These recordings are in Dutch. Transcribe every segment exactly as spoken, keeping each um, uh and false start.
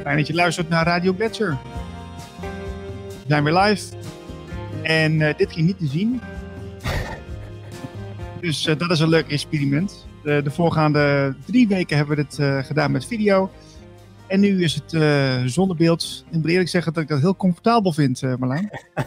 Fijn dat je luistert naar Radio Gletscher. We zijn weer live. En uh, dit ging niet te zien. Dus uh, dat is een leuk experiment. De, de voorgaande drie weken hebben we dit uh, gedaan met video. En nu is het uh, zonder beeld. Ik moet eerlijk zeggen dat ik dat heel comfortabel vind, uh, Marlijn.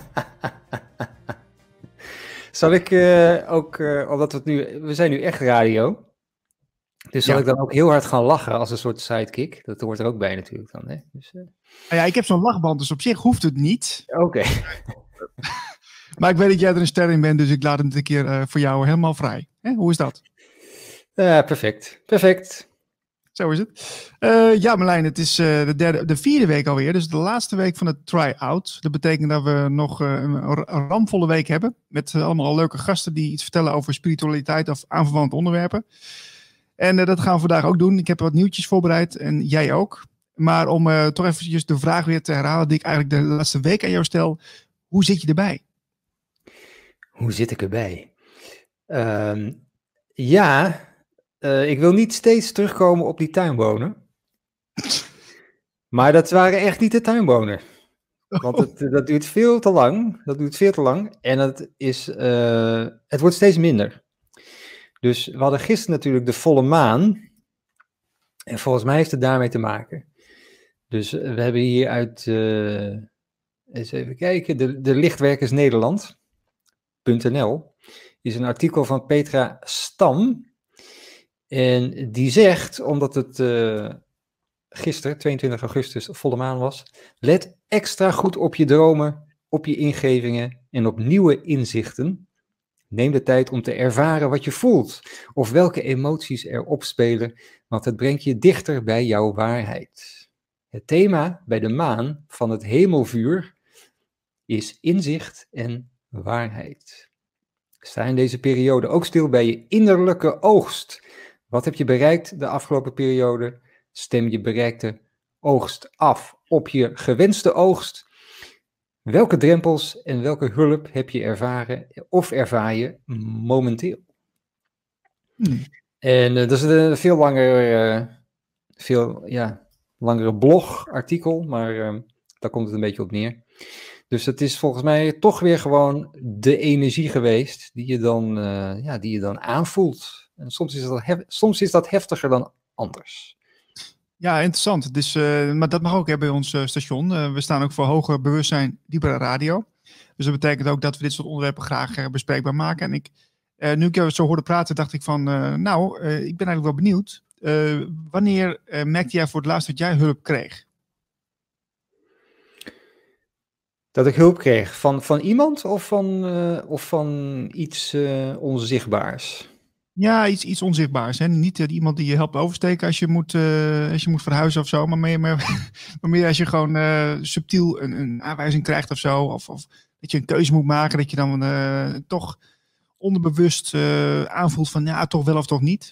Zal ik uh, ook, uh, omdat we het nu, we zijn nu echt radio. Dus zal ja. ik dan ook heel hard gaan lachen als een soort sidekick? Dat hoort er ook bij natuurlijk dan, hè? Dus, uh... ja, ik heb zo'n lachband, dus op zich hoeft het niet. Oké. Okay. Maar ik weet dat jij er een ster in bent, dus ik laat het een keer uh, voor jou helemaal vrij. Hè? Hoe is dat? Ja, uh, perfect. Perfect. Zo is het. Uh, ja, Marlijn, het is uh, de, derde, de vierde week alweer. Dus de laatste week van de try-out. Dat betekent dat we nog uh, een, een ramvolle week hebben. Met uh, allemaal leuke gasten die iets vertellen over spiritualiteit of aanverwante onderwerpen. En uh, dat gaan we vandaag ook doen. Ik heb wat nieuwtjes voorbereid en jij ook. Maar om uh, toch eventjes de vraag weer te herhalen die ik eigenlijk de laatste week aan jou stel. Hoe zit je erbij? Hoe zit ik erbij? Uh, ja... Uh, ik wil niet steeds terugkomen op die tuinbonen. Maar dat waren echt niet de tuinbonen. Want het, dat duurt veel te lang. Dat duurt veel te lang. En het, is, uh, het wordt steeds minder. Dus we hadden gisteren natuurlijk de volle maan. En volgens mij heeft het daarmee te maken. Dus we hebben hier uit... Uh, eens even kijken. De, de Lichtwerkers Nederland. .nl is een artikel van Petra Stam... En die zegt, omdat het uh, gisteren, tweeëntwintig augustus, volle maan was, let extra goed op je dromen, op je ingevingen en op nieuwe inzichten. Neem de tijd om te ervaren wat je voelt of welke emoties er opspelen, want het brengt je dichter bij jouw waarheid. Het thema bij de maan van het hemelvuur is inzicht en waarheid. Sta in deze periode ook stil bij je innerlijke oogst. Wat heb je bereikt de afgelopen periode? Stem je bereikte oogst af op je gewenste oogst. Welke drempels en welke hulp heb je ervaren of ervaar je momenteel? Hmm. En uh, dat is een veel langer, uh, veel ja, langere blogartikel, maar uh, daar komt het een beetje op neer. Dus het is volgens mij toch weer gewoon de energie geweest die je dan, uh, ja, die je dan aanvoelt. En soms is, dat hef- soms is dat heftiger dan anders. Ja, interessant. Dus, uh, maar dat mag ook hè, bij ons uh, station. Uh, we staan ook voor hoger bewustzijn, diepere radio. Dus dat betekent ook dat we dit soort onderwerpen graag uh, bespreekbaar maken. En ik, uh, nu ik jou zo hoorde praten, dacht ik van... Uh, nou, uh, ik ben eigenlijk wel benieuwd. Uh, wanneer uh, merkte jij voor het laatst dat jij hulp kreeg? Dat ik hulp kreeg van, van iemand of van, uh, of van iets uh, onzichtbaars? Ja, iets, iets onzichtbaars. Hè? Niet uh, iemand die je helpt oversteken als je moet, uh, als je moet verhuizen of zo. Maar meer, meer, maar meer als je gewoon uh, subtiel een, een aanwijzing krijgt of zo. Of, of dat je een keuze moet maken. Dat je dan uh, toch onderbewust uh, aanvoelt van ja, toch wel of toch niet.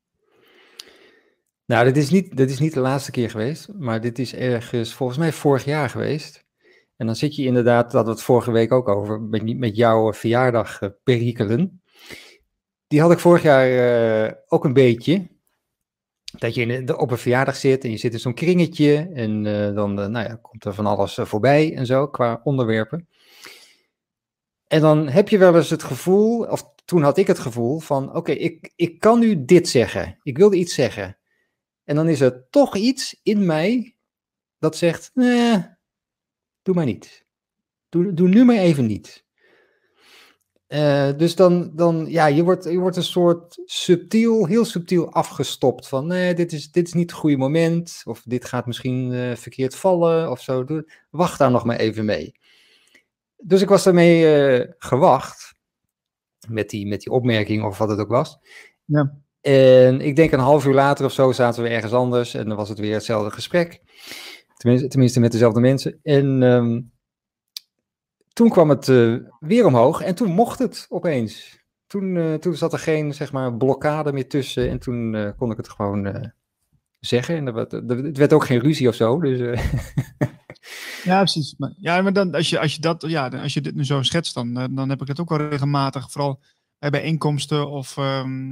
Nou, dit is niet, dit is niet de laatste keer geweest. Maar dit is ergens volgens mij vorig jaar geweest. En dan zit je inderdaad, dat we het vorige week ook over, met, met jouw verjaardag uh, perikelen. Die had ik vorig jaar uh, ook een beetje. Dat je in de, op een verjaardag zit en je zit in zo'n kringetje. En uh, dan uh, nou ja, komt er van alles uh, voorbij en zo, qua onderwerpen. En dan heb je wel eens het gevoel, of toen had ik het gevoel van... Oké, okay, ik, ik kan nu dit zeggen. Ik wilde iets zeggen. En dan is er toch iets in mij dat zegt... Nee, doe maar niet. Doe, doe nu maar even niet. Uh, dus dan, dan ja, je wordt, je wordt een soort subtiel, heel subtiel afgestopt van, nee, dit is, dit is niet het goede moment, of dit gaat misschien uh, verkeerd vallen, of zo. Wacht daar nog maar even mee. Dus ik was daarmee uh, gewacht, met die, met die opmerking of wat het ook was. Ja. En ik denk een half uur later of zo zaten we ergens anders, en dan was het weer hetzelfde gesprek. Tenminste, tenminste met dezelfde mensen. En... Um, Toen kwam het uh, weer omhoog en toen mocht het opeens. Toen, uh, toen zat er geen, zeg maar, blokkade meer tussen en toen uh, kon ik het gewoon uh, zeggen. En er werd, er, het werd ook geen ruzie of zo. Dus, uh. Ja, precies. Maar, ja, maar dan, als, je, als, je dat, ja, als je dit nu zo schetst, dan, dan heb ik dat ook wel regelmatig. Vooral bij bijeenkomsten of um,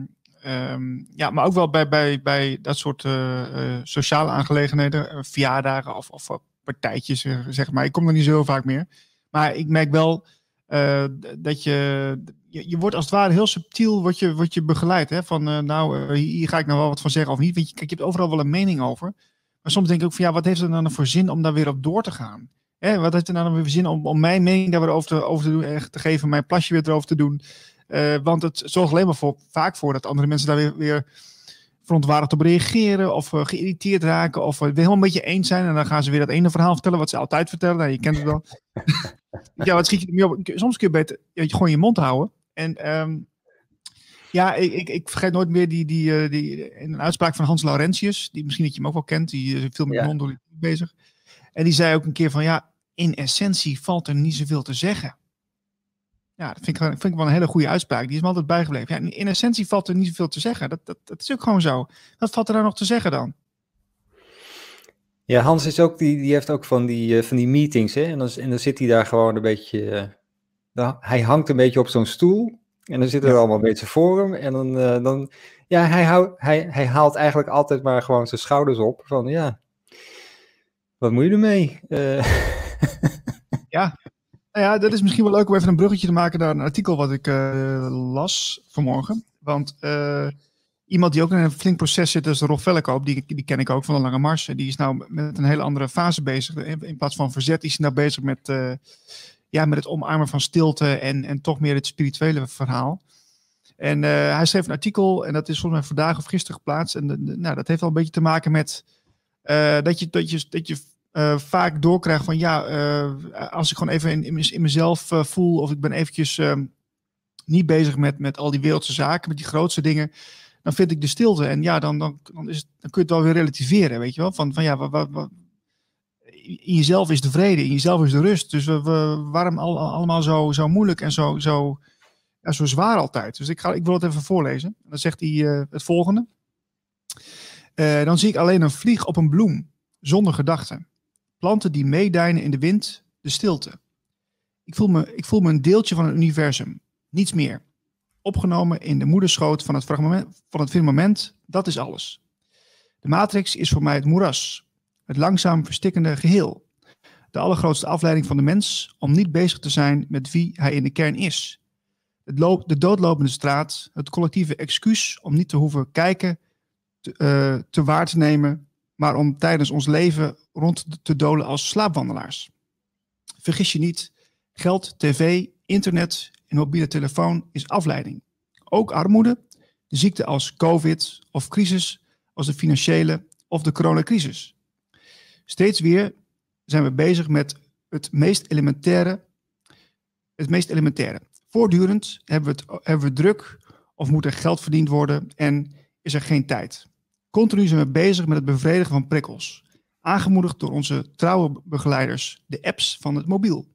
Um, ja, maar ook wel bij, bij, bij dat soort uh, uh, sociale aangelegenheden, uh, verjaardagen of, of partijtjes, uh, zeg maar. Ik kom er niet zo heel vaak meer. Maar ik merk wel uh, dat je, je... Je wordt als het ware heel subtiel wordt je, wordt je begeleid. Hè? Van uh, nou, uh, hier ga ik nou wel wat van zeggen of niet. Want je, kijk, je hebt overal wel een mening over. Maar soms denk ik ook van ja, wat heeft er dan voor zin om daar weer op door te gaan? Hè? Wat heeft er nou weer zin om, om mijn mening daar weer over te, over te doen, echt te geven, mijn plasje weer erover te doen? Uh, want het zorgt alleen maar voor, vaak voor dat andere mensen daar weer, weer verontwaardigd op reageren of uh, geïrriteerd raken of uh, weer helemaal een beetje eens zijn. En dan gaan ze weer dat ene verhaal vertellen wat ze altijd vertellen. Nou, je kent het wel. Ja, wat schiet je ermee op? Soms kun je beter ja, gewoon je mond houden. En um, ja, ik, ik, ik vergeet nooit meer die, die, uh, die, een uitspraak van Hans Laurentius. Die, misschien dat je hem ook wel kent. Die is veel met ja. non-dualiteit bezig. En die zei ook een keer van ja, in essentie valt er niet zoveel te zeggen. Ja, dat vind ik, vind ik wel een hele goede uitspraak. Die is me altijd bijgebleven. Ja, in essentie valt er niet zoveel te zeggen. Dat, dat, dat is ook gewoon zo. Wat valt er nou nog te zeggen dan? Ja, Hans is ook, die, die heeft ook van die, uh, van die meetings, hè. En dan, en dan zit hij daar gewoon een beetje... Uh, dan, hij hangt een beetje op zo'n stoel. En dan zitten er ja. allemaal mensen voor hem. En dan... Uh, dan ja, hij, hou, hij, hij haalt eigenlijk altijd maar gewoon zijn schouders op. Van ja, wat moet je ermee? Uh... ja. Nou ja, dat is misschien wel leuk om even een bruggetje te maken naar een artikel wat ik uh, las vanmorgen. Want uh, iemand die ook in een flink proces zit, is Rolf Vellekoop. Die, die ken ik ook van de Lange Mars. Die is nou met een hele andere fase bezig. In, in plaats van verzet is hij nou bezig met, uh, ja, met het omarmen van stilte en, en toch meer het spirituele verhaal. En uh, hij schreef een artikel en dat is volgens mij vandaag of gisteren geplaatst. En de, de, nou, dat heeft wel een beetje te maken met uh, dat je... Dat je, dat je Uh, vaak doorkrijg van ja, uh, als ik gewoon even in, in, in mezelf uh, voel of ik ben eventjes uh, niet bezig met, met al die wereldse zaken, met die grootste dingen, dan vind ik de stilte. En ja, dan, dan, dan, is het, dan kun je het wel weer relativeren, weet je wel. Van, van ja, wat, wat, wat, in jezelf is de vrede, in jezelf is de rust. Dus we, we, waarom al, allemaal zo, zo moeilijk en zo, zo, ja, zo zwaar altijd? Dus ik, ga, ik wil het even voorlezen. Dan zegt hij uh, het volgende. Uh, dan zie ik alleen een vlieg op een bloem, zonder gedachten. Planten die meedijnen in de wind, de stilte. Ik voel, me, ik voel me een deeltje van het universum, niets meer. Opgenomen in de moederschoot van het, fragment, van het firmament, dat is alles. De matrix is voor mij het moeras, het langzaam verstikkende geheel. De allergrootste afleiding van de mens om niet bezig te zijn met wie hij in de kern is. Het loop, de doodlopende straat, het collectieve excuus om niet te hoeven kijken, te, uh, te waar te nemen, maar om tijdens ons leven rond te dolen als slaapwandelaars. Vergis je niet, geld, tv, internet en mobiele telefoon is afleiding. Ook armoede, de ziekte als COVID of crisis als de financiële of de coronacrisis. Steeds weer zijn we bezig met het meest elementaire. Het meest elementaire. Voortdurend hebben we het hebben we druk of moet er geld verdiend worden en is er geen tijd. Continu zijn we bezig met het bevredigen van prikkels. Aangemoedigd door onze trouwe begeleiders, de apps van het mobiel.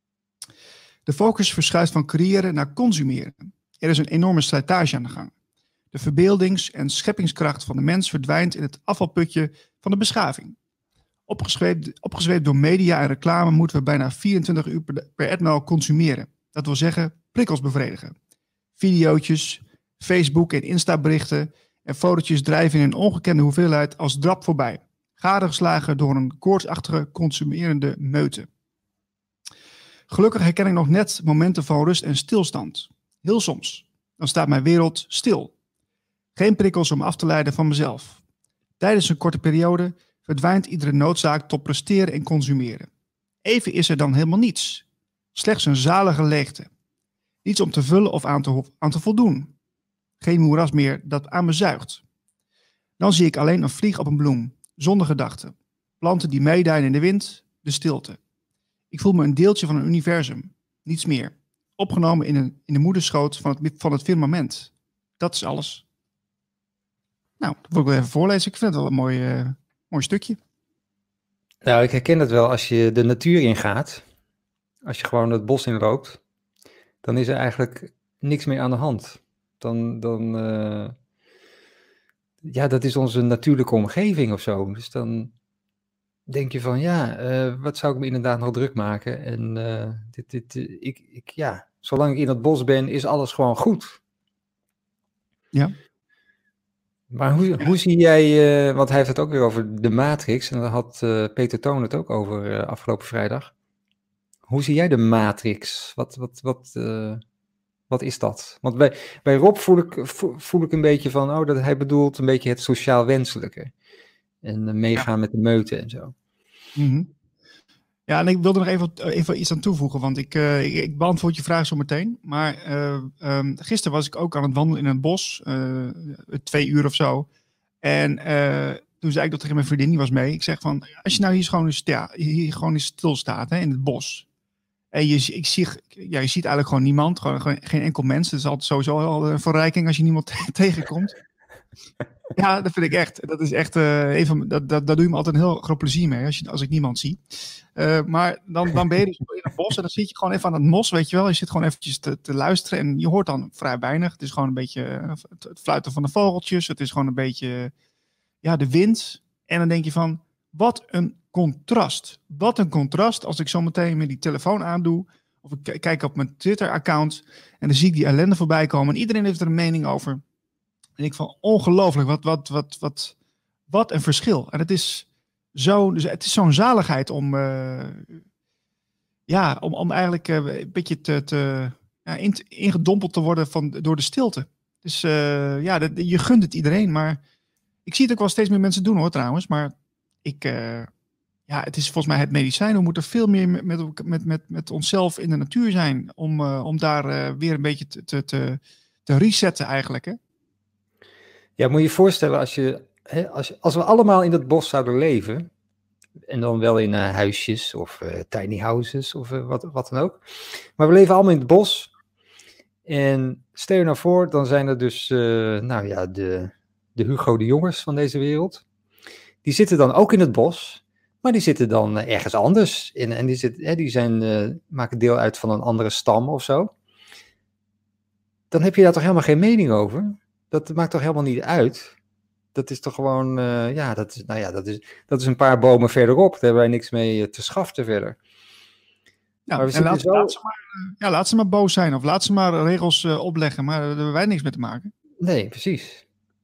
De focus verschuift van creëren naar consumeren. Er is een enorme slijtage aan de gang. De verbeeldings- en scheppingskracht van de mens verdwijnt in het afvalputje van de beschaving. Opgezweept, opgezweept door media en reclame moeten we bijna vierentwintig uur per, per etmaal consumeren. Dat wil zeggen prikkels bevredigen. Videootjes, Facebook en Insta berichten en fotootjes drijven in een ongekende hoeveelheid als drap voorbij. Gadegeslagen door een koortsachtige consumerende meute. Gelukkig herken ik nog net momenten van rust en stilstand. Heel soms. Dan staat mijn wereld stil. Geen prikkels om af te leiden van mezelf. Tijdens een korte periode verdwijnt iedere noodzaak tot presteren en consumeren. Even is er dan helemaal niets. Slechts een zalige leegte. Niets om te vullen of aan te, aan te voldoen. Geen moeras meer dat aan me zuigt. Dan zie ik alleen een vlieg op een bloem, zonder gedachten. Planten die meedijnen in de wind, de stilte. Ik voel me een deeltje van een universum, niets meer. Opgenomen in, een, in de moederschoot van het, van het firmament. Dat is alles. Nou, dat wil ik wel even voorlezen. Ik vind het wel een mooi, uh, mooi stukje. Nou, ik herken het wel als je de natuur ingaat. Als je gewoon het bos inloopt, dan is er eigenlijk niks meer aan de hand. Dan, dan uh, ja, dat is onze natuurlijke omgeving of zo. Dus dan denk je van, ja, uh, wat zou ik me inderdaad nog druk maken? En uh, dit, dit, uh, ik, ik, ja, zolang ik in het bos ben, is alles gewoon goed. Ja. Maar hoe, Ja. hoe zie jij, uh, want hij heeft het ook weer over de Matrix, en daar had uh, Peter Toon het ook over uh, afgelopen vrijdag. Hoe zie jij de Matrix? Wat, wat, wat, uh, wat is dat? Want bij, bij Rob voel ik, voel ik een beetje van, oh, dat hij bedoelt een beetje het sociaal wenselijke. En uh, meegaan ja. met de meute en zo. Mm-hmm. Ja, en ik wilde nog even, even iets aan toevoegen, want ik, uh, ik, ik beantwoord je vraag zo meteen. Maar uh, um, gisteren was ik ook aan het wandelen in het bos, uh, twee uur of zo. En uh, toen zei ik dat tegen mijn vriendin, die was mee. Ik zeg van, als je nou hier gewoon eens, ja, hier gewoon eens stilstaat, hè, in het bos. En je, ik zie, ja, je ziet eigenlijk gewoon niemand, gewoon, gewoon geen enkel mens. Dat is altijd sowieso al een verrijking als je niemand tegenkomt. Ja, dat vind ik echt. Dat is echt uh, even, dat, dat, daar doe je me altijd een heel groot plezier mee als, je, als ik niemand zie. Uh, maar dan, dan ben je dus in het bos en dan zit je gewoon even aan het mos, weet je wel. Je zit gewoon eventjes te, te luisteren en je hoort dan vrij weinig. Het is gewoon een beetje het, het fluiten van de vogeltjes. Het is gewoon een beetje, ja, de wind. En dan denk je van, wat een contrast. Wat een contrast als ik zo meteen met die telefoon aandoe. Of ik k- kijk op mijn Twitter-account en dan zie ik die ellende voorbij komen. En iedereen heeft er een mening over. En ik van ongelooflijk, wat, wat, wat, wat, wat een verschil. En het is zo, dus het is zo'n zaligheid om, uh, ja, om, om eigenlijk uh, een beetje te, te, ja, in, ingedompeld te worden van, door de stilte. Dus uh, ja, dat, je gunt het iedereen, maar ik zie het ook wel steeds meer mensen doen hoor trouwens. Maar ik, uh, ja, het is volgens mij het medicijn. We moeten veel meer met, met, met, met, met onszelf in de natuur zijn om, uh, om daar uh, weer een beetje te, te, te, te resetten eigenlijk, hè. Ja, moet je je voorstellen, als, je, hè, als, je, als we allemaal in dat bos zouden leven, en dan wel in uh, huisjes of uh, tiny houses of uh, wat, wat dan ook, maar we leven allemaal in het bos, en stel je nou voor, dan zijn er dus, uh, nou ja, de, de Hugo de Jongers van deze wereld, die zitten dan ook in het bos, maar die zitten dan uh, ergens anders, in, en die, zit, hè, die zijn, uh, maken deel uit van een andere stam of zo. Dan heb je daar toch helemaal geen mening over? Dat maakt toch helemaal niet uit? Dat is toch gewoon, uh, ja, dat is, nou ja, dat is, dat is een paar bomen verderop. Daar hebben wij niks mee te schaften verder. Ja, maar we en laat, zo... laat, ze maar, ja, laat ze maar boos zijn of laat ze maar regels uh, opleggen, maar daar hebben wij niks mee te maken. Nee, precies.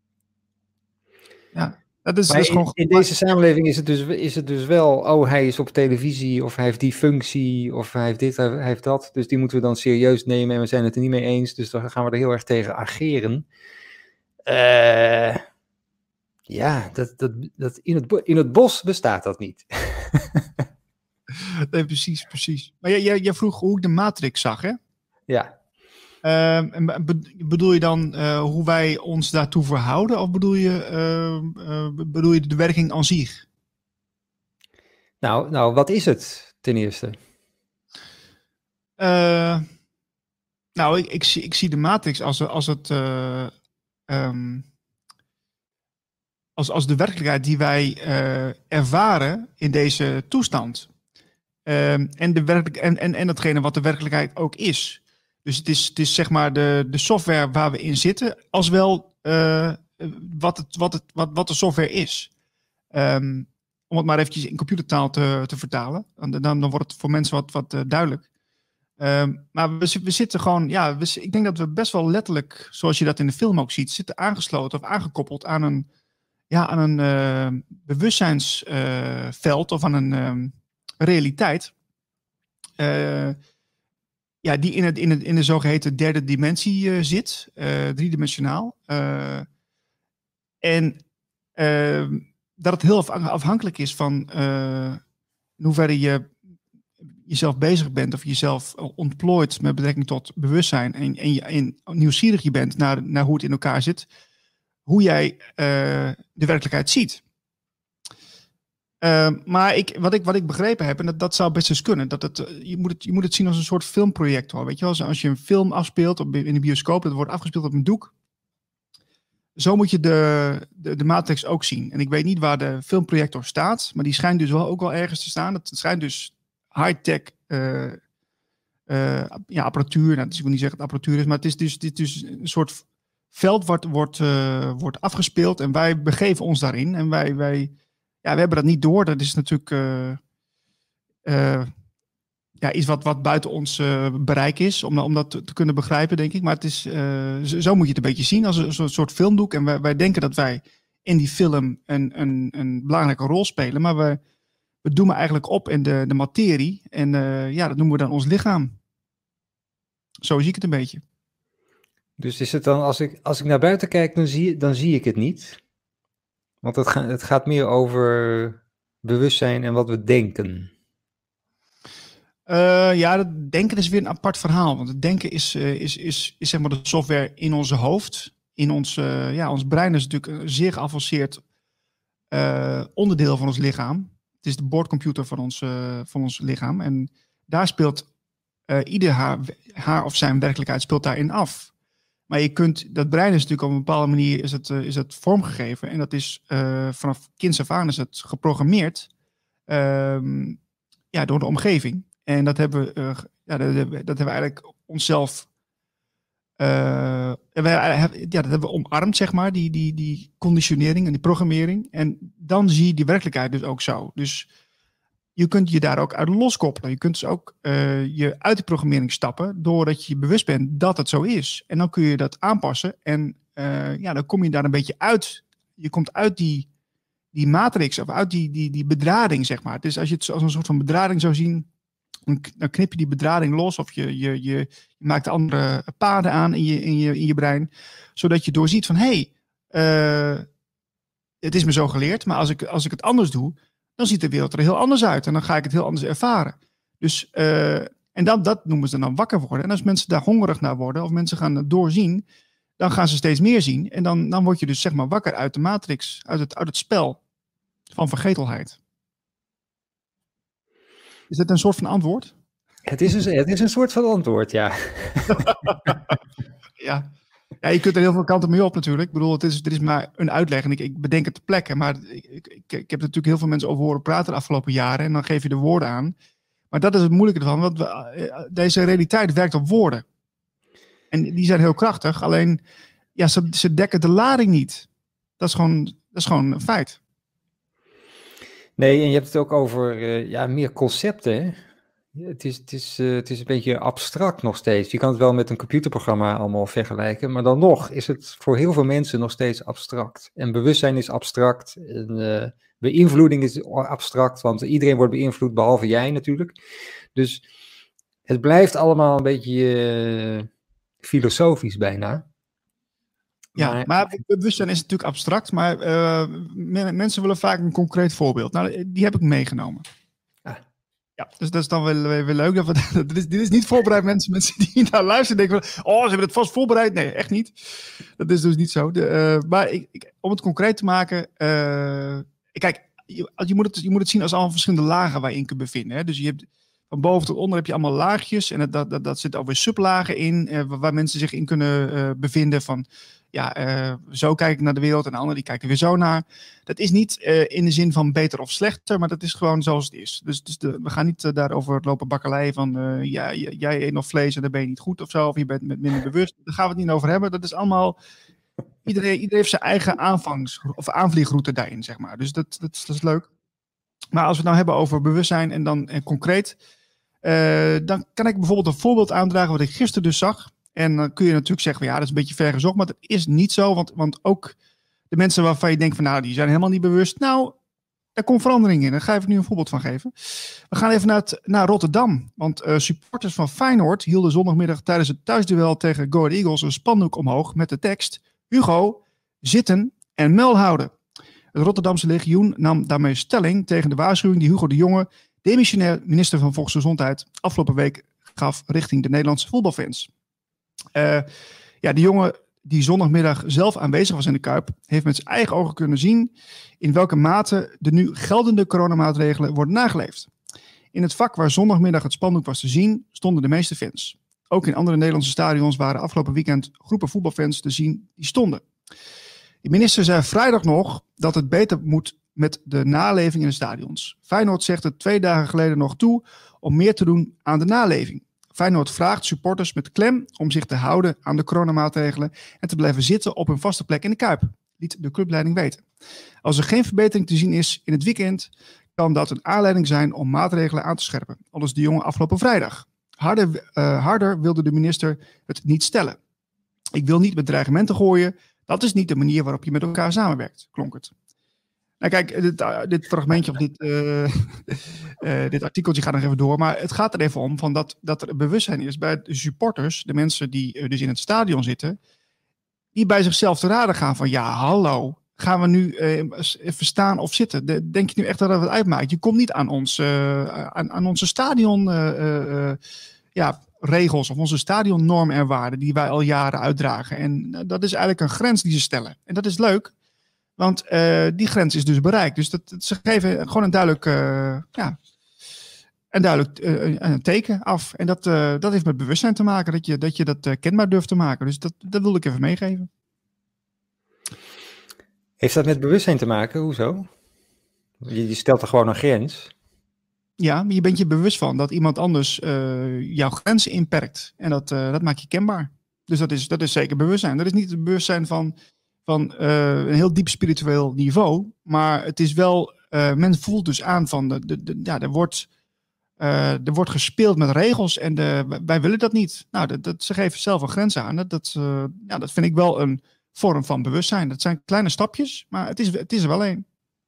Ja, dat is, maar dat is in, gewoon... in deze samenleving is het, dus, is het dus wel, oh, hij is op televisie, of hij heeft die functie, of hij heeft dit, hij heeft dat. Dus die moeten we dan serieus nemen en we zijn het er niet mee eens. Dus dan gaan we er heel erg tegen ageren. Eh... Uh, Ja, dat, dat, dat in, het, in het bos bestaat dat niet. Nee, precies, precies. Maar jij, jij, jij vroeg hoe ik de Matrix zag, hè? Ja. Uh, en bedoel je dan uh, hoe wij ons daartoe verhouden? Of bedoel je, uh, uh, bedoel je de werking aan zich? Nou, nou, wat is het ten eerste? Uh, nou, ik, ik, zie, ik zie de Matrix als, als het... Uh, um, Als, als de werkelijkheid die wij uh, ervaren in deze toestand. Um, en, de werkelijk, en, en, en datgene wat de werkelijkheid ook is. Dus het is, het is zeg maar de, de software waar we in zitten, als wel uh, wat, het, wat, het, wat, wat de software is. Um, om het maar eventjes in computertaal te, te vertalen. Dan, dan, dan wordt het voor mensen wat, wat uh, duidelijk. Um, maar we, we zitten gewoon, ja, we, ik denk dat we best wel letterlijk, zoals je dat in de film ook ziet, zitten aangesloten of aangekoppeld aan een Ja, aan een uh, bewustzijnsveld uh, of aan een um, realiteit. Uh, ja, die in, het, in, het, in de zogeheten derde dimensie uh, zit, uh, driedimensionaal. Uh, en uh, dat het heel afhankelijk is van uh, in hoeverre je jezelf bezig bent of jezelf ontplooit met betrekking tot bewustzijn en, en, je, en nieuwsgierig je bent naar, naar hoe het in elkaar zit. Hoe jij uh, de werkelijkheid ziet. Uh, maar ik, wat, ik, wat ik begrepen heb, en dat, dat zou best eens kunnen, dat het, uh, je, moet het, je moet het zien als een soort filmprojector. Weet je wel, als je een film afspeelt op, in de bioscoop, dat wordt afgespeeld op een doek. Zo moet je de, de, de Matrix ook zien. En ik weet niet waar de filmprojector staat, maar die schijnt dus wel ook wel ergens te staan. Het schijnt dus high-tech uh, uh, ja, apparatuur. Nou, dus ik wil niet zeggen dat het apparatuur is, maar het is dus, dit is een soort veld wordt, wordt, uh, wordt afgespeeld en wij begeven ons daarin. En wij, wij ja, we hebben dat niet door. Dat is natuurlijk uh, uh, ja, iets wat, wat buiten ons uh, bereik is, om, om dat te, te kunnen begrijpen, denk ik. Maar het is, uh, zo, zo moet je het een beetje zien, als een, als een soort filmdoek. En wij, wij denken dat wij in die film een, een, een belangrijke rol spelen, maar we, we doemen eigenlijk op in de, de materie. En uh, ja, dat noemen we dan ons lichaam. Zo zie ik het een beetje. Dus is het dan, als ik, als ik naar buiten kijk, dan zie, dan zie ik het niet? Want het, ga, het gaat meer over bewustzijn en wat we denken. Uh, ja, het denken is weer een apart verhaal. Want het denken is, uh, is, is, is zeg maar de software in onze hoofd. In ons, uh, ja, ons brein is natuurlijk een zeer geavanceerd uh, onderdeel van ons lichaam. Het is de boordcomputer van ons, uh, van ons lichaam. En daar speelt uh, ieder haar, haar of zijn werkelijkheid speelt daarin af. Maar je kunt, dat brein is natuurlijk op een bepaalde manier is het, uh, is het vormgegeven. En dat is uh, vanaf kinds af aan is het geprogrammeerd uh, ja, door de omgeving. En dat hebben we, uh, ja, dat, dat hebben we eigenlijk onszelf, uh, we, ja, dat hebben we omarmd, zeg maar, die, die, die conditionering en die programmering. En dan zie je die werkelijkheid dus ook zo. Dus je kunt je daar ook uit loskoppelen. Je kunt dus ook uh, je uit de programmering stappen, doordat je je bewust bent dat het zo is. En dan kun je dat aanpassen en uh, ja, dan kom je daar een beetje uit. Je komt uit die, die matrix, of uit die, die, die bedrading, zeg maar. Dus als je het als een soort van bedrading zou zien, dan knip je die bedrading los of je, je, je, je maakt andere paden aan in je, in je, in je brein, zodat je doorziet van, hé, hey, uh, het is me zo geleerd, maar als ik, als ik het anders doe, dan ziet de wereld er heel anders uit en dan ga ik het heel anders ervaren. Dus, uh, en dat, dat noemen ze dan wakker worden. En als mensen daar hongerig naar worden of mensen gaan doorzien, dan gaan ze steeds meer zien en dan, dan word je dus zeg maar wakker uit de matrix, uit het, uit het spel van vergetelheid. Is dat een soort van antwoord? Het is een, het is een soort van antwoord, ja. ja. Ja, je kunt er heel veel kanten mee op natuurlijk. Ik bedoel, het is, dit is maar een uitleg en ik, ik bedenk het ter plekke. Maar ik, ik, ik, ik heb natuurlijk heel veel mensen over horen praten de afgelopen jaren. En dan geef je de woorden aan. Maar dat is het moeilijke ervan. Want we, deze realiteit werkt op woorden. En die zijn heel krachtig. Alleen, ja, ze, ze dekken de lading niet. Dat is gewoon, dat is gewoon een feit. Nee, en je hebt het ook over uh, ja, meer concepten, hè? Het is, het, is, uh, het is een beetje abstract nog steeds. Je kan het wel met een computerprogramma allemaal vergelijken, maar dan nog is het voor heel veel mensen nog steeds abstract. En bewustzijn is abstract, en, uh, beïnvloeding is abstract, want iedereen wordt beïnvloed, behalve jij natuurlijk. Dus het blijft allemaal een beetje uh, filosofisch bijna. Ja, maar, maar bewustzijn is natuurlijk abstract, maar uh, mensen willen vaak een concreet voorbeeld. Nou, die heb ik meegenomen. Ah. Ja, dus dat is dan wel, wel, wel leuk. Dat we, dit, is, dit is niet voorbereid, mensen, mensen die naar luisteren denken van, oh, ze hebben het vast voorbereid. Nee, echt niet. Dat is dus niet zo. De, uh, maar ik, ik, om het concreet te maken, uh, kijk, je, je, moet het, je moet het zien als allemaal verschillende lagen waar je in kunt bevinden. Hè? Dus je hebt van boven tot onder heb je allemaal laagjes en dat, dat, dat zit alweer sublagen in, uh, waar, waar mensen zich in kunnen uh, bevinden van, ja, uh, zo kijk ik naar de wereld en de anderen die kijken weer zo naar. Dat is niet uh, in de zin van beter of slechter, maar dat is gewoon zoals het is. Dus, dus de, we gaan niet uh, daarover lopen bakkeleien van, uh, ja, j- jij eet nog vlees en dan ben je niet goed of zo, of je bent met minder bewust. Daar gaan we het niet over hebben. Dat is allemaal, iedereen, iedereen heeft zijn eigen aanvangs- of aanvliegroute daarin, zeg maar. Dus dat, dat, dat is leuk. Maar als we het nou hebben over bewustzijn en dan en concreet, uh, dan kan ik bijvoorbeeld een voorbeeld aandragen wat ik gisteren dus zag. En dan kun je natuurlijk zeggen, ja, dat is een beetje ver gezocht, maar dat is niet zo. Want, want ook de mensen waarvan je denkt van, nou, die zijn helemaal niet bewust. Nou, daar komt verandering in. Daar ga ik nu een voorbeeld van geven. We gaan even naar, het, naar Rotterdam. Want uh, supporters van Feyenoord hielden zondagmiddag tijdens het thuisduel tegen Go Ahead Eagles een spandoek omhoog met de tekst: Hugo, zitten en muil houden. Het Rotterdamse legioen nam daarmee stelling tegen de waarschuwing die Hugo de Jonge, demissionair minister van Volksgezondheid, afgelopen week gaf richting de Nederlandse voetbalfans. Uh, ja, de jongen die zondagmiddag zelf aanwezig was in de Kuip, heeft met zijn eigen ogen kunnen zien in welke mate de nu geldende coronamaatregelen worden nageleefd. In het vak waar zondagmiddag het spandoek was te zien, stonden de meeste fans. Ook in andere Nederlandse stadions waren afgelopen weekend groepen voetbalfans te zien die stonden. De minister zei vrijdag nog dat het beter moet met de naleving in de stadions. Feyenoord zegt het twee dagen geleden nog toe om meer te doen aan de naleving. Feyenoord vraagt supporters met klem om zich te houden aan de coronamaatregelen en te blijven zitten op hun vaste plek in de Kuip, liet de clubleiding weten. Als er geen verbetering te zien is in het weekend, kan dat een aanleiding zijn om maatregelen aan te scherpen. Aldus de jongen afgelopen vrijdag. Harder, uh, harder wilde de minister het niet stellen. Ik wil niet met dreigementen gooien. Dat is niet de manier waarop je met elkaar samenwerkt, klonk het. Nou kijk, dit, uh, dit fragmentje of dit, uh, uh, dit artikeltje gaat nog even door. Maar het gaat er even om van dat, dat er bewustzijn is bij de supporters. De mensen die uh, dus in het stadion zitten. Die bij zichzelf te raden gaan van ja, hallo. Gaan we nu uh, even staan of zitten? De, denk je nu echt dat het wat uitmaakt? Je komt niet aan, ons, uh, aan, aan onze stadion uh, uh, ja, regels of onze stadionnormen en waarden die wij al jaren uitdragen. En uh, dat is eigenlijk een grens die ze stellen. En dat is leuk, want uh, die grens is dus bereikt. Dus dat, ze geven gewoon een duidelijk, uh, ja, een duidelijk uh, een teken af. En dat, uh, dat heeft met bewustzijn te maken, dat je dat, je dat uh, kenbaar durft te maken. Dus dat, dat wilde ik even meegeven. Heeft dat met bewustzijn te maken? Hoezo? Je, je stelt er gewoon een grens. Ja, maar je bent je bewust van dat iemand anders uh, jouw grenzen inperkt. En dat, uh, dat maakt je kenbaar. Dus dat is, dat is zeker bewustzijn. Dat is niet het bewustzijn van, van uh, een heel diep spiritueel niveau. Maar het is wel, uh, men voelt dus aan van, de, de, de, ja, er wordt, uh, er wordt gespeeld met regels en de, wij willen dat niet. Nou, dat, dat, ze geven zelf een grens aan. Dat, dat, uh, ja, dat vind ik wel een vorm van bewustzijn. Dat zijn kleine stapjes, maar het is, het is er wel één.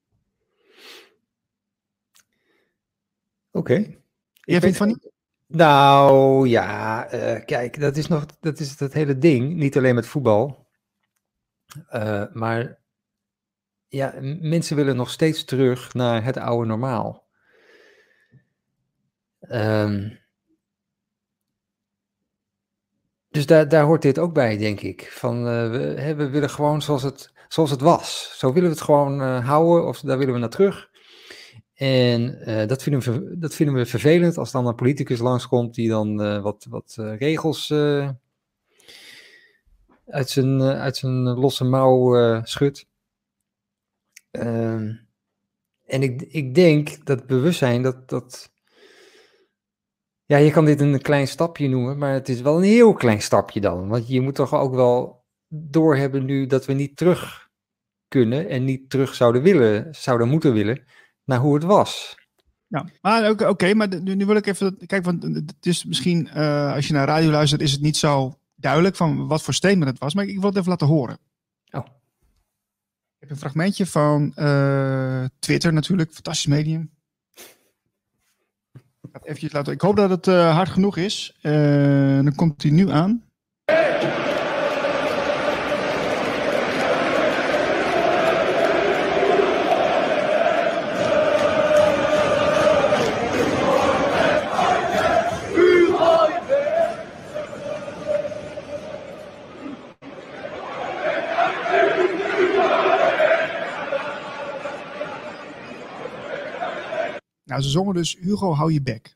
Oké. Okay. Jij vindt van niet? Nou ja, uh, kijk, dat is nog dat is het hele ding. Niet alleen met voetbal. Uh, maar ja, mensen willen nog steeds terug naar het oude normaal. Um, dus daar, daar hoort dit ook bij, denk ik. Van, uh, we, hè, we willen gewoon zoals het, zoals het was. Zo willen we het gewoon uh, houden, of daar willen we naar terug. En uh, dat, vinden we, dat vinden we vervelend als dan een politicus langskomt die dan uh, wat, wat uh, regels uh, uit, zijn, uh, uit zijn losse mouw uh, schudt. Uh, en ik, ik denk dat bewustzijn, dat, dat... Ja, je kan dit een klein stapje noemen, maar het is wel een heel klein stapje dan. Want je moet toch ook wel doorhebben nu dat we niet terug kunnen en niet terug zouden willen, zouden moeten willen naar hoe het was. Ja, maar oké, okay, maar nu, nu wil ik even... Kijk, want het is misschien, uh, als je naar radio luistert, is het niet zo duidelijk van wat voor statement het was. Maar ik wil het even laten horen. Oh. Ik heb een fragmentje van uh, Twitter natuurlijk, fantastisch medium. Ik, ga het eventjes laten, ik hoop dat het uh, hard genoeg is. Uh, dan komt hij nu aan. Nou, ze zongen dus Hugo, hou je bek.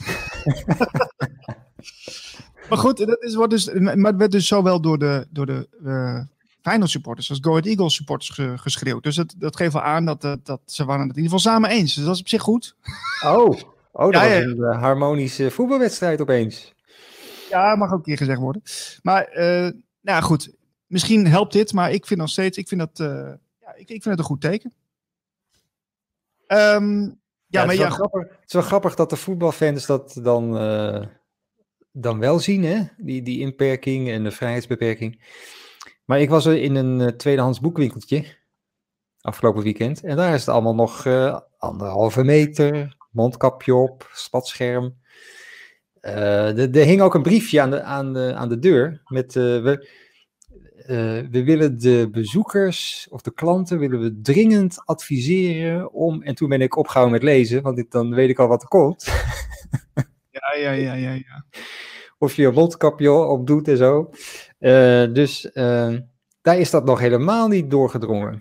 Maar goed, dat is wat dus, maar het werd dus zowel door de, door de uh, Feyenoord supporters als Go Ahead Eagles supporters ge, geschreeuwd. Dus dat, dat geeft wel aan dat, dat, dat ze waren het in ieder geval samen eens. Dus dat is op zich goed. Oh, oh dat ja, was ja. een uh, harmonische voetbalwedstrijd opeens. Ja, mag ook een keer gezegd worden. Maar, uh, nou ja, goed. Misschien helpt dit, maar ik vind nog steeds, ik vind dat, uh, ja, ik, ik vind het een goed teken. Um, Ja, ja, maar het, is ja, grappig, het is wel grappig dat de voetbalfans dat dan, uh, dan wel zien, hè? Die, die inperking en de vrijheidsbeperking. Maar ik was er in een uh, tweedehands boekwinkeltje afgelopen weekend. En daar is het allemaal nog uh, anderhalve meter, mondkapje op, spatscherm. Uh, er hing ook een briefje aan de, aan de, aan de deur met... Uh, we, Uh, we willen de bezoekers of de klanten willen we dringend adviseren om... En toen ben ik opgehouden met lezen, want ik, dan weet ik al wat er komt. Ja, ja, ja, ja, ja. Of je een mondkapje op doet en zo. Uh, dus uh, daar is dat nog helemaal niet doorgedrongen.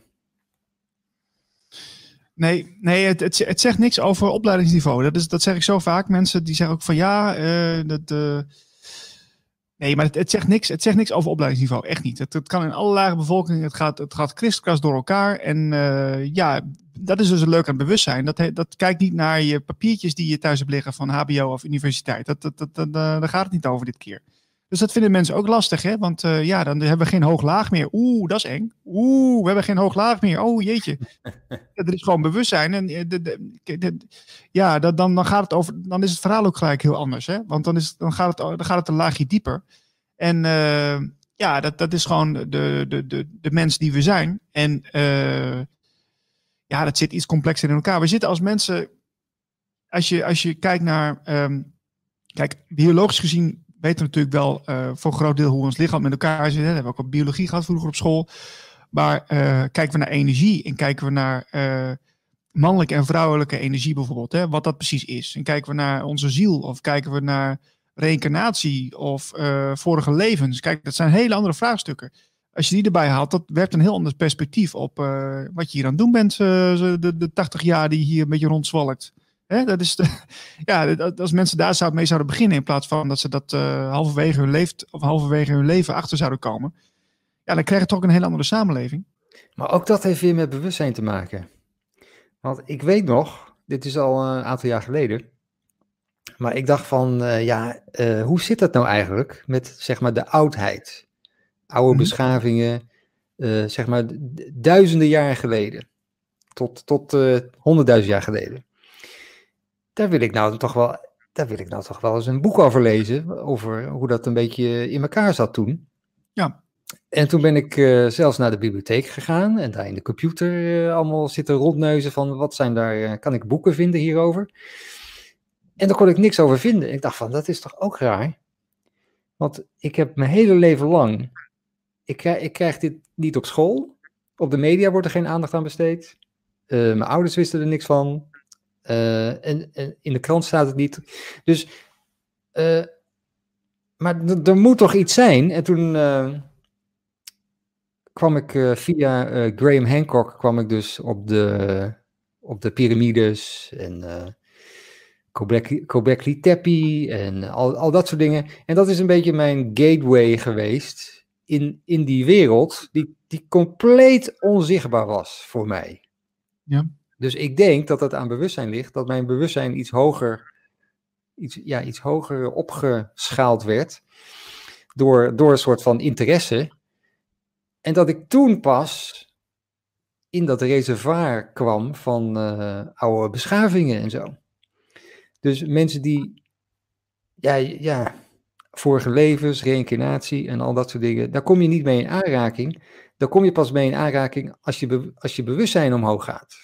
Nee, nee het, het, het zegt niks over opleidingsniveau. Dat, is, dat zeg ik zo vaak. Mensen die zeggen ook van ja, uh, dat... Uh... Nee, maar het, het, zegt niks, het zegt niks over opleidingsniveau. Echt niet. Het, het kan in alle lagen bevolking. Het gaat, het gaat kriskras door elkaar. En uh, ja, dat is dus een leuk aan het bewustzijn. Dat, dat kijkt niet naar je papiertjes die je thuis hebt liggen van H B O of universiteit. Dat, dat, dat, dat, uh, daar gaat het niet over dit keer. Dus dat vinden mensen ook lastig, hè? Want uh, ja, dan hebben we geen hoog-laag meer. Oeh, dat is eng. Oeh, we hebben geen hoog-laag meer. Oh, jeetje. Er is gewoon bewustzijn. En de, de, de, de, ja, dat, dan, dan, gaat het over, dan is het verhaal ook gelijk heel anders, hè? Want dan, is, dan, gaat, het, dan gaat het een laagje dieper. En uh, ja, dat, dat is gewoon de, de, de, de mens die we zijn. En uh, ja, dat zit iets complexer in elkaar. We zitten als mensen, als je, als je kijkt naar, um, kijk, biologisch gezien weten we natuurlijk wel uh, voor een groot deel hoe ons lichaam met elkaar zit. Hè? Dat hebben we ook op biologie gehad vroeger op school. Maar uh, kijken we naar energie en kijken we naar uh, mannelijke en vrouwelijke energie bijvoorbeeld. Hè? Wat dat precies is. En kijken we naar onze ziel of kijken we naar reïncarnatie of uh, vorige levens. Kijk, dat zijn hele andere vraagstukken. Als je die erbij haalt, dat werpt een heel ander perspectief op uh, wat je hier aan het doen bent. Uh, de, de tachtig jaar die hier een beetje rondzwalkt. Hè, dat is de, ja, als mensen daar zouden, mee zouden beginnen in plaats van dat ze dat uh, halverwege hun leeft of halverwege hun leven achter zouden komen, ja, dan krijg je toch een hele andere samenleving. Maar ook dat heeft weer met bewustzijn te maken. Want ik weet nog, dit is al een aantal jaar geleden, maar ik dacht van, uh, ja, uh, hoe zit dat nou eigenlijk met, zeg maar, de oudheid? Oude hmm. beschavingen, uh, zeg maar, duizenden jaren geleden, tot, tot uh, honderdduizend jaar geleden. Daar wil ik nou toch wel, daar wil ik nou toch wel eens een boek over lezen, over hoe dat een beetje in elkaar zat toen. Ja. En toen ben ik uh, zelfs naar de bibliotheek gegaan en daar in de computer uh, allemaal zitten rondneuzen van wat zijn daar, uh, kan ik boeken vinden hierover? En daar kon ik niks over vinden. Ik dacht van, dat is toch ook raar? Want ik heb mijn hele leven lang, ik krijg, ik krijg dit niet op school, op de media wordt er geen aandacht aan besteed, uh, mijn ouders wisten er niks van. Uh, en, en in de krant staat het niet. Dus, uh, maar d- er moet toch iets zijn? En toen uh, kwam ik uh, via uh, Graham Hancock kwam ik dus op de, op de piramides en uh, Göbekli, Göbekli Tepe en al, al dat soort dingen. En dat is een beetje mijn gateway geweest in, in die wereld die, die compleet onzichtbaar was voor mij. Ja. Dus ik denk dat het aan bewustzijn ligt, dat mijn bewustzijn iets hoger, iets, ja, iets hoger opgeschaald werd door, door een soort van interesse. En dat ik toen pas in dat reservoir kwam van uh, oude beschavingen en zo. Dus mensen die, ja, ja, vorige levens, reïncarnatie en al dat soort dingen, daar kom je niet mee in aanraking. Daar kom je pas mee in aanraking als je, be, als je bewustzijn omhoog gaat.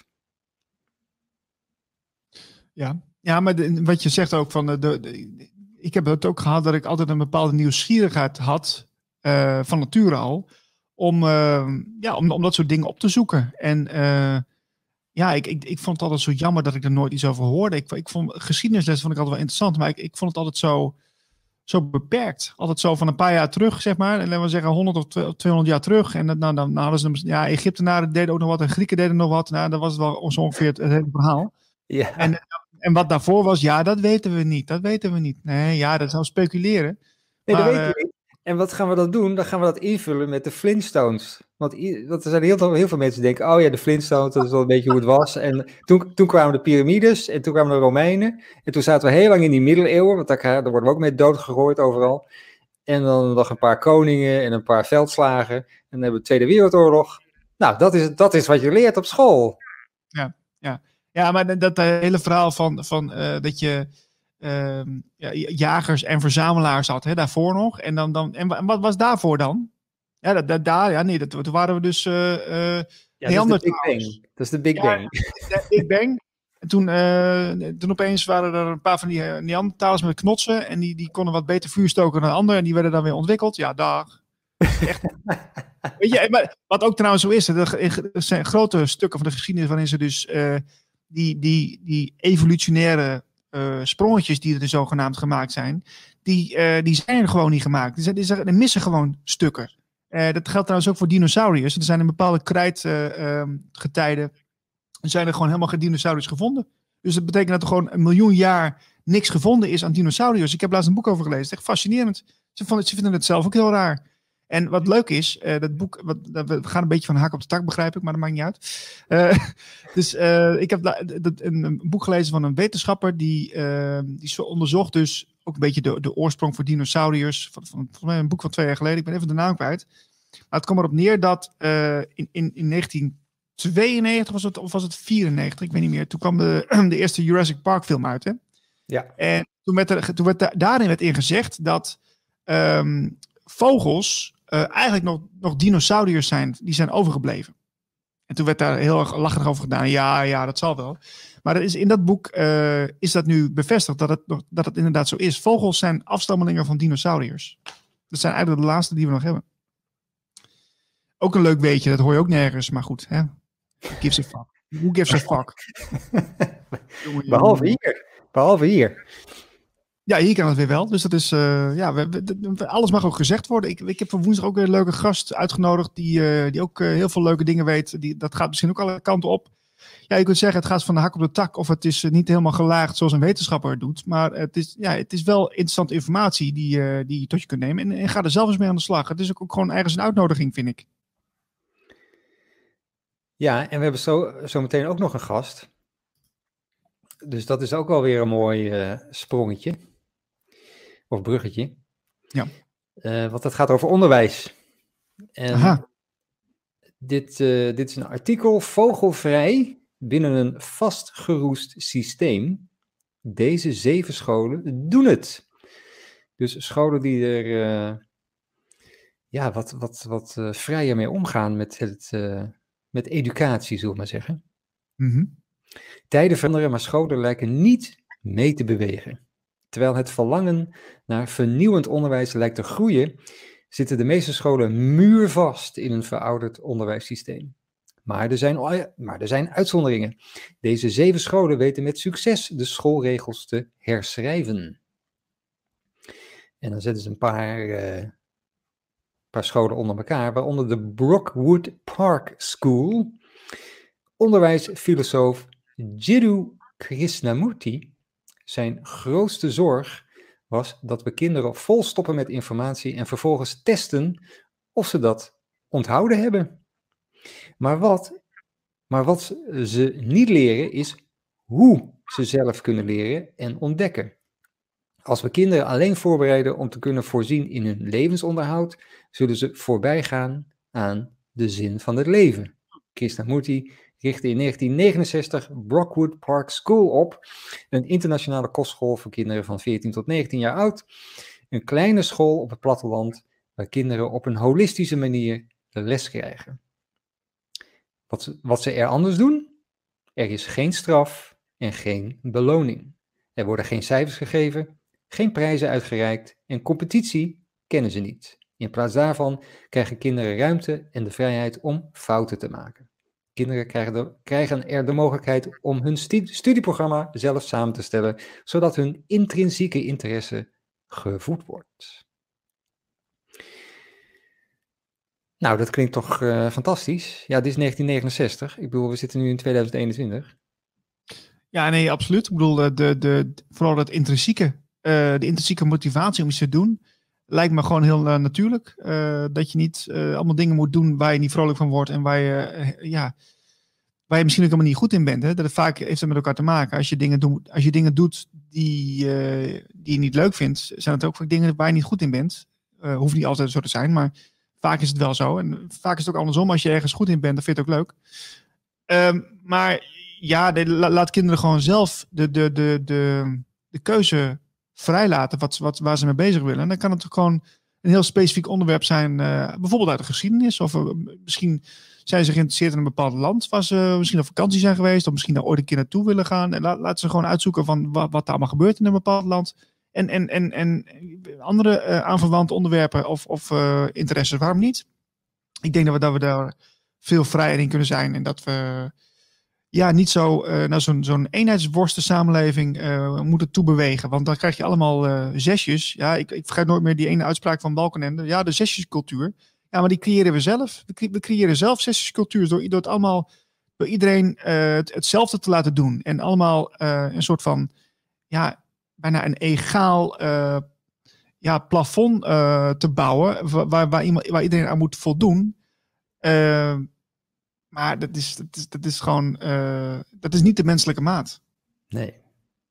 Ja, ja, maar de, wat je zegt ook van, de, de, de, ik heb het ook gehad dat ik altijd een bepaalde nieuwsgierigheid had, uh, van nature al, om, uh, ja, om, om dat soort dingen op te zoeken. En uh, ja, ik, ik, ik vond het altijd zo jammer dat ik er nooit iets over hoorde. Ik, ik vond geschiedenisles vond ik altijd wel interessant, maar ik, ik vond het altijd zo, zo beperkt. Altijd zo van een paar jaar terug, zeg maar. En laten we zeggen honderd of tweehonderd jaar terug. En dat, nou, dan nou, hadden ze, ja, Egyptenaren deden ook nog wat en Grieken deden nog wat. Nou, dat was wel zo ongeveer het, het hele verhaal. Ja. En, en wat daarvoor was, ja, dat weten we niet. Dat weten we niet. Nee, ja, dat zou speculeren. Nee, maar, dat weten we niet. En wat gaan we dan doen? Dan gaan we dat invullen met de Flintstones. Want, want er zijn heel, heel veel mensen die denken, oh ja, de Flintstones, dat is wel een beetje hoe het was. En toen, toen kwamen de piramides en toen kwamen de Romeinen. En toen zaten we heel lang in die middeleeuwen, want daar, daar worden we ook mee doodgegooid overal. En dan nog een paar koningen en een paar veldslagen. En dan hebben we de Tweede Wereldoorlog. Nou, dat is, dat is wat je leert op school. Ja, ja. Ja, maar dat uh, hele verhaal van, van uh, dat je uh, ja, jagers en verzamelaars had, hè, daarvoor nog. En, dan, dan, en wat was daarvoor dan? Ja, dat, dat, daar, ja nee, dat, toen waren we dus... Uh, uh, ja, dat is de Big Bang. Dat is de Big ja, Bang. De Big Bang. En toen, uh, toen opeens waren er een paar van die Neandertalers met knotsen. En die, die konden wat beter vuur stoken dan de anderen. En die werden dan weer ontwikkeld. Ja, dag. Echt. Weet je, maar wat ook trouwens zo is. Er zijn grote stukken van de geschiedenis waarin ze dus... Uh, Die, die, die evolutionaire uh, sprongetjes die er zogenaamd gemaakt zijn, die, uh, die zijn er gewoon niet gemaakt. Die zijn, die zijn, er missen gewoon stukken. Uh, dat geldt trouwens ook voor dinosauriërs. Er zijn in bepaalde krijtgetijden, uh, um, zijn er gewoon helemaal geen dinosauriërs gevonden. Dus dat betekent dat er gewoon een miljoen jaar niks gevonden is aan dinosauriërs. Ik heb laatst een boek over gelezen. Het is echt fascinerend. Ze, vonden, ze vinden het zelf ook heel raar. En wat leuk is, uh, dat boek, wat, we gaan een beetje van haak op de tak, begrijp ik, maar dat maakt niet uit. Uh, dus uh, ik heb la, dat, een, een boek gelezen van een wetenschapper die, uh, die onderzocht dus ook een beetje de, de oorsprong voor dinosauriërs. Van, van, volgens mij een boek van twee jaar geleden. Ik ben even de naam kwijt. Maar het kwam erop neer dat uh, in, in, in negentien tweeënnegentig was het, of was het vierennegentig, ik weet niet meer. Toen kwam de, de eerste Jurassic Park film uit. Hè? Ja. En toen werd, er, toen werd da- daarin werd ingezegd dat um, vogels uh, eigenlijk nog, nog dinosauriërs zijn die zijn overgebleven. En toen werd daar heel erg lachig over gedaan. Ja, ja, dat zal wel. Maar dat is, in dat boek uh, is dat nu bevestigd dat het, nog, dat het inderdaad zo is. Vogels zijn afstammelingen van dinosauriërs. Dat zijn eigenlijk de laatste die we nog hebben. Ook een leuk weetje, dat hoor je ook nergens. Maar goed, hè? Who gives a fuck? Who gives a fuck? Behalve hier. Behalve hier. Ja, hier kan het weer wel. Dus dat is, uh, ja, we, we, alles mag ook gezegd worden. Ik, ik heb voor woensdag ook weer een leuke gast uitgenodigd die, uh, die ook uh, heel veel leuke dingen weet. Die, dat gaat misschien ook alle kanten op. Ja, je kunt zeggen het gaat van de hak op de tak of het is uh, niet helemaal gelaagd zoals een wetenschapper het doet. Maar het is, ja, het is wel interessante informatie die, uh, die je tot je kunt nemen. En, en ga er zelf eens mee aan de slag. Het is ook, ook gewoon ergens een uitnodiging, vind ik. Ja, en we hebben zo, zo meteen ook nog een gast. Dus dat is ook wel weer een mooi uh, sprongetje. Of bruggetje. Ja. Uh, want het gaat over onderwijs. En Aha. Dit, uh, dit is een artikel, vogelvrij binnen een vastgeroest systeem. Deze zeven scholen doen het. Dus scholen die er uh, ja, wat, wat, wat uh, vrijer mee omgaan met, het, uh, met educatie, zullen we maar zeggen. Mm-hmm. Tijden veranderen, maar scholen lijken niet mee te bewegen. Terwijl het verlangen naar vernieuwend onderwijs lijkt te groeien, zitten de meeste scholen muurvast in een verouderd onderwijssysteem. Maar er zijn, maar er zijn uitzonderingen. Deze zeven scholen weten met succes de schoolregels te herschrijven. En dan zetten ze een paar, uh, paar scholen onder elkaar, waaronder de Brockwood Park School. Onderwijsfilosoof Jiddu Krishnamurti, zijn grootste zorg was dat we kinderen volstoppen met informatie en vervolgens testen of ze dat onthouden hebben. Maar wat, maar wat ze niet leren is hoe ze zelf kunnen leren en ontdekken. Als we kinderen alleen voorbereiden om te kunnen voorzien in hun levensonderhoud, zullen ze voorbij gaan aan de zin van het leven. Krishnamurti richtte in negentien negenenzestig Brockwood Park School op, een internationale kostschool voor kinderen van veertien tot negentien jaar oud. Een kleine school op het platteland waar kinderen op een holistische manier de les krijgen. Wat ze, wat ze er anders doen? Er is geen straf en geen beloning. Er worden geen cijfers gegeven, geen prijzen uitgereikt en competitie kennen ze niet. In plaats daarvan krijgen kinderen ruimte en de vrijheid om fouten te maken. Kinderen krijgen, de, krijgen er de mogelijkheid om hun stu- studieprogramma zelf samen te stellen, zodat hun intrinsieke interesse gevoed wordt. Nou, dat klinkt toch uh, fantastisch. Ja, dit is negentien negenenzestig. Ik bedoel, we zitten nu in tweeduizend eenentwintig. Ja, nee, absoluut. Ik bedoel, de, de, de, vooral het intrinsieke, uh, de intrinsieke motivatie om iets te doen, lijkt me gewoon heel uh, natuurlijk. Uh, dat je niet uh, allemaal dingen moet doen waar je niet vrolijk van wordt en waar je, uh, ja, waar je misschien ook helemaal niet goed in bent. Hè? Dat het vaak heeft het met elkaar te maken. Als je dingen, do- als je dingen doet die, uh, die je niet leuk vindt, zijn het ook vaak dingen waar je niet goed in bent. Uh, hoeft niet altijd zo te zijn, maar vaak is het wel zo. En vaak is het ook andersom. Als je ergens goed in bent, dan vind je het ook leuk. Um, maar ja, de, la, laat kinderen gewoon zelf de, de, de, de, de keuze vrijlaten wat, wat, waar ze mee bezig willen. En dan kan het ook gewoon een heel specifiek onderwerp zijn, uh, bijvoorbeeld uit de geschiedenis. Of uh, misschien zijn ze geïnteresseerd in een bepaald land waar ze misschien op vakantie zijn geweest. Of misschien daar ooit een keer naartoe willen gaan. En la, laten ze gewoon uitzoeken van wat, wat er allemaal gebeurt in een bepaald land. En, en, en, en andere uh, aanverwante onderwerpen of, of uh, interesses, waarom niet? Ik denk dat we, dat we daar veel vrijer in kunnen zijn. En dat we ja, niet zo uh, naar zo'n, zo'n eenheidsworsten samenleving uh, moeten toebewegen. Want dan krijg je allemaal uh, zesjes. Ja, ik, ik vergeet nooit meer die ene uitspraak van Balkenende. Ja, de zesjescultuur. Ja, maar die creëren we zelf. We, cre- we creëren zelf zesjescultuur door, door het allemaal, door iedereen uh, het, hetzelfde te laten doen. En allemaal uh, een soort van, ja, bijna een egaal uh, ja, plafond uh, te bouwen. Waar, waar, iemand, waar iedereen aan moet voldoen. Uh, maar dat is, dat is, dat is gewoon, uh, dat is niet de menselijke maat. Nee.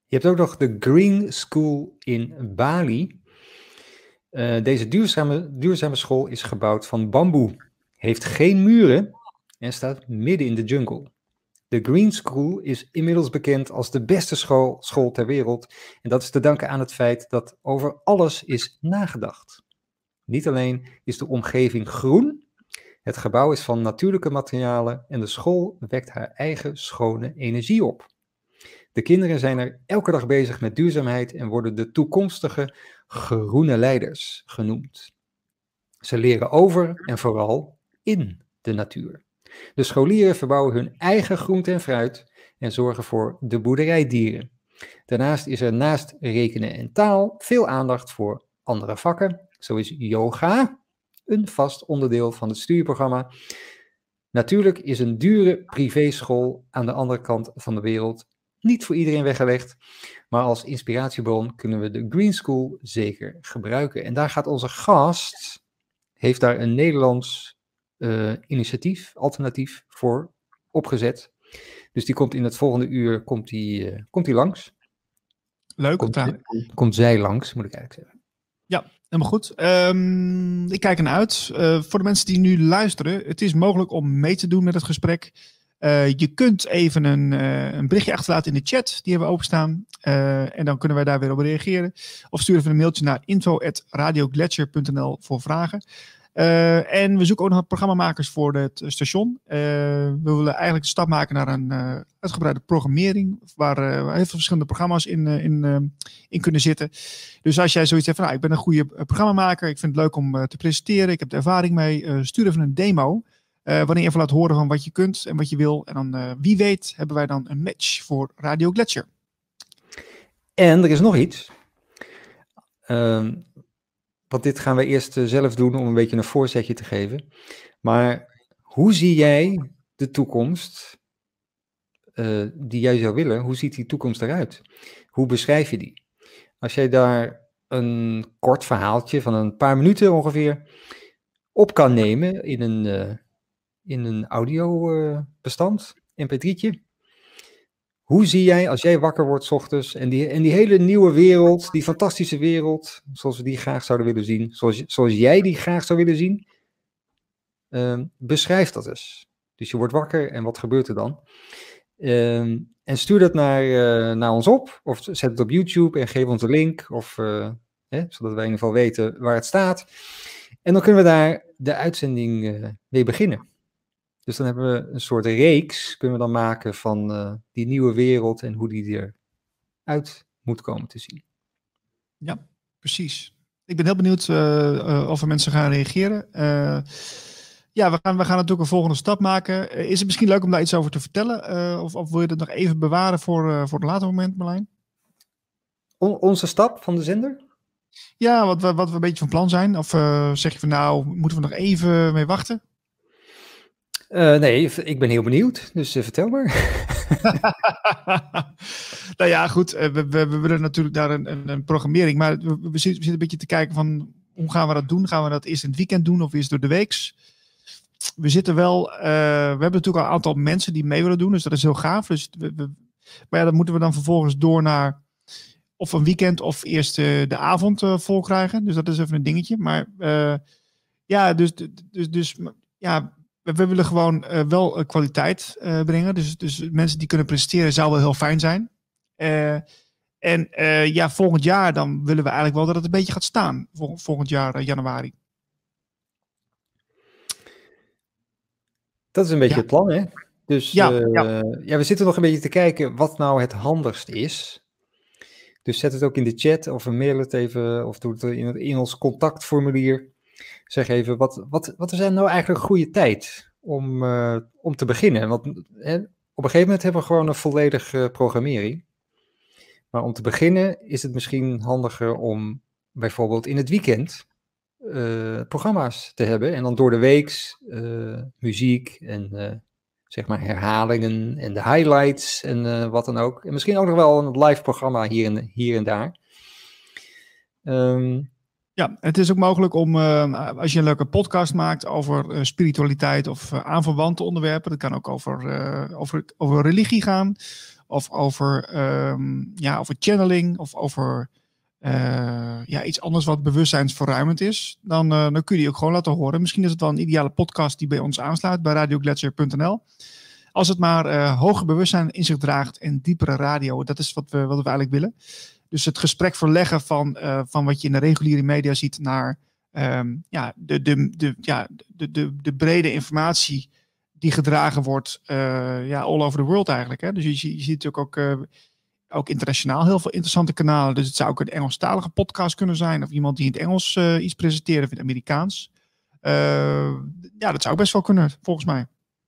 Je hebt ook nog de Green School in Bali. Uh, deze duurzame, duurzame school is gebouwd van bamboe, heeft geen muren en staat midden in de jungle. De Green School is inmiddels bekend als de beste school, school ter wereld. En dat is te danken aan het feit dat over alles is nagedacht. Niet alleen is de omgeving groen, het gebouw is van natuurlijke materialen en de school wekt haar eigen schone energie op. De kinderen zijn er elke dag bezig met duurzaamheid en worden de toekomstige groene leiders genoemd. Ze leren over en vooral in de natuur. De scholieren verbouwen hun eigen groente en fruit en zorgen voor de boerderijdieren. Daarnaast is er naast rekenen en taal veel aandacht voor andere vakken. Zo is yoga een vast onderdeel van het studieprogramma. Natuurlijk is een dure privéschool aan de andere kant van de wereld niet voor iedereen weggelegd, maar als inspiratiebron kunnen we de Green School zeker gebruiken. En daar gaat onze gast, heeft daar een Nederlands uh, initiatief, alternatief voor opgezet. Dus die komt in het volgende uur, komt die, uh, komt die langs. Leuk. Komt, komt, komt zij langs, moet ik eigenlijk zeggen. Ja, helemaal goed. Um, ik kijk ernaar uit. Uh, voor de mensen die nu luisteren, het is mogelijk om mee te doen met het gesprek. Uh, je kunt even een, uh, een berichtje achterlaten in de chat, die hebben we openstaan. Uh, en dan kunnen wij daar weer op reageren. Of stuur even een mailtje naar info at radioglacier punt n l voor vragen. Uh, en we zoeken ook nog programmamakers voor het station. Uh, we willen eigenlijk de stap maken naar een uh, uitgebreide programmering, waar, uh, waar heel veel verschillende programma's in, uh, in, uh, in kunnen zitten. Dus als jij zoiets hebt van, nou, ik ben een goede programmamaker, ik vind het leuk om uh, te presenteren, ik heb er ervaring mee, uh, stuur even een demo. Uh, wanneer je even laat horen van wat je kunt en wat je wil. En dan, uh, wie weet, hebben wij dan een match voor Radio Glacier. En er is nog iets. Uh, want dit gaan we eerst uh, zelf doen om een beetje een voorzetje te geven. Maar hoe zie jij de toekomst uh, die jij zou willen? Hoe ziet die toekomst eruit? Hoe beschrijf je die? Als jij daar een kort verhaaltje van een paar minuten ongeveer op kan nemen in een... Uh, in een audiobestand, uh, M P drie'tje. Hoe zie jij, als jij wakker wordt 's ochtends, en die, en die hele nieuwe wereld, die fantastische wereld, zoals we die graag zouden willen zien, zoals, zoals jij die graag zou willen zien, uh, beschrijf dat eens. Dus je wordt wakker en wat gebeurt er dan? Uh, en stuur dat naar, uh, naar ons op, of zet het op YouTube en geef ons de link, of, uh, hè, zodat wij in ieder geval weten waar het staat. En dan kunnen we daar de uitzending uh, mee beginnen. Dus dan hebben we een soort reeks, kunnen we dan maken van uh, die nieuwe wereld en hoe die eruit moet komen te zien. Ja, precies. Ik ben heel benieuwd uh, uh, of er mensen gaan reageren. Uh, ja, we gaan, we gaan natuurlijk een volgende stap maken. Uh, is het misschien leuk om daar iets over te vertellen? Uh, of, of wil je dat nog even bewaren voor, uh, voor een later moment, Marlijn? On, onze stap van de zender? Ja, wat we, wat we een beetje van plan zijn. Of uh, zeg je van nou, moeten we nog even mee wachten? Uh, nee, ik ben heel benieuwd, dus uh, vertel maar. Nou ja, goed, uh, we, we, we willen natuurlijk daar een, een, een programmering, maar we, we, zitten, we zitten een beetje te kijken van, hoe gaan we dat doen? Gaan we dat eerst in het weekend doen of eerst door de weeks? We zitten wel, uh, we hebben natuurlijk al een aantal mensen die mee willen doen, dus dat is heel gaaf. Dus we, we, maar ja, dan moeten we dan vervolgens door naar of een weekend of eerst uh, de avond uh, vol krijgen. Dus dat is even een dingetje. Maar uh, ja, dus, dus, dus ja... We, we willen gewoon uh, wel uh, kwaliteit uh, brengen. Dus, dus mensen die kunnen presteren zou wel heel fijn zijn. Uh, en uh, ja, volgend jaar dan willen we eigenlijk wel dat het een beetje gaat staan. Vol, volgend jaar uh, januari. Dat is een beetje ja. het plan, hè? Dus ja, uh, ja. ja, we zitten nog een beetje te kijken wat nou het handigst is. Dus zet het ook in de chat of mail het even of doe het in, het, in ons contactformulier. Zeg even, wat, wat, wat is nou eigenlijk een goede tijd om, uh, om te beginnen? Want hè, op een gegeven moment hebben we gewoon een volledige uh, programmering. Maar om te beginnen is het misschien handiger om bijvoorbeeld in het weekend uh, programma's te hebben. En dan door de week uh, muziek en uh, zeg maar herhalingen en de highlights en uh, wat dan ook. En misschien ook nog wel een live programma hier en, hier en daar. Um, Ja, het is ook mogelijk om, uh, als je een leuke podcast maakt over uh, spiritualiteit of uh, aanverwante onderwerpen, dat kan ook over, uh, over, over religie gaan, of over, um, ja, over channeling of over uh, ja, iets anders wat bewustzijnsverruimend is, dan, uh, dan kun je die ook gewoon laten horen. Misschien is het wel een ideale podcast die bij ons aansluit bij radio gletscher punt n l. Als het maar uh, hoger bewustzijn in zich draagt en diepere radio, dat is wat we, wat we eigenlijk willen. Dus het gesprek verleggen van, uh, van wat je in de reguliere media ziet naar um, ja, de, de, de, ja, de, de, de brede informatie die gedragen wordt uh, ja, all over the world eigenlijk. Hè? Dus je, je ziet natuurlijk ook, uh, ook internationaal heel veel interessante kanalen. Dus het zou ook een Engelstalige podcast kunnen zijn of iemand die in het Engels uh, iets presenteert of in het Amerikaans. Uh, ja, dat zou best wel kunnen, volgens mij.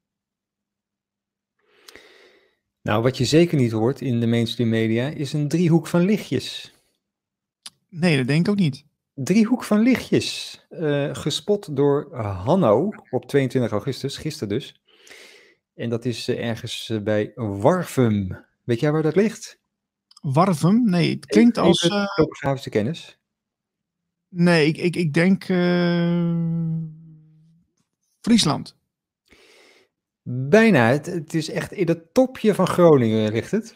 Nou, wat je zeker niet hoort in de mainstream media is een driehoek van lichtjes. Nee, dat denk ik ook niet. Driehoek van lichtjes. Uh, gespot door Hanno op tweeëntwintig augustus, gisteren dus. En dat is uh, ergens uh, bij Warfum. Weet jij waar dat ligt? Warfum? Nee, het klinkt even, als... Uh, topografische kennis. Nee, ik, ik, ik denk... Uh... Friesland. Bijna. Het, het is echt in het topje van Groningen ligt het.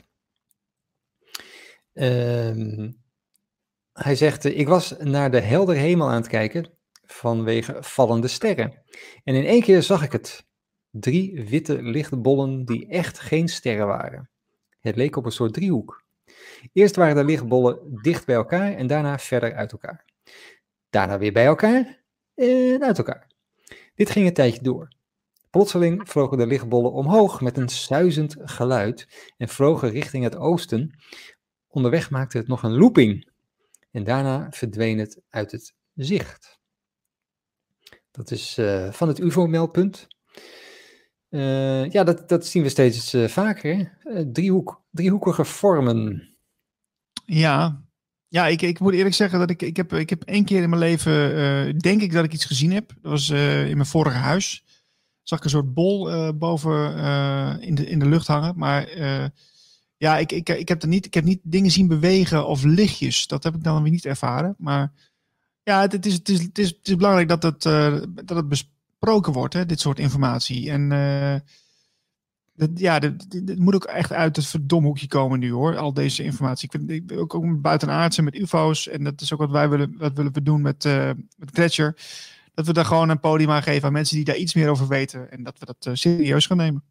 Uh, hij zegt, uh, ik was naar de heldere hemel aan het kijken vanwege vallende sterren. En in één keer zag ik het. Drie witte lichtbollen die echt geen sterren waren. Het leek op een soort driehoek. Eerst waren de lichtbollen dicht bij elkaar en daarna verder uit elkaar. Daarna weer bij elkaar en uit elkaar. Dit ging een tijdje door. Plotseling vlogen de lichtbollen omhoog met een suizend geluid en vlogen richting het oosten. Onderweg maakte het nog een looping en daarna verdween het uit het zicht. Dat is uh, van het U F O-meldpunt. Uh, ja, dat, dat zien we steeds uh, vaker. Uh, driehoek, driehoekige vormen. Ja, ja ik, ik moet eerlijk zeggen dat ik, ik, heb, ik heb één keer in mijn leven, uh, denk ik dat ik iets gezien heb. Dat was uh, in mijn vorige huis. Zag ik een soort bol uh, boven uh, in, de, in de lucht hangen. Maar uh, ja, ik, ik, ik, heb er niet, ik heb niet dingen zien bewegen of lichtjes. Dat heb ik dan weer niet ervaren. Maar ja, het, het, is, het, is, het, is, het is belangrijk dat het, uh, dat het besproken wordt, hè, dit soort informatie. En uh, dat, ja, het moet ook echt uit het verdomhoekje komen nu, hoor. Al deze informatie. Ik vind ik ben ook, ook buitenaardse met U F O's. En dat is ook wat wij willen, wat willen we doen met, uh, met Gletscher. Dat we daar gewoon een podium aan geven aan mensen die daar iets meer over weten. En dat we dat uh, serieus gaan nemen.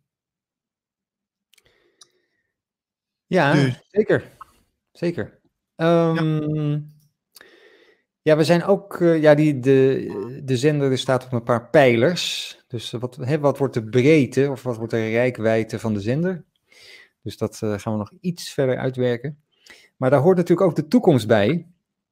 Ja, dus. zeker. Zeker. Um, ja. ja, we zijn ook... Uh, ja, die, de, de zender er staat op een paar pijlers. Dus wat, hè, wat wordt de breedte of wat wordt de reikwijdte van de zender? Dus dat uh, gaan we nog iets verder uitwerken. Maar daar hoort natuurlijk ook de toekomst bij.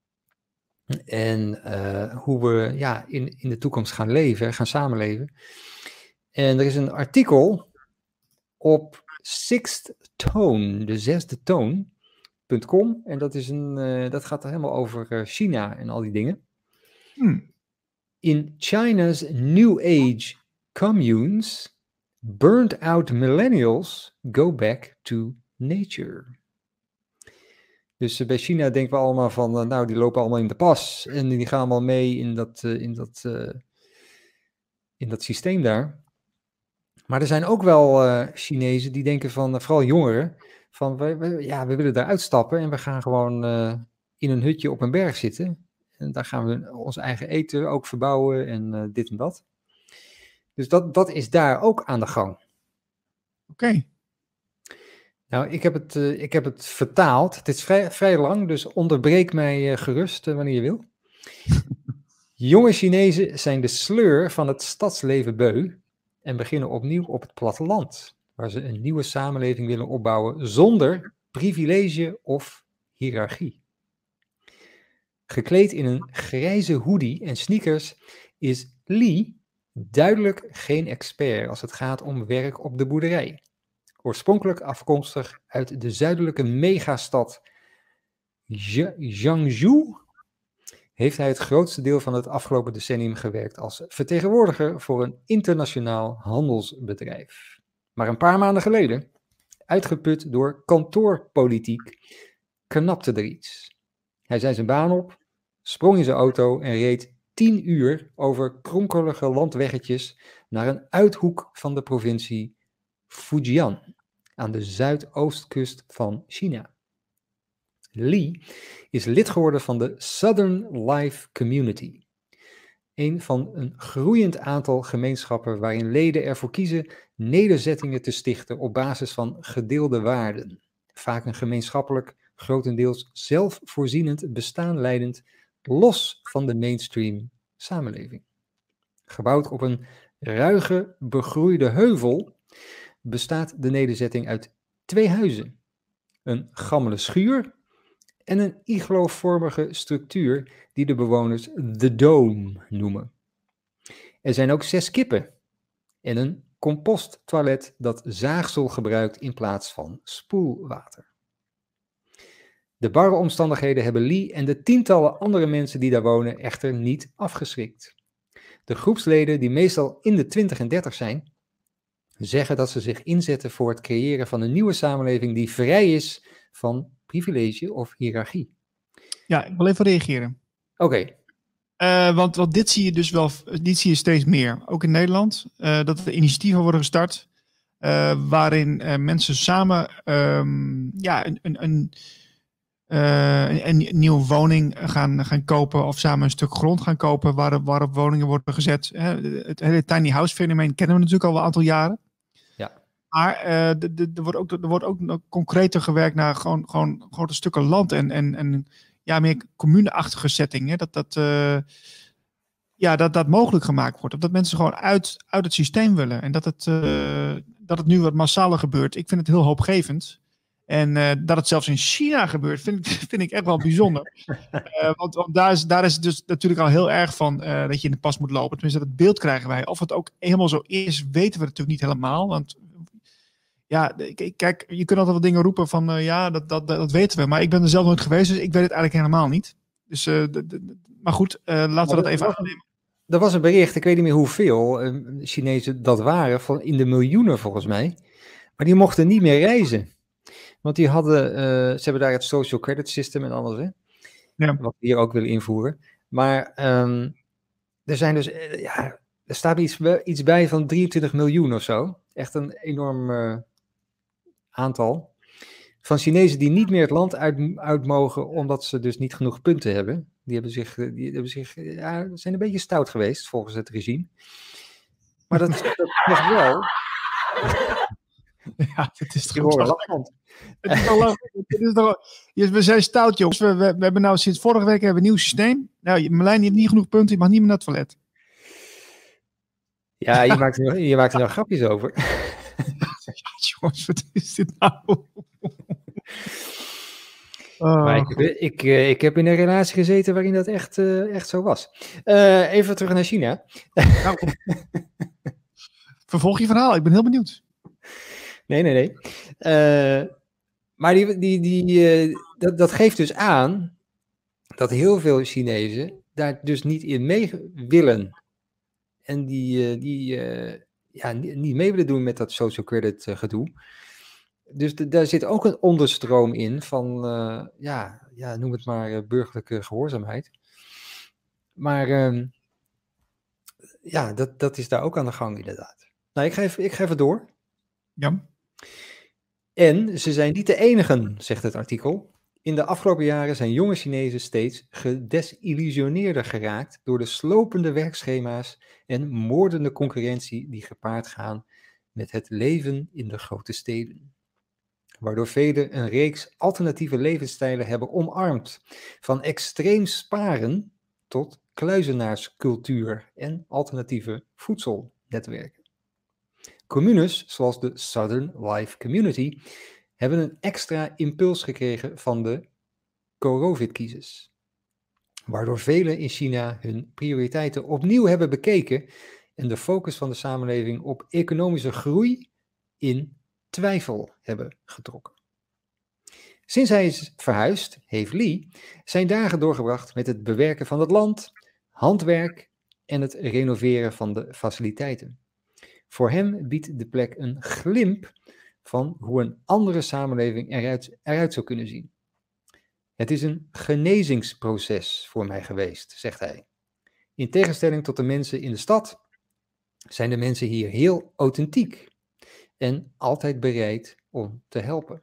En uh, hoe we ja, in, in de toekomst gaan leven, gaan samenleven. En er is een artikel op Sixth Tone, de zesde toon, punt com. En dat, is een, uh, dat gaat er helemaal over uh, China en al die dingen. Hmm. In China's New Age communes, burned out millennials go back to nature. Dus uh, bij China denken we allemaal van, uh, nou die lopen allemaal in de pas en die gaan allemaal mee in dat, uh, in dat, uh, in dat systeem daar. Maar er zijn ook wel uh, Chinezen die denken van, uh, vooral jongeren, van we, we, ja, we willen daar uitstappen en we gaan gewoon uh, in een hutje op een berg zitten. En daar gaan we ons eigen eten ook verbouwen en uh, dit en dat. Dus dat, dat is daar ook aan de gang. Oké. Okay. Nou, ik heb, het, uh, ik heb het vertaald. Het is vrij, vrij lang, dus onderbreek mij uh, gerust uh, wanneer je wil. Jonge Chinezen zijn de sleur van het stadsleven beu en beginnen opnieuw op het platteland, waar ze een nieuwe samenleving willen opbouwen zonder privilege of hiërarchie. Gekleed in een grijze hoodie en sneakers is Li duidelijk geen expert als het gaat om werk op de boerderij. Oorspronkelijk afkomstig uit de zuidelijke megastad Jiangsu, heeft hij het grootste deel van het afgelopen decennium gewerkt als vertegenwoordiger voor een internationaal handelsbedrijf. Maar een paar maanden geleden, uitgeput door kantoorpolitiek, knapte er iets. Hij zei zijn baan op, sprong in zijn auto en reed tien uur over kronkelige landweggetjes naar een uithoek van de provincie Fujian, aan de zuidoostkust van China. Li is lid geworden van de Southern Life Community, een van een groeiend aantal gemeenschappen waarin leden ervoor kiezen nederzettingen te stichten op basis van gedeelde waarden, vaak een gemeenschappelijk, grotendeels zelfvoorzienend bestaan leidend, los van de mainstream samenleving. Gebouwd op een ruige, begroeide heuvel bestaat de nederzetting uit twee huizen, een gammele schuur en een iglo-vormige structuur die de bewoners The Dome noemen. Er zijn ook zes kippen en een composttoilet dat zaagsel gebruikt in plaats van spoelwater. De barre omstandigheden hebben Li en de tientallen andere mensen die daar wonen echter niet afgeschrikt. De groepsleden, die meestal in de twintig en dertig zijn, zeggen dat ze zich inzetten voor het creëren van een nieuwe samenleving die vrij is van privilege of hiërarchie. Ja, ik wil even reageren. Oké. Okay. Uh, want, want dit zie je dus wel, dit zie je steeds meer. Ook in Nederland, uh, dat er initiatieven worden gestart, uh, waarin uh, mensen samen um, ja, een, een, een, uh, een, een nieuwe woning gaan, gaan kopen of samen een stuk grond gaan kopen waar, waarop woningen worden gezet. Uh, het hele tiny house fenomeen kennen we natuurlijk al een aantal jaren. Maar uh, de, de, er wordt ook, er wordt ook concreter gewerkt naar gewoon, gewoon grote stukken land en, en, en ja, meer commune-achtige setting. Hè? Dat, dat, uh, ja, dat dat mogelijk gemaakt wordt. Of dat mensen gewoon uit, uit het systeem willen. En dat het, uh, dat het nu wat massaler gebeurt. Ik vind het heel hoopgevend. En uh, dat het zelfs in China gebeurt, vind ik, vind ik echt wel bijzonder. uh, want want daar, is, daar is het dus natuurlijk al heel erg van uh, dat je in de pas moet lopen. Tenminste, dat beeld krijgen wij. Of het ook helemaal zo is, weten we natuurlijk niet helemaal. Want ja, kijk, je kunt altijd wel dingen roepen van uh, ja, dat, dat, dat weten we. Maar ik ben er zelf nooit geweest, dus ik weet het eigenlijk helemaal niet. Dus, uh, de, de, maar goed, uh, laten maar we dat even aannemen. Er was een bericht, ik weet niet meer hoeveel uh, Chinezen dat waren, van in de miljoenen volgens mij. Maar die mochten niet meer reizen. Want die hadden, uh, ze hebben daar het social credit system en alles, hè? Ja. Wat we hier ook willen invoeren. Maar um, er zijn dus, uh, ja, er staat iets, iets bij van drieëntwintig miljoen of zo. Echt een enorm uh, aantal. Van Chinezen die niet meer het land uit, uit mogen, omdat ze dus niet genoeg punten hebben. Die hebben zich, die hebben zich ja, zijn een beetje stout geweest volgens het regime. Maar dat, dat zegt wel. Ja, het is toch lachend. Het is toch lachend. Het is toch, we zijn stout, jongens. We, we, we hebben nou sinds vorige week hebben we een nieuw systeem. Nou, Marlijn, je hebt niet genoeg punten, je mag niet meer naar het toilet. Ja, je maakt, er, je maakt er nou grapjes over. Ja, jongens, wat is dit nou? Oh, maar ik, ik, ik heb in een relatie gezeten waarin dat echt, uh, echt zo was. Uh, even terug naar China. Nou, vervolg je verhaal, ik ben heel benieuwd. Nee, nee, nee. Uh, maar die, die, die, uh, dat, dat geeft dus aan dat heel veel Chinezen daar dus niet in mee willen. En die, uh, die uh, ja, niet mee willen doen met dat social credit uh, gedoe. Dus de, daar zit ook een onderstroom in van, uh, ja, ja, noem het maar uh, burgerlijke gehoorzaamheid. Maar uh, ja, dat, dat is daar ook aan de gang inderdaad. Nou, ik ga even, ik ga even door. Ja. En ze zijn niet de enigen, zegt het artikel. In de afgelopen jaren zijn jonge Chinezen steeds gedesillusioneerder geraakt door de slopende werkschema's en moordende concurrentie die gepaard gaan met het leven in de grote steden. Waardoor velen een reeks alternatieve levensstijlen hebben omarmd, van extreem sparen tot kluizenaarscultuur en alternatieve voedselnetwerken. Communes, zoals de Southern Life Community, hebben een extra impuls gekregen van de Covid-crisis, waardoor velen in China hun prioriteiten opnieuw hebben bekeken en de focus van de samenleving op economische groei in twijfel hebben getrokken. Sinds hij is verhuisd, heeft Li zijn dagen doorgebracht met het bewerken van het land, handwerk en het renoveren van de faciliteiten. Voor hem biedt de plek een glimp van hoe een andere samenleving eruit, eruit zou kunnen zien. Het is een genezingsproces voor mij geweest, zegt hij. In tegenstelling tot de mensen in de stad zijn de mensen hier heel authentiek en altijd bereid om te helpen.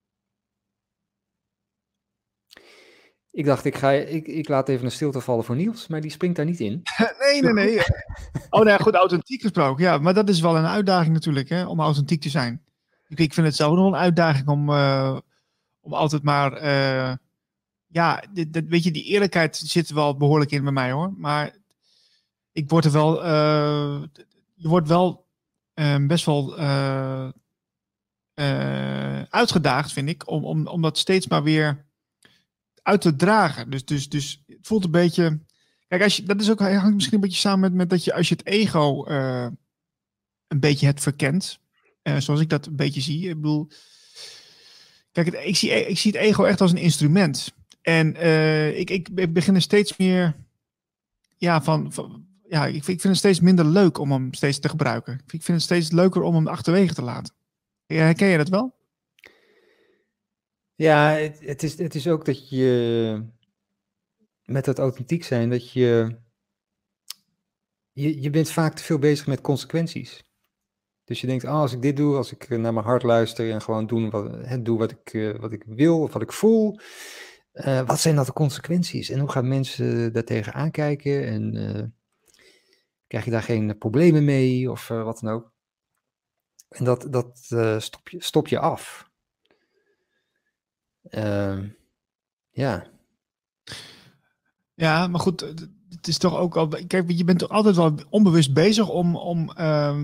Ik dacht, ik, ga, ik, ik laat even een stilte vallen voor Niels, maar die springt daar niet in. nee, nee, nee. Oh, nee, goed, authentiek gesproken. Ja, maar dat is wel een uitdaging natuurlijk, hè, om authentiek te zijn. Ik, ik vind het zelf nog een uitdaging om, uh, om altijd maar... Uh, ja, dit, dit, weet je, die eerlijkheid zit er wel behoorlijk in bij mij, hoor. Maar ik word er wel... Uh, je wordt wel uh, best wel uh, uh, uitgedaagd, vind ik, om, om, om dat steeds maar weer uit te dragen. Dus, dus, dus het voelt een beetje... Kijk, als je, dat is ook hangt misschien een beetje samen met, met dat je als je het ego uh, een beetje het verkent, uh, zoals ik dat een beetje zie. Ik bedoel, kijk, het, ik, zie, ik zie het ego echt als een instrument. En uh, ik, ik, ik begin er steeds meer, ja, van, van ja, ik, ik vind het steeds minder leuk om hem steeds te gebruiken. Ik vind het steeds leuker om hem achterwege te laten. Herken je dat wel? Ja, het, het, is, het is ook dat je met dat authentiek zijn, dat je, je, je bent vaak te veel bezig met consequenties. Dus je denkt, oh, als ik dit doe, als ik naar mijn hart luister en gewoon doen wat, hè, doe wat ik, uh, wat ik wil of wat ik voel, uh, wat zijn dat de consequenties? En hoe gaan mensen daar tegen aankijken? En uh, krijg je daar geen problemen mee of uh, wat dan ook? En dat, dat uh, stop, je, stop je af. Uh, ja. Ja, maar goed, het is toch ook al... Kijk, je bent toch altijd wel onbewust bezig om... om uh,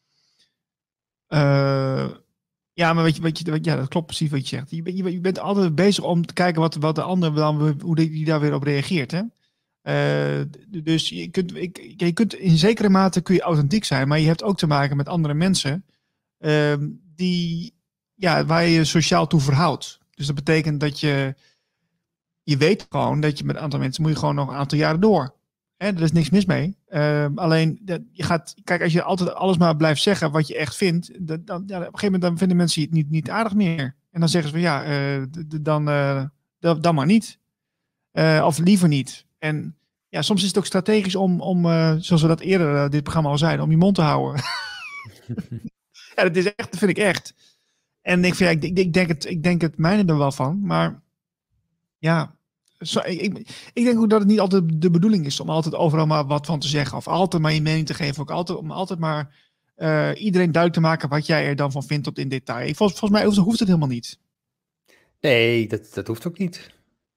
uh, ja, maar weet je, weet je, ja, dat klopt precies wat je zegt. Je, je, je bent altijd bezig om te kijken wat, wat de ander dan, hoe die, die daar weer op reageert, hè? Uh, dus je kunt, ik, je kunt in zekere mate kun je authentiek zijn, maar je hebt ook te maken met andere mensen uh, die, ja, waar je je sociaal toe verhoudt. Dus dat betekent dat je, je weet gewoon dat je met een aantal mensen moet je gewoon nog een aantal jaren door. Hè, er is niks mis mee. Uh, alleen, dat, je gaat, kijk, als je altijd alles maar blijft zeggen wat je echt vindt, dat, dan, ja, op een gegeven moment dan vinden mensen het niet, niet aardig meer. En dan zeggen ze van ja, uh, d- d- dan, uh, d- dan maar niet. Uh, of liever niet. En ja, soms is het ook strategisch om, om uh, zoals we dat eerder uh, dit programma al zeiden, om je mond te houden. Ja, dat is echt, dat vind ik echt. En ik, vind, ja, ik, ik, denk het, ik denk het mijne er wel van, maar ja, zo, ik, ik, ik denk ook dat het niet altijd de bedoeling is om altijd overal maar wat van te zeggen, of altijd maar je mening te geven, ook altijd, om altijd maar uh, iedereen duidelijk te maken wat jij er dan van vindt tot in detail. Volgens, volgens mij hoeft, hoeft het helemaal niet. Nee, dat, dat hoeft ook niet.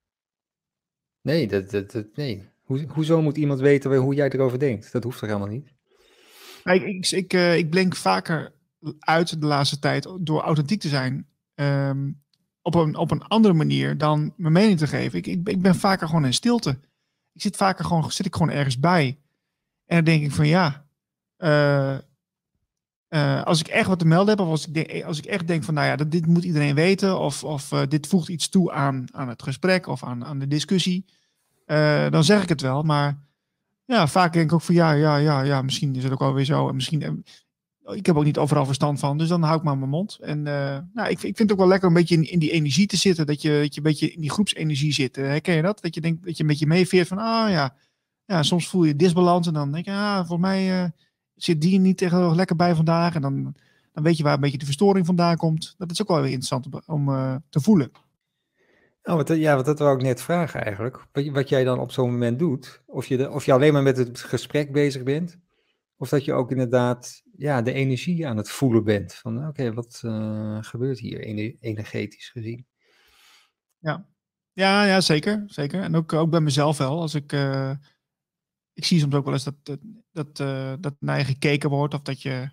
Nee, dat, dat, dat, nee. Ho, hoezo moet iemand weten hoe jij erover denkt? Dat hoeft toch helemaal niet? Ik, ik, ik, uh, ik blink vaker uit de laatste tijd door authentiek te zijn. Um, op, een, op een andere manier dan mijn mening te geven. Ik, ik, ik ben vaker gewoon in stilte. Ik zit vaker gewoon, zit ik gewoon ergens bij. En dan denk ik van ja. Uh, uh, als ik echt wat te melden heb. Of als ik, denk, als ik echt denk van nou ja, dat, dit moet iedereen weten. Of, of uh, dit voegt iets toe aan, aan het gesprek. Of aan, aan de discussie. Uh, dan zeg ik het wel. Maar ja, vaak denk ik ook van ja, ja, ja, ja, misschien is het ook alweer zo. En misschien, ik heb ook niet overal verstand van, dus dan hou ik maar mijn mond. En uh, nou, ik, ik vind het ook wel lekker om een beetje in, in die energie te zitten. Dat je, dat je een beetje in die groepsenergie zit. Uh, herken je dat? Dat je denkt dat je een beetje meeveert van, ah ja, ja, soms voel je disbalans. En dan denk je, ah, volgens mij uh, zit die niet echt lekker bij vandaag. En dan, dan weet je waar een beetje de verstoring vandaan komt. Dat is ook wel weer interessant om, om uh, te voelen. Oh, wat, ja, wat dat wou ik net vragen eigenlijk. Wat, wat jij dan op zo'n moment doet. Of je, de, of je alleen maar met het gesprek bezig bent. Of dat je ook inderdaad ja, de energie aan het voelen bent. Van oké, okay, wat uh, gebeurt hier energetisch gezien? Ja, ja, ja zeker, zeker. En ook, ook bij mezelf wel. Als ik, uh, ik zie soms ook wel eens dat, dat, dat, uh, dat naar je gekeken wordt. Of dat je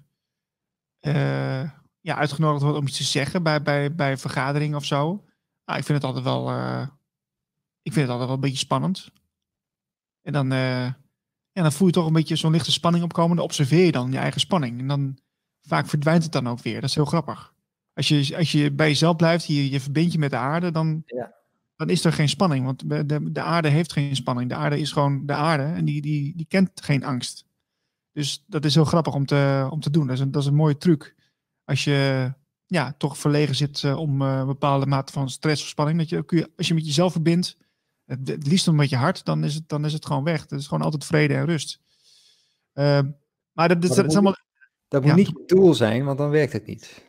uh, ja, uitgenodigd wordt om iets te zeggen bij, bij, bij een vergadering of zo. Nou, ik vind het altijd wel, uh, ik vind het altijd wel een beetje spannend. En dan, uh, ja, dan voel je toch een beetje zo'n lichte spanning opkomen. Dan observeer je dan je eigen spanning. En dan vaak verdwijnt het dan ook weer. Dat is heel grappig. Als je, als je bij jezelf blijft, je, je verbindt je met de aarde, dan, ja. dan is er geen spanning. Want de, de aarde heeft geen spanning. De aarde is gewoon de aarde en die, die, die kent geen angst. Dus dat is heel grappig om te, om te doen. Dat is, een, dat is een mooie truc. Als je ja, toch verlegen zit uh, om uh, een bepaalde mate van stress of spanning. Dat je, kun je, als je met jezelf verbindt, het, het liefst dan met je hart, dan is het, dan is het gewoon weg. Dat is gewoon altijd vrede en rust. Uh, maar dat, dat, dat is allemaal... Dat moet Ja. niet je doel zijn, want dan werkt het niet.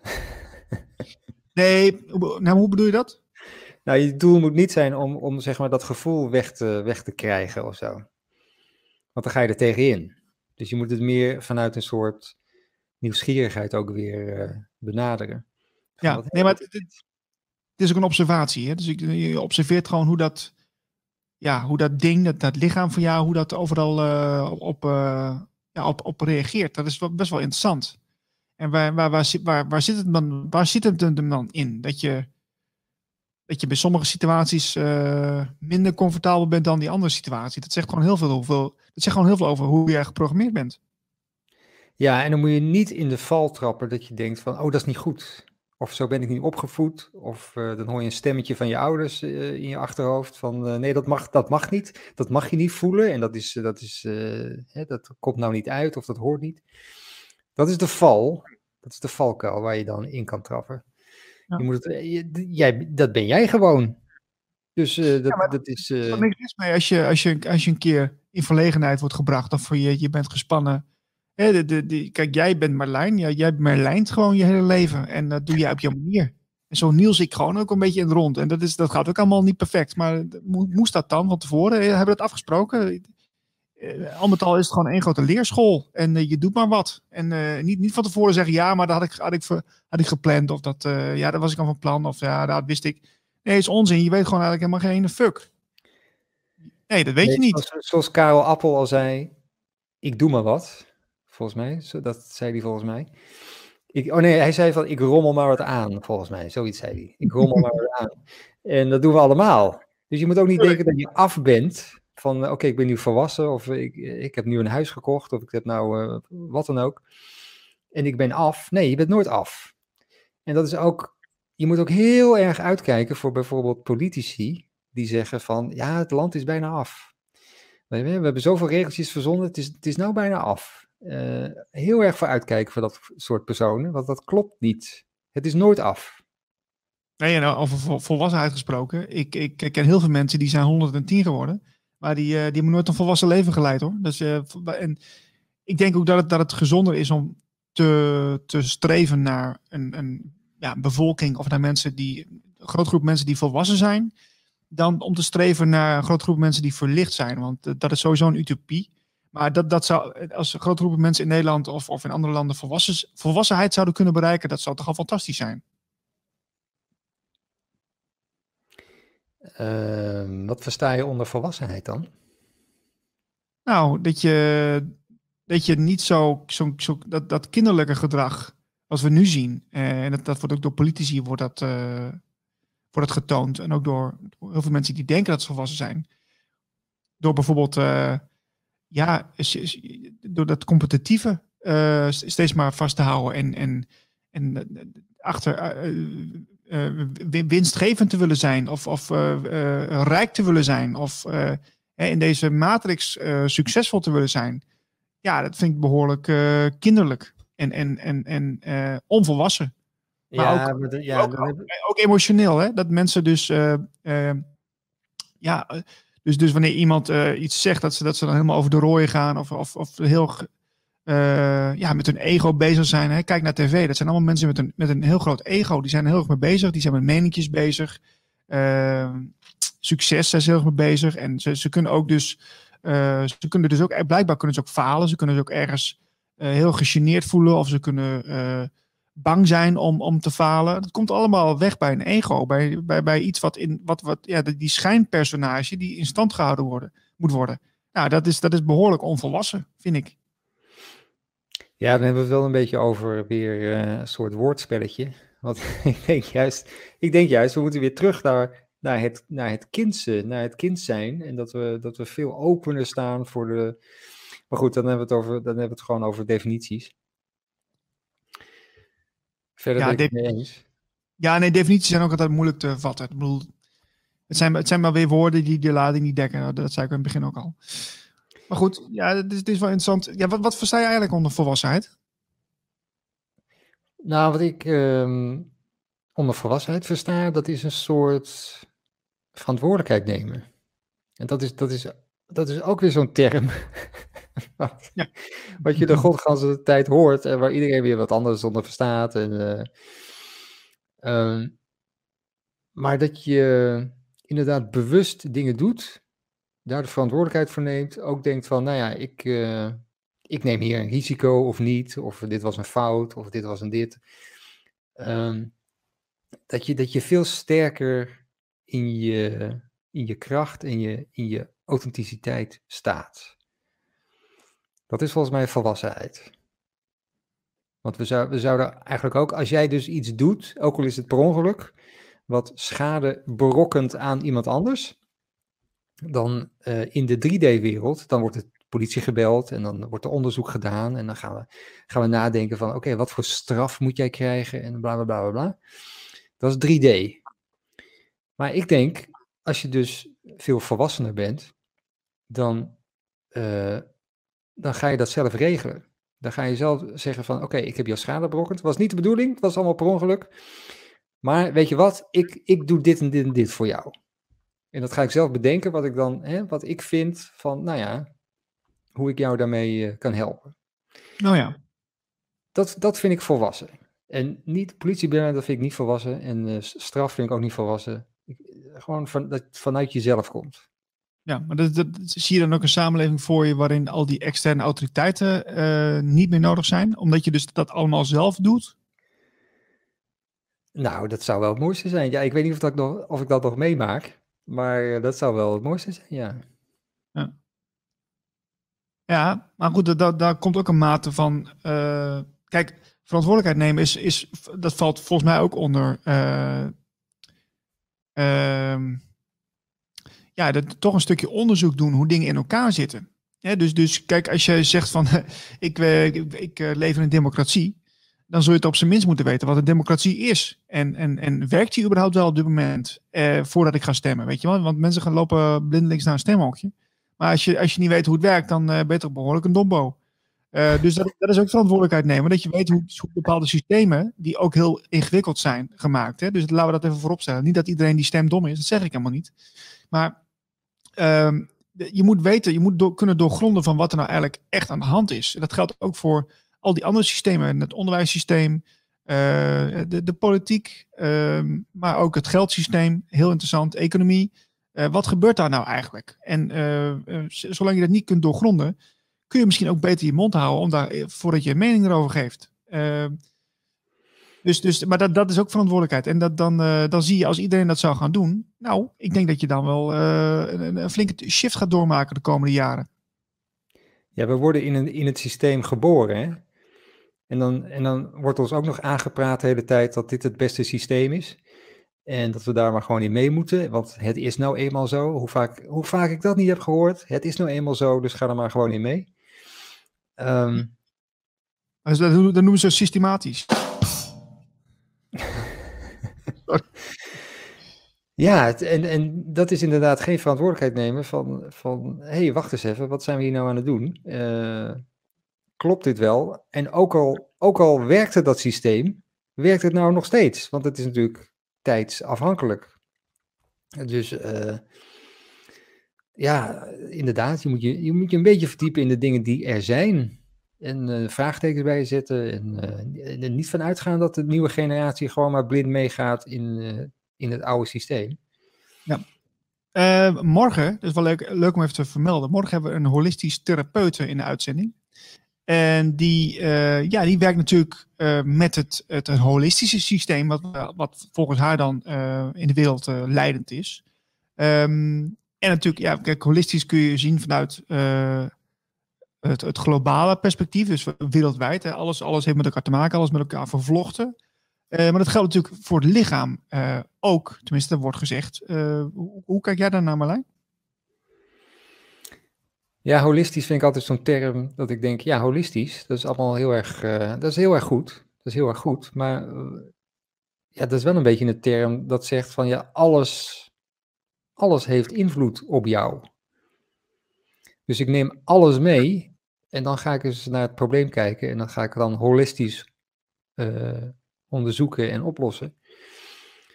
Nee, nou, hoe bedoel je dat? Nou, je doel moet niet zijn om, om zeg maar dat gevoel weg te, weg te krijgen of zo. Want dan ga je er tegenin. Dus je moet het meer vanuit een soort nieuwsgierigheid ook weer uh, benaderen. Van Ja, wat, nee, maar het, het, het is ook een observatie. Hè? Dus ik, je observeert gewoon hoe dat, ja, hoe dat ding, dat, dat lichaam van jou, hoe dat overal uh, op, uh, ja, op, op reageert. Dat is wel, best wel interessant. En waar, waar, waar, zit, waar, waar, zit het dan, waar zit het hem dan in? Dat je, dat je bij sommige situaties uh, minder comfortabel bent dan die andere situatie. Dat zegt gewoon heel veel, hoeveel, dat zegt gewoon heel veel over hoe jij geprogrammeerd bent. Ja, en dan moet je niet in de val trappen dat je denkt van, oh, dat is niet goed. Of zo ben ik niet opgevoed. Of uh, dan hoor je een stemmetje van je ouders uh, in je achterhoofd van, uh, nee, dat mag, dat mag niet. Dat mag je niet voelen en dat, is, dat, is, uh, hè, dat komt nou niet uit of dat hoort niet. Dat is de val. Dat is de valkuil waar je dan in kan trappen. Ja. Je moet het, je, jij, dat ben jij gewoon. Dus uh, dat, ja, dat is... Uh... Er is niks mis mee als je, als, je, als je een keer in verlegenheid wordt gebracht of je, je bent gespannen. Hè, de, de, de, kijk, jij bent Marlijn. Ja, jij Marlijnt gewoon je hele leven. En dat doe jij op je manier. En zo niels ik gewoon ook een beetje in het rond. En dat, is, dat gaat ook allemaal niet perfect. Maar moest dat dan van tevoren? Hebben we dat afgesproken? Al met al is het gewoon één grote leerschool. En uh, je doet maar wat. En uh, niet, niet van tevoren zeggen, ja, maar dat had ik, had ik, had ik gepland. Of dat, uh, ja, dat was ik al van plan. Of ja, dat wist ik. Nee, het is onzin. Je weet gewoon eigenlijk helemaal geen fuck. Nee, dat weet nee, je niet. Zoals, zoals Karel Appel al zei, ik doe maar wat. Volgens mij, zo, dat zei hij volgens mij. Ik, oh nee, hij zei van, ik rommel maar wat aan, volgens mij. Zoiets zei hij. Ik rommel maar wat aan. En dat doen we allemaal. Dus je moet ook niet denken dat je af bent van, oké, okay, ik ben nu volwassen, of ik, ik heb nu een huis gekocht, of ik heb nou uh, wat dan ook. En ik ben af. Nee, je bent nooit af. En dat is ook, je moet ook heel erg uitkijken voor bijvoorbeeld politici, die zeggen van, ja, het land is bijna af. We hebben zoveel regeltjes verzonnen, het is, het is nou bijna af. Uh, heel erg voor uitkijken voor dat soort personen, want dat klopt niet. Het is nooit af. Nee, nou, over volwassenheid gesproken. Ik, ik, ik ken heel veel mensen die zijn honderdtien geworden, maar die, uh, die hebben nooit een volwassen leven geleid, hoor. Dus, uh, en ik denk ook dat het, dat het gezonder is om te, te streven naar een, een ja, bevolking of naar mensen die, een grote groep mensen die volwassen zijn, dan om te streven naar een grote groep mensen die verlicht zijn. Want uh, dat is sowieso een utopie. Maar dat, dat zou, als een grote groep mensen in Nederland of, of in andere landen volwassen, volwassenheid zouden kunnen bereiken, dat zou toch al fantastisch zijn. Uh, wat versta je onder volwassenheid dan? Nou, dat je, dat je niet zo, zo, zo dat, dat kinderlijke gedrag als we nu zien, uh, en dat, dat wordt ook door politici wordt dat, uh, wordt dat getoond. En ook door heel veel mensen die denken dat ze volwassen zijn. Door bijvoorbeeld, uh, ja, door dat competitieve uh, steeds maar vast te houden en, en, en achter uh, uh, winstgevend te willen zijn of, of uh, uh, rijk te willen zijn of uh, in deze matrix uh, succesvol te willen zijn. Ja, dat vind ik behoorlijk uh, kinderlijk en, en, en, en uh, onvolwassen. Maar ja, ook, maar de, ja, ook, ook, ook emotioneel, hè? Dat mensen dus uh, uh, ja, dus, dus wanneer iemand uh, iets zegt, dat ze, dat ze dan helemaal over de rooien gaan of, of, of heel uh, ja, met hun ego bezig zijn. Hè? Kijk naar tv, dat zijn allemaal mensen met een, met een heel groot ego. Die zijn er heel erg mee bezig, die zijn met meningjes bezig. Uh, succes zijn ze heel erg mee bezig. En ze, ze kunnen ook dus, uh, ze kunnen dus ook, blijkbaar kunnen ze ook falen. Ze kunnen dus ook ergens uh, heel gegeneerd voelen of ze kunnen uh, bang zijn om, om te falen. Dat komt allemaal weg bij een ego, bij, bij, bij iets wat in wat, wat ja, die schijnpersonage die in stand gehouden worden, moet worden. Nou, dat is, dat is behoorlijk onvolwassen, vind ik. Ja, dan hebben we het wel een beetje over weer uh, een soort woordspelletje. Want ik denk juist, ik denk juist, we moeten weer terug naar, naar, het, naar het kindse, naar het kind zijn. En dat we, dat we veel opener staan voor de. Maar goed, dan hebben we het, over, dan hebben we het gewoon over definities. Verder ja, ben ik het mee eens. Ja, nee, definities zijn ook altijd moeilijk te vatten. Ik bedoel, het zijn, het zijn maar weer woorden die de lading niet dekken. Dat zei ik in het begin ook al. Maar goed, ja, het is, het is wel interessant. Ja, wat, wat versta je eigenlijk onder volwassenheid? Nou, wat ik um, onder volwassenheid versta, dat is een soort verantwoordelijkheid nemen. En dat is, dat is dat is ook weer zo'n term. wat, Ja. wat je de godganse tijd hoort en waar iedereen weer wat anders onder verstaat. En, uh, uh, maar dat je inderdaad bewust dingen doet, daar de verantwoordelijkheid voor neemt, ook denkt van, nou ja, ik, uh, ik neem hier een risico of niet, of dit was een fout, of dit was een dit. Um, dat, je, dat je veel sterker in je, in je kracht en je, in je authenticiteit staat. Dat is volgens mij volwassenheid. Want we, zou, we zouden eigenlijk ook, als jij dus iets doet, ook al is het per ongeluk, wat schade berokkent aan iemand anders, dan uh, in de drie D-wereld, dan wordt de politie gebeld en dan wordt er onderzoek gedaan en dan gaan we, gaan we nadenken van, oké, okay, wat voor straf moet jij krijgen en bla bla bla bla. Dat is drie D. Maar ik denk, als je dus veel volwassener bent, dan, uh, dan ga je dat zelf regelen. Dan ga je zelf zeggen van, oké, okay, ik heb jou schade berokkend. Het was niet de bedoeling, het was allemaal per ongeluk. Maar weet je wat, ik, ik doe dit en dit en dit voor jou. En dat ga ik zelf bedenken, wat ik dan, hè, wat ik vind van, nou ja, hoe ik jou daarmee uh, kan helpen. Nou ja. Dat, dat vind ik volwassen. En niet politiebellen, dat vind ik niet volwassen. En uh, straf vind ik ook niet volwassen. Ik, gewoon van, dat het vanuit jezelf komt. Ja, maar dat, dat, zie je dan ook een samenleving voor je waarin al die externe autoriteiten uh, niet meer nodig zijn? Omdat je dus dat allemaal zelf doet? Nou, dat zou wel het mooiste zijn. Ja, ik weet niet of, dat ik, nog, of ik dat nog meemaak. Maar uh, dat zou wel het mooiste zijn, ja. Ja, ja maar goed, daar, daar komt ook een mate van... Uh, kijk, verantwoordelijkheid nemen is, is... Dat valt volgens mij ook onder... Uh, uh, ja, dat, toch een stukje onderzoek doen hoe dingen in elkaar zitten. Ja, dus, dus kijk, als je zegt van... ik, ik, ik leef in een democratie... dan zul je het op zijn minst moeten weten wat een democratie is. En, en, en werkt die überhaupt wel op dit moment eh, voordat ik ga stemmen, weet je wel? Want mensen gaan lopen blindelings naar een stemhokje. Maar als je, als je niet weet hoe het werkt, dan uh, ben je toch behoorlijk een dombo. Uh, dus dat, dat is ook verantwoordelijkheid nemen. Dat je weet hoe, hoe bepaalde systemen, die ook heel ingewikkeld zijn, gemaakt. Hè? Dus laten we dat even vooropstellen. Niet dat iedereen die stem dom is, dat zeg ik helemaal niet. Maar uh, je moet weten, je moet do- kunnen doorgronden van wat er nou eigenlijk echt aan de hand is. En dat geldt ook voor al die andere systemen, het onderwijssysteem, uh, de, de politiek, uh, maar ook het geldsysteem, heel interessant, economie. Uh, wat gebeurt daar nou eigenlijk? En uh, uh, zolang je dat niet kunt doorgronden, kun je misschien ook beter je mond houden om daar, voordat je een mening erover geeft. Uh, dus, dus, maar dat, dat is ook verantwoordelijkheid. En dat, dan, uh, dan zie je, als iedereen dat zou gaan doen, nou, ik denk dat je dan wel uh, een, een flinke shift gaat doormaken de komende jaren. Ja, we worden in, een, in het systeem geboren, hè? En dan, en dan wordt ons ook nog aangepraat de hele tijd dat dit het beste systeem is. En dat we daar maar gewoon in mee moeten, want het is nou eenmaal zo. Hoe vaak, hoe vaak ik dat niet heb gehoord, het is nou eenmaal zo, dus ga er maar gewoon in mee. Um, dus dat, dat noemen ze systematisch. Ja, het, en, en dat is inderdaad geen verantwoordelijkheid nemen van, van hé, hey, wacht eens even, wat zijn we hier nou aan het doen? Uh, klopt dit wel? En ook al, ook al werkte dat systeem, werkt het nou nog steeds? Want het is natuurlijk tijdsafhankelijk. Dus uh, ja, inderdaad, je moet je, je moet je een beetje verdiepen in de dingen die er zijn. En uh, vraagtekens bij zetten. En, uh, en niet van uitgaan dat de nieuwe generatie gewoon maar blind meegaat in, uh, in het oude systeem. Ja. Uh, morgen, dat is wel leuk, leuk om even te vermelden. Morgen hebben we een holistisch therapeute in de uitzending. En die, uh, ja, die werkt natuurlijk uh, met het, het holistische systeem, wat, wat volgens haar dan uh, in de wereld uh, leidend is. Um, en natuurlijk, ja, kijk, holistisch kun je zien vanuit uh, het, het globale perspectief, dus wereldwijd. Hè. Alles, alles heeft met elkaar te maken, alles met elkaar vervlochten. Uh, maar dat geldt natuurlijk voor het lichaam uh, ook, tenminste, dat wordt gezegd. Uh, hoe, hoe kijk jij daar naar, Marlijn? Ja, holistisch vind ik altijd zo'n term dat ik denk, ja, holistisch, dat is allemaal heel erg, uh, dat is heel erg goed. Dat is heel erg goed, maar uh, ja, dat is wel een beetje een term dat zegt van, ja, alles, alles heeft invloed op jou. Dus ik neem alles mee en dan ga ik eens naar het probleem kijken en dan ga ik het dan holistisch uh, onderzoeken en oplossen.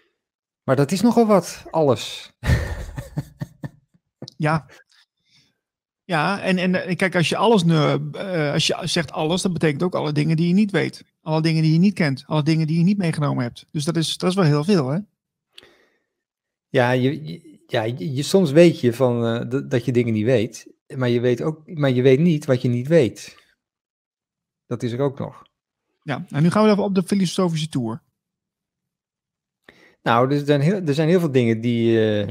Maar dat is nogal wat, alles. Ja. Ja, en, en kijk, als je alles nu, uh, als je zegt alles, dat betekent ook alle dingen die je niet weet. Alle dingen die je niet kent. Alle dingen die je niet meegenomen hebt. Dus dat is, dat is wel heel veel, hè? Ja, je, je, ja je, je, soms weet je van, uh, d- dat je dingen niet weet. Maar je weet ook, maar je weet niet wat je niet weet. Dat is er ook nog. Ja, en nu gaan we even op de filosofische tour. Nou, er zijn heel, er zijn heel veel dingen die, uh,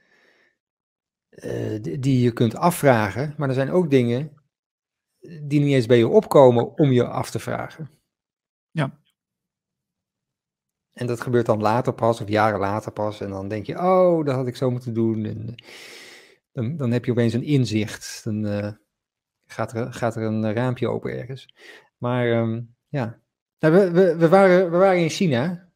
uh, die, die je kunt afvragen. Maar er zijn ook dingen die niet eens bij je opkomen om je af te vragen. Ja. En dat gebeurt dan later pas, of jaren later pas. En dan denk je, oh, dat had ik zo moeten doen. En dan, dan heb je opeens een inzicht. Dan uh, gaat, er, gaat er een raampje open ergens. Maar um, ja, nou, we, we, we, waren, we waren in China.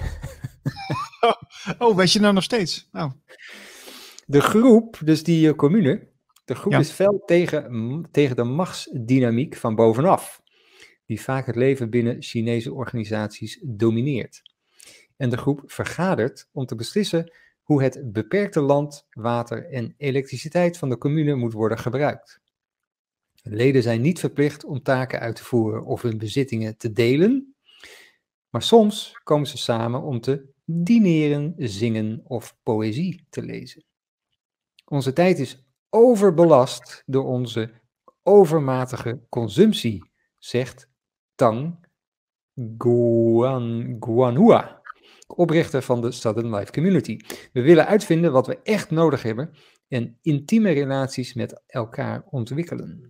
oh, oh, weet je nou nog steeds? Nou. De groep, dus die uh, commune, de groep Ja. is fel tegen, tegen de machtsdynamiek van bovenaf. Die vaak het leven binnen Chinese organisaties domineert. En de groep vergadert om te beslissen hoe het beperkte land, water en elektriciteit van de commune moet worden gebruikt. Leden zijn niet verplicht om taken uit te voeren of hun bezittingen te delen, maar soms komen ze samen om te dineren, zingen of poëzie te lezen. Onze tijd is overbelast door onze overmatige consumptie, zegt Tang Guan, Guanhua, oprichter van de Southern Life Community. We willen uitvinden wat we echt nodig hebben en intieme relaties met elkaar ontwikkelen.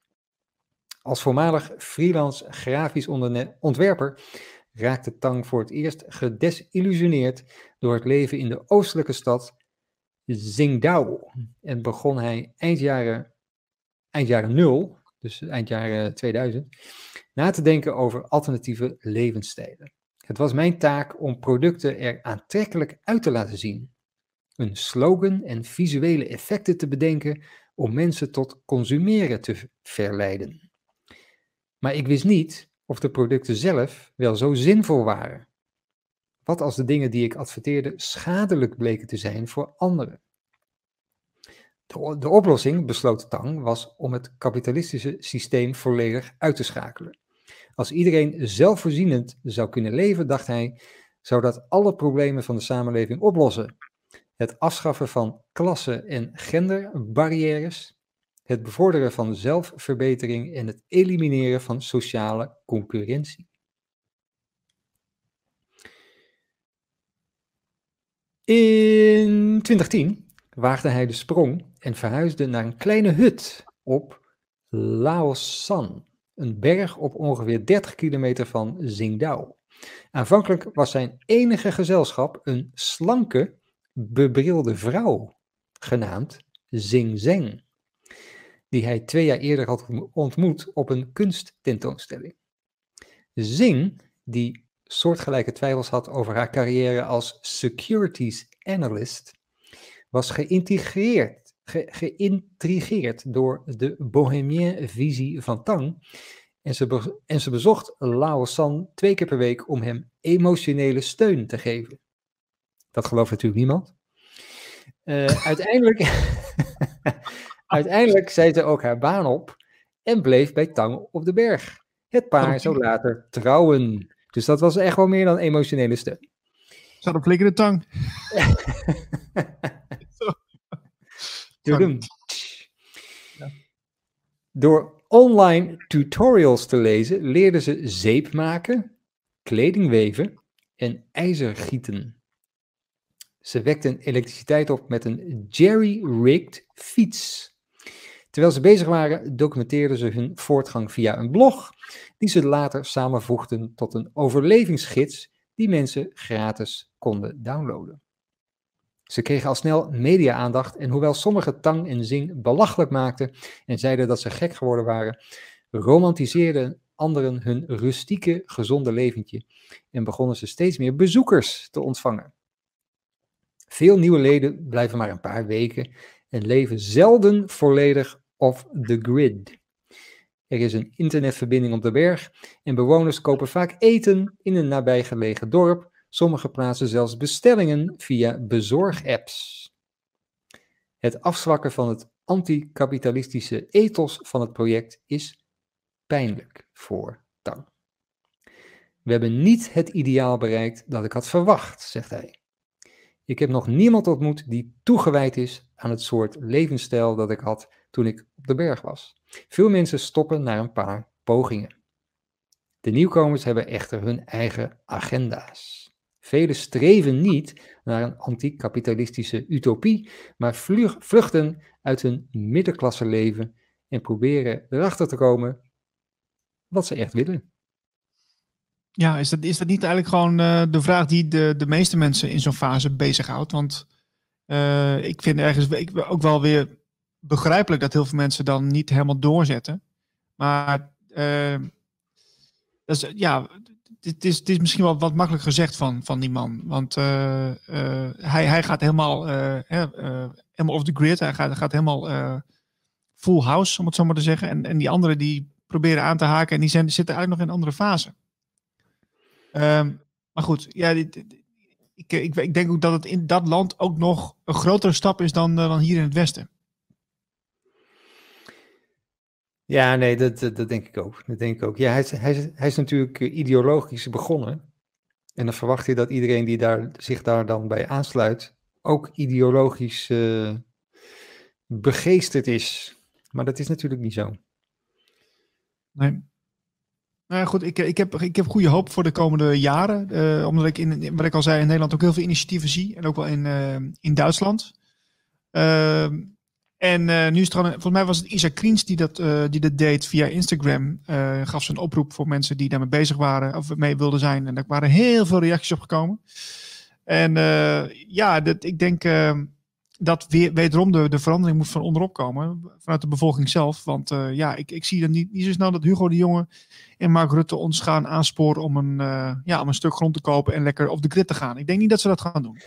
Als voormalig freelance grafisch ontwerper raakte Tang voor het eerst gedesillusioneerd door het leven in de oostelijke stad Qingdao en begon hij eind jaren, eind jaren nul, dus eind jaren tweeduizend, na te denken over alternatieve levensstijlen. Het was mijn taak om producten er aantrekkelijk uit te laten zien, een slogan en visuele effecten te bedenken om mensen tot consumeren te verleiden. Maar ik wist niet of de producten zelf wel zo zinvol waren. Wat als de dingen die ik adverteerde schadelijk bleken te zijn voor anderen? De, de oplossing, besloot Tang, was om het kapitalistische systeem volledig uit te schakelen. Als iedereen zelfvoorzienend zou kunnen leven, dacht hij, zou dat alle problemen van de samenleving oplossen. Het afschaffen van klasse- en genderbarrières, het bevorderen van zelfverbetering en het elimineren van sociale concurrentie. In twintig tien waagde hij de sprong en verhuisde naar een kleine hut op Laosan, een berg op ongeveer dertig kilometer van Qingdao. Aanvankelijk was zijn enige gezelschap een slanke, bebrilde vrouw, genaamd Xing Zeng, die hij twee jaar eerder had ontmoet op een kunsttentoonstelling. Xing, die soortgelijke twijfels had over haar carrière als securities analyst, was geïntegreerd, ge, geïntrigeerd door de bohemien visie van Tang en ze, be, en ze bezocht Laosan twee keer per week om hem emotionele steun te geven. Dat gelooft natuurlijk niemand. Uh, uiteindelijk, uiteindelijk zei ze ook haar baan op en bleef bij Tang op de berg. Het paar zou later trouwen. Dus dat was echt wel meer dan emotionele steun. Ze had een flikkerde tang. Ja. Door online tutorials te lezen leerde ze zeep maken, kleding weven en ijzer gieten. Ze wekten elektriciteit op met een jerry-rigged fiets. Terwijl ze bezig waren, documenteerden ze hun voortgang via een blog, die ze later samenvoegden tot een overlevingsgids die mensen gratis konden downloaden. Ze kregen al snel media-aandacht en hoewel sommige Tang en Xing belachelijk maakten en zeiden dat ze gek geworden waren, romantiseerden anderen hun rustieke, gezonde leventje en begonnen ze steeds meer bezoekers te ontvangen. Veel nieuwe leden blijven maar een paar weken en leven zelden volledig off the grid. Er is een internetverbinding op de berg en bewoners kopen vaak eten in een nabijgelegen dorp. Sommige plaatsen zelfs bestellingen via bezorgapps. Het afzwakken van het anticapitalistische ethos van het project is pijnlijk voor Tang. We hebben niet het ideaal bereikt dat ik had verwacht, zegt hij. Ik heb nog niemand ontmoet die toegewijd is aan het soort levensstijl dat ik had toen ik op de berg was. Veel mensen stoppen na een paar pogingen. De nieuwkomers hebben echter hun eigen agenda's. Velen streven niet naar een anticapitalistische utopie, maar vluchten uit hun middenklasse leven en proberen erachter te komen wat ze echt willen. Ja, is dat, is dat niet eigenlijk gewoon uh, de vraag die de, de meeste mensen in zo'n fase bezighoudt? Want uh, ik vind ergens ik, ook wel weer begrijpelijk dat heel veel mensen dan niet helemaal doorzetten. Maar uh, dat is, ja, het is, het is misschien wel wat makkelijk gezegd van, van die man. Want uh, uh, hij, hij gaat helemaal, uh, uh, helemaal off the grid. Hij gaat, gaat helemaal uh, full house, om het zo maar te zeggen. En, en die anderen die proberen aan te haken en die zijn, zitten eigenlijk nog in een andere fase. Um, maar goed, ja, dit, dit, ik, ik, ik denk ook dat het in dat land ook nog een grotere stap is dan, uh, dan hier in het Westen. Ja, nee, dat, dat, dat denk ik ook. Dat denk ik ook. Ja, hij is, hij is, hij is natuurlijk ideologisch begonnen. En dan verwacht je dat iedereen die daar, zich daar dan bij aansluit, ook ideologisch uh, begeesterd is. Maar dat is natuurlijk niet zo. Nee. Nou goed, ik, ik, heb, ik heb goede hoop voor de komende jaren. Uh, omdat ik, in, wat ik al zei, in Nederland ook heel veel initiatieven zie. En ook wel in, uh, in Duitsland. Uh, en uh, nu is het gewoon, volgens mij was het Isa Kriens die dat, uh, die dat deed via Instagram. Uh, gaf ze een oproep voor mensen die daarmee bezig waren of mee wilden zijn. En daar waren heel veel reacties op gekomen. En uh, ja, dat, ik denk uh, dat weer, wederom de, de verandering moet van onderop komen. Vanuit de bevolking zelf. Want uh, ja, ik, ik zie dan niet, niet zo snel dat Hugo de Jonge en Mark Rutte ons gaan aansporen om een, uh, ja, om een stuk grond te kopen en lekker op de grid te gaan. Ik denk niet dat ze dat gaan doen.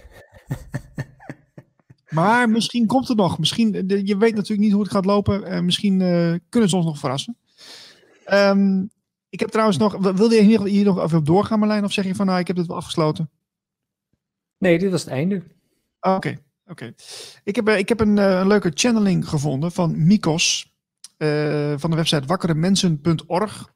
Maar misschien komt het nog. Misschien, je weet natuurlijk niet hoe het gaat lopen. Uh, misschien uh, kunnen ze ons nog verrassen. Um, ik heb trouwens nog... Wilde je hier, hier nog even op doorgaan, Marlijn? Of zeg je van, nou, ik heb dit wel afgesloten? Nee, dit was het einde. Oké, okay, oké. Okay. Ik heb, ik heb een, een leuke channeling gevonden van Mikos. Uh, van de website wakkeremensen punt org.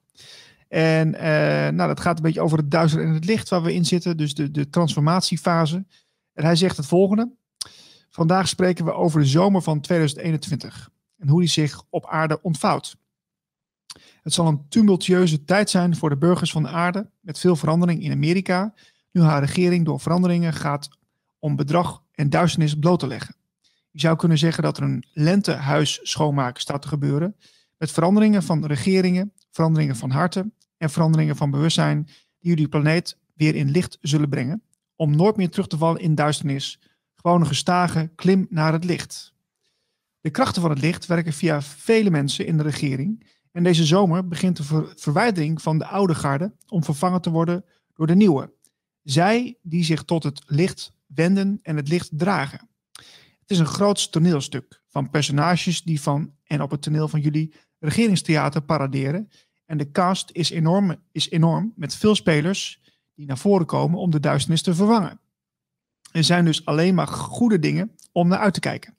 En uh, nou, dat gaat een beetje over het duister en het licht waar we in zitten. Dus de, de transformatiefase. En hij zegt het volgende. Vandaag spreken we over de zomer van tweeduizend eenentwintig. En hoe die zich op aarde ontvouwt. Het zal een tumultueuze tijd zijn voor de burgers van de aarde. Met veel verandering in Amerika. Nu haar regering door veranderingen gaat om bedrog en duisternis bloot te leggen. Je zou kunnen zeggen dat er een lentehuis schoonmaak staat te gebeuren. Met veranderingen van regeringen, veranderingen van harten en veranderingen van bewustzijn die jullie planeet weer in licht zullen brengen. Om nooit meer terug te vallen in duisternis. Gewoon een gestage klim naar het licht. De krachten van het licht werken via vele mensen in de regering. En deze zomer begint de ver- verwijdering van de oude garde om vervangen te worden door de nieuwe. Zij die zich tot het licht wenden en het licht dragen. Het is een groot toneelstuk van personages die van en op het toneel van jullie regeringstheater paraderen. En de cast is enorm, is enorm met veel spelers die naar voren komen om de duisternis te vervangen. Er zijn dus alleen maar goede dingen om naar uit te kijken.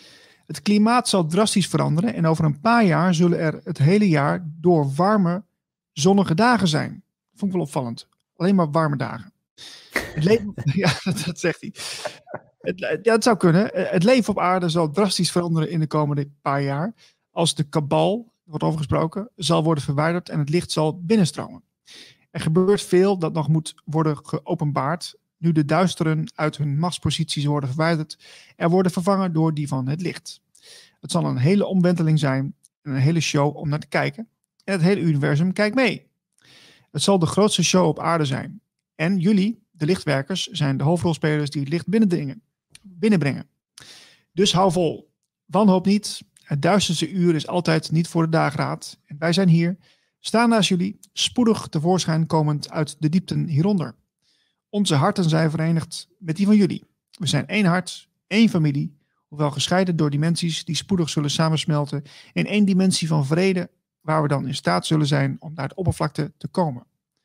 Het klimaat zal drastisch veranderen en over een paar jaar zullen er het hele jaar door warme, zonnige dagen zijn. Dat vond ik wel opvallend. Alleen maar warme dagen. Het leven, ja, dat, dat zegt hij. Het, ja, het zou kunnen. Het leven op aarde zal drastisch veranderen in de komende paar jaar. Als de kabal, wordt over gesproken, zal worden verwijderd en het licht zal binnenstromen. Er gebeurt veel dat nog moet worden geopenbaard. Nu de duisteren uit hun machtsposities worden verwijderd en worden vervangen door die van het licht. Het zal een hele omwenteling zijn en een hele show om naar te kijken. En het hele universum kijkt mee. Het zal de grootste show op aarde zijn. En jullie, de lichtwerkers, zijn de hoofdrolspelers die het licht binnendringen, binnenbrengen. Dus hou vol. Wanhoop niet. Het duisterste uur is altijd niet voor de dageraad. En wij zijn hier, staan naast jullie, spoedig tevoorschijn komend uit de diepten hieronder. Onze harten zijn verenigd met die van jullie. We zijn één hart, één familie, hoewel gescheiden door dimensies die spoedig zullen samensmelten in één dimensie van vrede, waar we dan in staat zullen zijn om naar de oppervlakte te komen.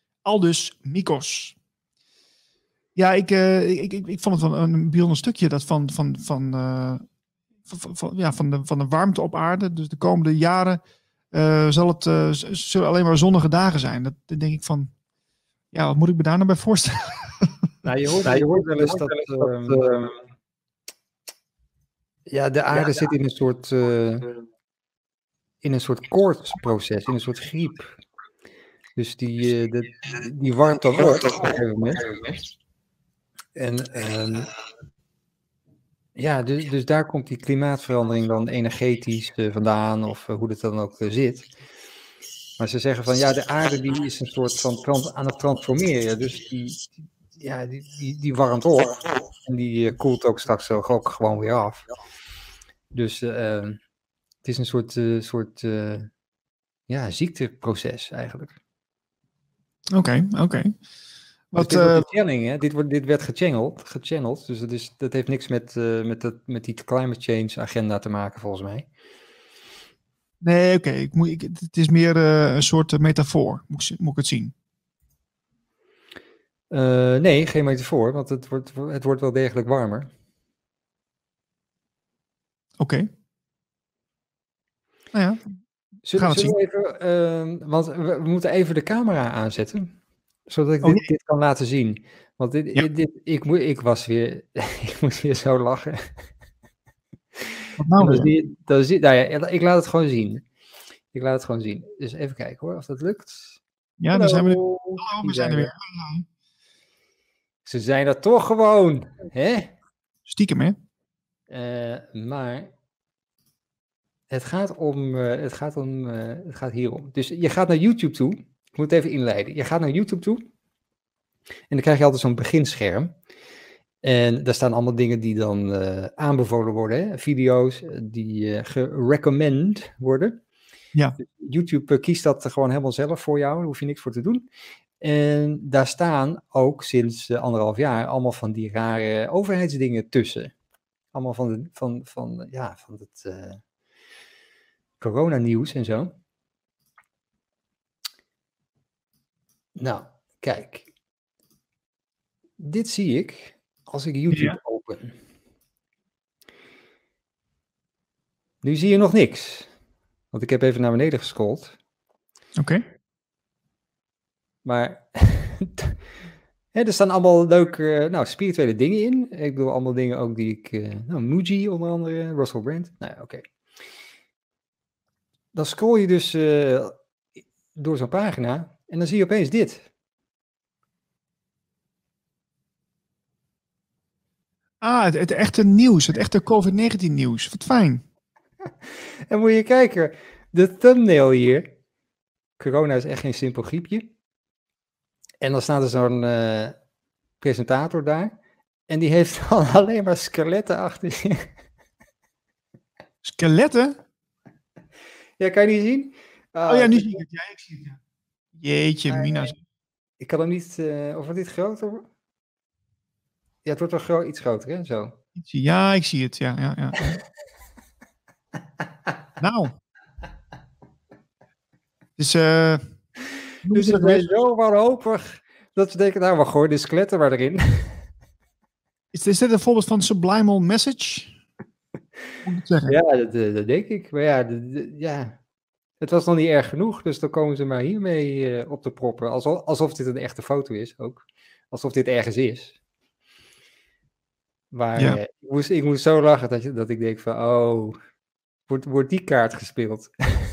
Aldus Mikos. Ja, ik, uh, ik, ik, ik vond het wel een bijzonder stukje dat van, van, van uh, van, van, ja, van, de, van de warmte op aarde. Dus de komende jaren uh, zal het uh, zullen alleen maar zonnige dagen zijn. Dat, dat denk ik van, ja, wat moet ik me daar nou bij voorstellen? Nou, je hoort, nou, je hoort wel eens dat, uh, uh, ja, de aarde ja, zit in een soort, uh, in een soort koortsproces, in een soort griep. Dus die, uh, de, die warmt dan op op een gegeven moment. En um, ja, dus, dus daar komt die klimaatverandering dan energetisch uh, vandaan, of uh, hoe dat dan ook uh, zit. Maar ze zeggen van, ja, de aarde die is een soort van trans- aan het transformeren. Dus die, ja, die, die, die warmt op en die uh, koelt ook straks ook gewoon weer af. Dus uh, het is een soort, uh, soort uh, ja, ziekteproces eigenlijk. Oké, okay, oké. Okay. Wat, dus dit, uh, channeling, hè? Dit, wordt, dit werd gechanneld, gechanneld dus dat, is, dat heeft niks met, uh, met, dat, met die climate change agenda te maken, volgens mij. Nee, oké. Okay. Ik, ik, het is meer uh, een soort metafoor, moet, moet ik het zien? Uh, nee, geen metafoor, want het wordt, het wordt wel degelijk warmer. Oké. Okay. Nou ja, zullen, zullen we even, uh, want we, we moeten even de camera aanzetten, zodat ik oh, dit, dit kan laten zien. Want dit, ja. dit, dit, ik, ik was weer, ik moest weer zo lachen. Wat nou dan zie, dan zie, nou ja, ik laat het gewoon zien. Ik laat het gewoon zien. Dus even kijken hoor, of dat lukt. Ja, Hallo. Dan zijn we er. Hallo, we zijn er weer. Ze zijn er toch gewoon, hè? Stiekem, hè? Uh, maar het gaat om, uh, het gaat om, uh, het gaat hierom. Dus je gaat naar YouTube toe. Ik moet het even inleiden. Je gaat naar YouTube toe. En dan krijg je altijd zo'n beginscherm. En daar staan allemaal dingen die dan uh, aanbevolen worden. Hè? Video's die uh, gerecommend worden. Ja. Dus YouTube uh, kiest dat gewoon helemaal zelf voor jou. Daar hoef je niks voor te doen. En daar staan ook sinds uh, anderhalf jaar allemaal van die rare overheidsdingen tussen. Allemaal van, de, van, van, ja, van het uh, coronanieuws en zo. Nou, kijk. Dit zie ik als ik YouTube ja. open. Nu zie je nog niks. Want ik heb even naar beneden gescrolld. Oké. Okay. Maar hè, er staan allemaal leuke, nou, spirituele dingen in. Ik bedoel, allemaal dingen ook die ik... Uh, nou, Muji onder andere, Russell Brand. Nou ja, oké. Okay. Dan scroll je dus uh, door zo'n pagina en dan zie je opeens dit. Ah, het, het echte nieuws, het echte covid negentien nieuws. Wat fijn. En moet je kijken, de thumbnail hier. Corona is echt geen simpel griepje. En dan staat er zo'n uh, presentator daar. En die heeft dan alleen maar skeletten achter zich. Skeletten? Ja, kan je die zien? Uh, oh ja, nu zie ik het. Ja, ik zie het. Ja. Jeetje, uh, Mina. Ik kan hem niet... Uh, of wordt dit groter? Ja, het wordt wel gro- iets groter, hè? Zo. Ja, ik zie het. Ja, ja, ja. Nou. Dus... Uh, dus ik ben zo wanhopig dat ze denken, nou, maar gooi de skeletten maar erin. Is, is dit een voorbeeld van subliminal message? Moet ik zeggen? Ja, dat, dat denk ik. Maar ja, de, de, ja, het was nog niet erg genoeg, dus dan komen ze maar hiermee uh, op te proppen. Alsof, alsof dit een echte foto is ook. Alsof dit ergens is. Maar ja. uh, ik, moest, ik moest zo lachen dat, je, dat ik denk van, oh, wordt, wordt die kaart gespeeld?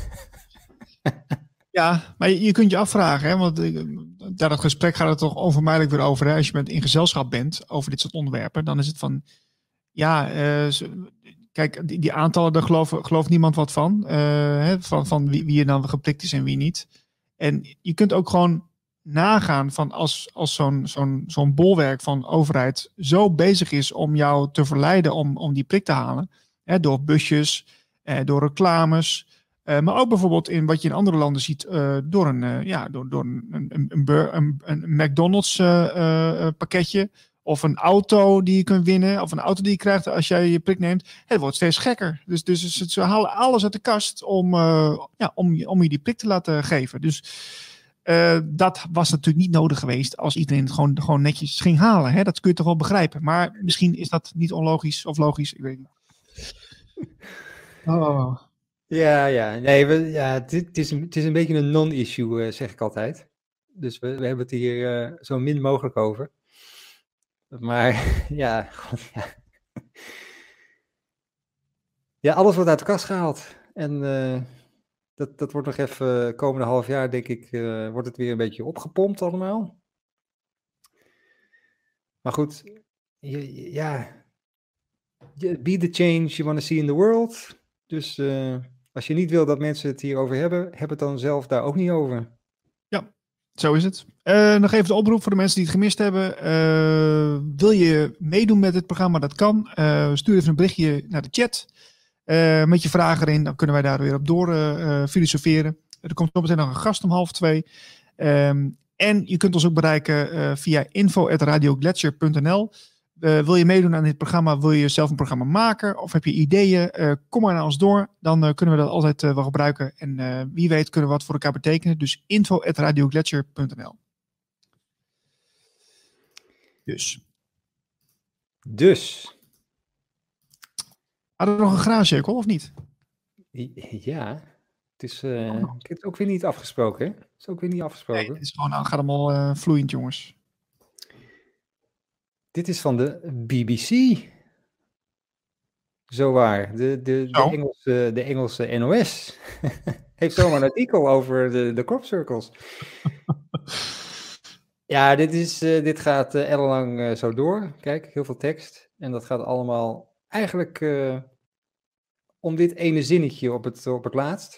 Ja, maar je, je kunt je afvragen, hè, want uh, daar dat gesprek gaat het toch onvermijdelijk weer over. Hè? Als je met in gezelschap bent over dit soort onderwerpen, dan is het van, ja, uh, kijk, die, die aantallen, daar gelooft geloof niemand wat van. Uh, hè, van van wie, wie er dan geprikt is en wie niet. En je kunt ook gewoon nagaan van als, als zo'n, zo'n, zo'n bolwerk van overheid zo bezig is om jou te verleiden om, om die prik te halen. Hè, door busjes, eh, door reclames. Uh, maar ook bijvoorbeeld in wat je in andere landen ziet uh, door een, uh, ja, door, door een, een, een, een, een McDonald's uh, uh, pakketje of een auto die je kunt winnen of een auto die je krijgt als jij je prik neemt. Het wordt steeds gekker. Dus, dus ze halen alles uit de kast om, uh, ja, om, om je die prik te laten geven. Dus uh, dat was natuurlijk niet nodig geweest als iedereen het gewoon, gewoon netjes ging halen. Hè? Dat kun je toch wel begrijpen. Maar misschien is dat niet onlogisch of logisch. Ik weet niet. Oh. Ja, ja. Nee, we, ja, het, het is een, het is een beetje een non-issue, uh, zeg ik altijd. Dus we, we hebben het hier uh, zo min mogelijk over. Maar ja, God, ja. Ja, alles wordt uit de kast gehaald. En uh, dat, dat wordt nog even, uh, komende half jaar, denk ik, uh, wordt het weer een beetje opgepompt allemaal. Maar goed, je, ja, be the change you want to see in the world. Dus uh, als je niet wil dat mensen het hierover hebben, heb het dan zelf daar ook niet over. Ja, zo is het. Uh, nog even de oproep voor de mensen die het gemist hebben. Uh, wil je meedoen met het programma? Dat kan. Uh, stuur even een berichtje naar de chat. Uh, met je vragen erin. Dan kunnen wij daar weer op door uh, filosoferen. Er komt zometeen nog een gast om half twee. Um, en je kunt ons ook bereiken uh, via info at radio gletscher punt n l. Uh, wil je meedoen aan dit programma? Wil je zelf een programma maken? Of heb je ideeën? Uh, kom maar naar ons door. Dan uh, kunnen we dat altijd uh, wel gebruiken. En uh, wie weet kunnen we wat voor elkaar betekenen. Dus info at radio gletscher punt n l. Dus. Dus. Hadden we nog een graanchekel of niet? Ja. Het is, uh, oh. Het is ook weer niet afgesproken. Het is ook weer niet afgesproken. Nee, het is gewoon, nou, gaat allemaal uh, vloeiend, jongens. Dit is van de B B C. Zowaar. De, de, de, Engelse, de Engelse N O S heeft zomaar een artikel over de, de crop circles. Ja, dit, is, uh, dit gaat uh, ellenlang uh, zo door. Kijk, heel veel tekst. En dat gaat allemaal eigenlijk uh, om dit ene zinnetje op het, op het laatst.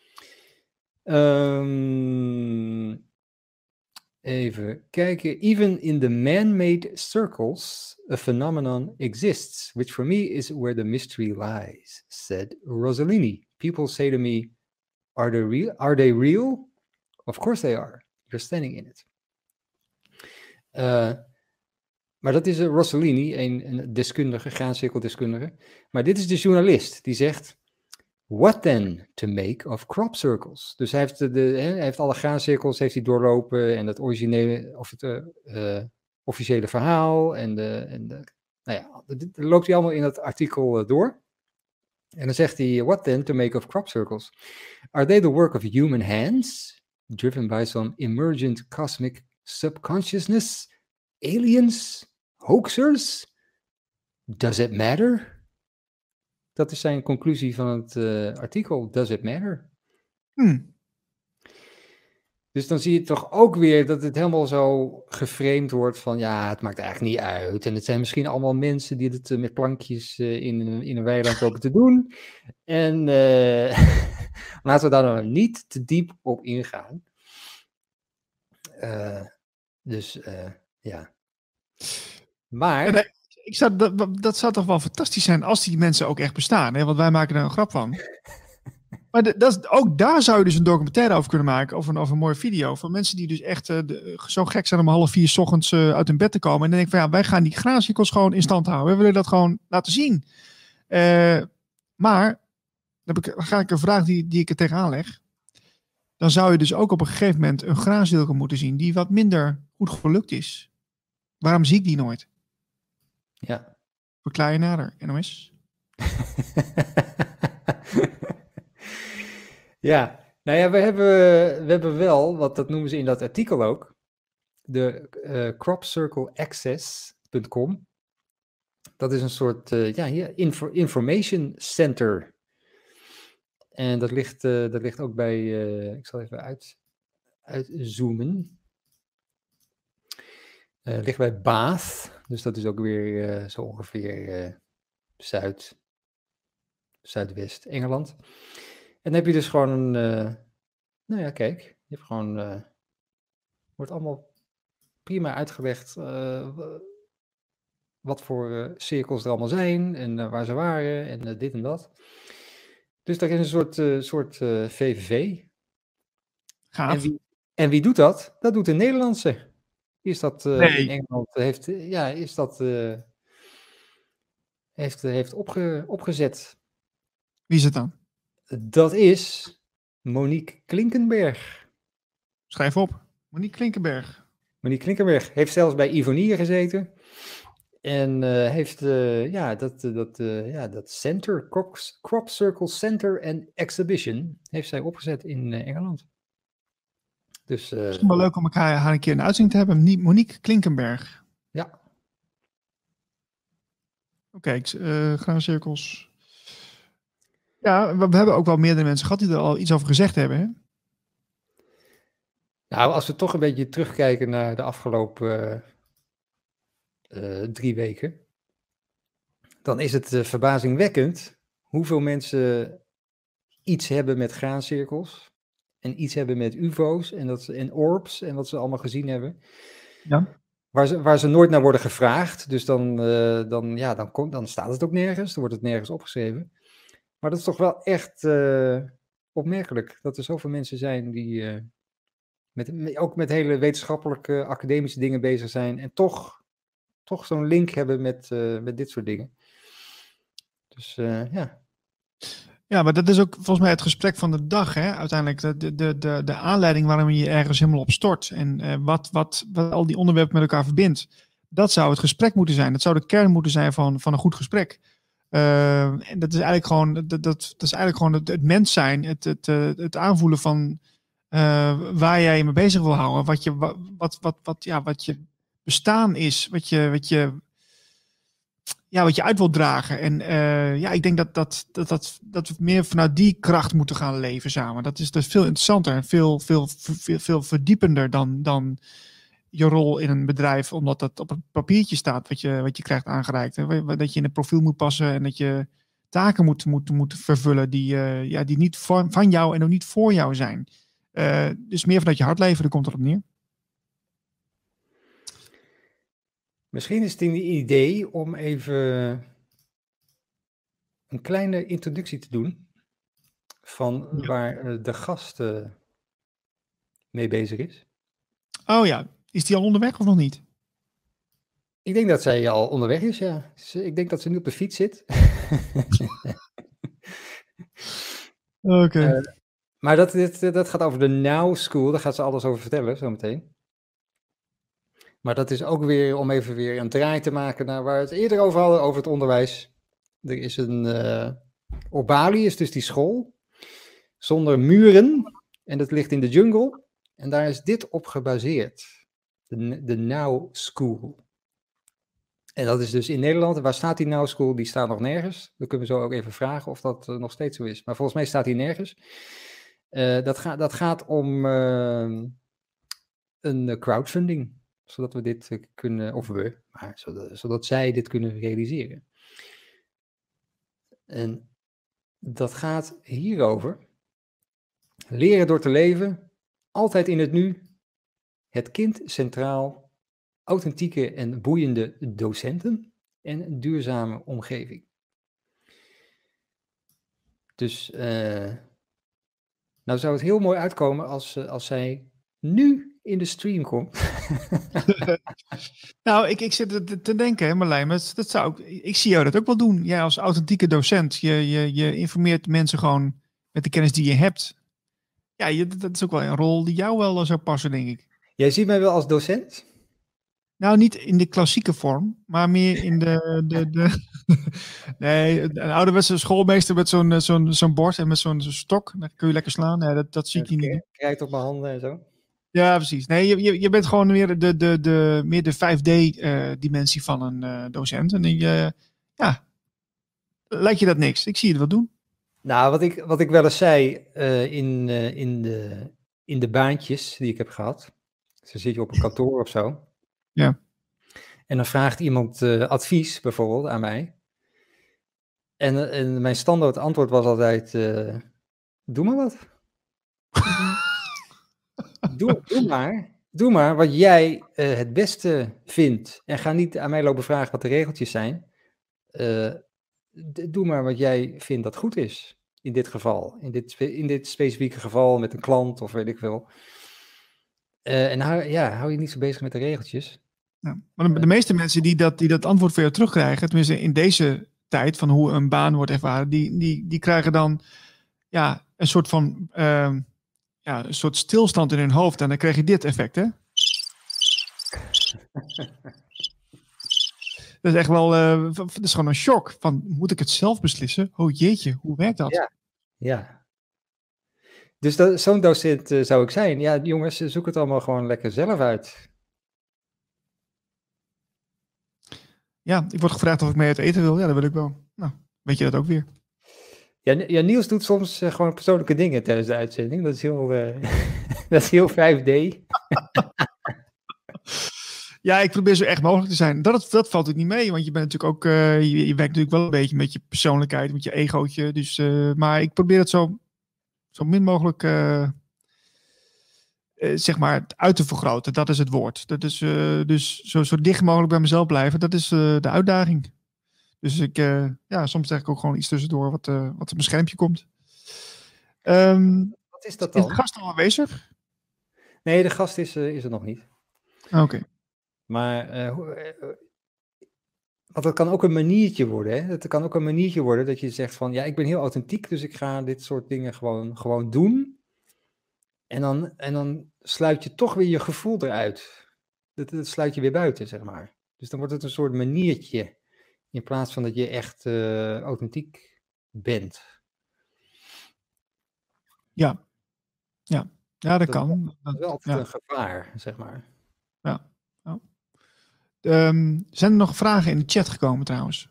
Um, even kijken. Even in the man-made circles, a phenomenon exists, which for me is where the mystery lies, said Rossellini. People say to me, are they real? Are they real? Of course they are. You're standing in it. Uh, maar dat is uh, Rossellini, een, een deskundige, graancirkeldeskundige. Maar dit is de journalist die zegt, what then to make of crop circles? Dus hij heeft, de, de, hij heeft alle graancirkels heeft hij doorlopen en het originele, of het uh, uh, officiële verhaal en de, en de nou ja, dat loopt hij allemaal in het artikel uh, door. En dan zegt hij, what then to make of crop circles? Are they the work of human hands, driven by some emergent cosmic subconsciousness, aliens, hoaxers? Does it matter? Dat is zijn conclusie van het uh, artikel. Does it matter? Hmm. Dus dan zie je toch ook weer dat het helemaal zo geframed wordt van ja, het maakt eigenlijk niet uit. En het zijn misschien allemaal mensen die het uh, met plankjes uh, in, in een weiland lopen te doen. En uh, laten we daar nou niet te diep op ingaan. Uh, dus uh, ja. Maar... Ja, nee, ik zou, dat, dat zou toch wel fantastisch zijn als die mensen ook echt bestaan. Hè? Want wij maken er een grap van. Maar de, dat is, ook daar zou je dus een documentaire over kunnen maken. Of een, of een mooie video. Van mensen die dus echt uh, de, zo gek zijn om half vier 's ochtends uh, uit hun bed te komen. En dan denk ik van ja, wij gaan die graancirkels gewoon in stand houden. We willen dat gewoon laten zien. Uh, maar, dan, heb ik, dan ga ik een vraag die, die ik er tegenaan leg. Dan zou je dus ook op een gegeven moment een graancirkel moeten zien die wat minder goed gelukt is. Waarom zie ik die nooit? Ja. Verklaar je nader, N O S? Ja, nou ja, we hebben, we hebben wel, wat dat noemen ze in dat artikel ook, de uh, crop circle access punt com. Dat is een soort uh, ja, hier, info, information center. En dat ligt, uh, dat ligt ook bij, uh, ik zal even uit, uitzoomen. Uh, ligt bij Bath, dus dat is ook weer uh, zo ongeveer uh, zuid, zuidwest Engeland. En dan heb je dus gewoon een, uh, nou ja, kijk, je hebt gewoon, uh, wordt allemaal prima uitgelegd uh, wat voor uh, cirkels er allemaal zijn en uh, waar ze waren en uh, dit en dat. Dus dat is een soort, uh, soort uh, V V V. Gaaf. En wie, en wie doet dat? Dat doet de Nederlandse. Is dat uh, nee. in Engeland, heeft, ja, is dat, uh, heeft, heeft opge, opgezet. Wie is het dan? Dat is Monique Klinkenberg. Schrijf op. Monique Klinkenberg. Monique Klinkenberg heeft zelfs bij Ivonier gezeten. En uh, heeft uh, ja, dat, uh, dat, uh, ja, dat Center, Crop, Crop Circle Center and Exhibition, heeft zij opgezet in uh, Engeland. Dus, uh, Misschien wel leuk om elkaar haar een keer een uitzending te hebben. Monique Klinkenberg. Ja. Oké, okay, uh, graancirkels. Ja, we, we hebben ook wel meerdere mensen gehad die er al iets over gezegd hebben, hè? Nou, als we toch een beetje terugkijken naar de afgelopen uh, uh, drie weken, dan is het uh, verbazingwekkend hoeveel mensen iets hebben met graancirkels en iets hebben met U F O's en, dat, en orbs en wat ze allemaal gezien hebben. Ja. Waar ze, waar ze nooit naar worden gevraagd. Dus dan, uh, dan, ja, dan, komt, dan staat het ook nergens. Dan wordt het nergens opgeschreven. Maar dat is toch wel echt uh, opmerkelijk. Dat er zoveel mensen zijn die uh, met, ook met hele wetenschappelijke, academische dingen bezig zijn. En toch, toch zo'n link hebben met, uh, met dit soort dingen. Dus uh, ja. Ja, maar dat is ook volgens mij het gesprek van de dag, hè? Uiteindelijk de, de, de, de aanleiding waarom je je ergens helemaal op stort. En uh, wat, wat, wat al die onderwerpen met elkaar verbindt. Dat zou het gesprek moeten zijn. Dat zou de kern moeten zijn van, van een goed gesprek. Uh, en dat is eigenlijk gewoon, dat, dat, dat is eigenlijk gewoon het, het mens zijn. Het, het, het aanvoelen van uh, waar jij je mee bezig wil houden. Wat je, wat, wat, wat, wat, ja, wat je bestaan is. Wat je... Wat je Ja, wat je uit wilt dragen. En uh, ja, ik denk dat, dat, dat, dat, dat we meer vanuit die kracht moeten gaan leven samen. Dat is, dat is veel interessanter en veel, veel, veel, veel verdiepender dan, dan je rol in een bedrijf. Omdat dat op een papiertje staat wat je, wat je krijgt aangereikt. Hè? Dat je in het profiel moet passen en dat je taken moet, moet, moet vervullen die, uh, ja, die niet van, van jou en ook niet voor jou zijn. Uh, dus meer vanuit je hart leven, daar komt het op neer. Misschien is het een idee om even een kleine introductie te doen van Ja. waar de gast uh, mee bezig is. Oh ja, is die al onderweg of nog niet? Ik denk dat zij al onderweg is, ja. Ik denk dat ze nu op de fiets zit. Oké. Okay. Uh, maar dat, dit, dat gaat over de Now School, daar gaat ze alles over vertellen zometeen. Maar dat is ook weer om even weer een draai te maken naar waar we het eerder over hadden, over het onderwijs. Er is een, uh, op Bali is dus die school, zonder muren, en dat ligt in de jungle. En daar is dit op gebaseerd, de, de Now School. En dat is dus in Nederland. Waar staat die Now School? Die staat nog nergens. Dan kunnen we zo ook even vragen of dat uh, nog steeds zo is. Maar volgens mij staat die nergens. Uh, dat, ga, dat gaat om uh, een crowdfunding. Zodat we dit uh, kunnen, of we, maar zodat, zodat zij dit kunnen realiseren. En dat gaat hierover. Leren door te leven, altijd in het nu, het kind centraal, authentieke en boeiende docenten en een duurzame omgeving. Dus, uh, nou zou het heel mooi uitkomen als, uh, als zij nu in de stream komt. Nou, ik, ik zit te, te denken, hè, Marlijn, dat, dat zou ik, ik zie jou dat ook wel doen. Jij als authentieke docent, je, je, je informeert mensen gewoon met de kennis die je hebt. Ja, je, dat is ook wel een rol die jou wel zou passen, denk ik. Jij ziet mij wel als docent? Nou, niet in de klassieke vorm, maar meer in de... de, de nee, een ouderwetse schoolmeester met zo'n, zo'n, zo'n bord en met zo'n, zo'n stok. Dan kun je lekker slaan. Nee, dat, dat zie ik je niet. Krijgt op mijn handen en zo. Ja, precies. Nee, je, je, je bent gewoon meer de, de, de, meer de vijf D-dimensie uh, van een uh, docent. En uh, ja, lijkt je dat niks? Ik zie je het wel doen. Nou, wat ik, wat ik wel eens zei uh, in, uh, in, de, in de baantjes die ik heb gehad. Dus dan zit je op een kantoor of zo. Ja. En dan vraagt iemand uh, advies bijvoorbeeld aan mij. En, en mijn standaard antwoord was altijd, uh, doe maar wat. doe, doe maar. Doe maar wat jij uh, het beste vindt. En ga niet aan mij lopen vragen wat de regeltjes zijn. Uh, d- doe maar wat jij vindt dat goed is. In dit geval. In dit, spe- in dit specifieke geval met een klant of weet ik veel. Uh, en hou, ja, hou je niet zo bezig met de regeltjes. Ja. Maar de, de meeste mensen die dat, die dat antwoord voor jou terugkrijgen, tenminste in deze tijd van hoe een baan wordt ervaren, die, die, die krijgen dan ja, een soort van uh, ja, een soort stilstand in hun hoofd. En dan krijg je dit effect, hè? Dat is echt wel, uh, dat is gewoon een shock. Van, moet ik het zelf beslissen? Oh jeetje, hoe werkt dat? Ja, ja. Dus dat, zo'n docent uh, zou ik zijn. Ja, jongens, zoek het allemaal gewoon lekker zelf uit. Ja, ik word gevraagd of ik mee uit eten wil. Ja, dat wil ik wel. Nou, weet je dat ook weer. Ja, ja Niels doet soms uh, gewoon persoonlijke dingen tijdens de uitzending. Dat is heel, uh, dat is heel vijf D. Ja, ik probeer zo echt mogelijk te zijn. Dat, dat valt ook niet mee, want je bent natuurlijk ook, uh, je, je werkt natuurlijk wel een beetje met je persoonlijkheid, met je egootje. Dus, uh, maar ik probeer het zo, zo min mogelijk, uh, uh, zeg maar, uit te vergroten. Dat is het woord. Dat is uh, dus zo, zo dicht mogelijk bij mezelf blijven. Dat is uh, de uitdaging. Dus ik, uh, ja, soms zeg ik ook gewoon iets tussendoor wat, uh, wat op mijn schermpje komt. Um, wat is dat dan? Is de gast al aanwezig? Nee, de gast is, uh, is er nog niet. Oké. Okay. Maar, uh, uh, want dat kan ook een maniertje worden. Hè? Het kan ook een maniertje worden dat je zegt van, ja, ik ben heel authentiek, dus ik ga dit soort dingen gewoon, gewoon doen. En dan, en dan sluit je toch weer je gevoel eruit. Dat, dat sluit je weer buiten, zeg maar. Dus dan wordt het een soort maniertje, in plaats van dat je echt uh, authentiek bent. Ja, ja. Ja, dat, dat kan. Dat is wel altijd ja. een gevaar, zeg maar. Ja. ja. Um, zijn er nog vragen in de chat gekomen trouwens?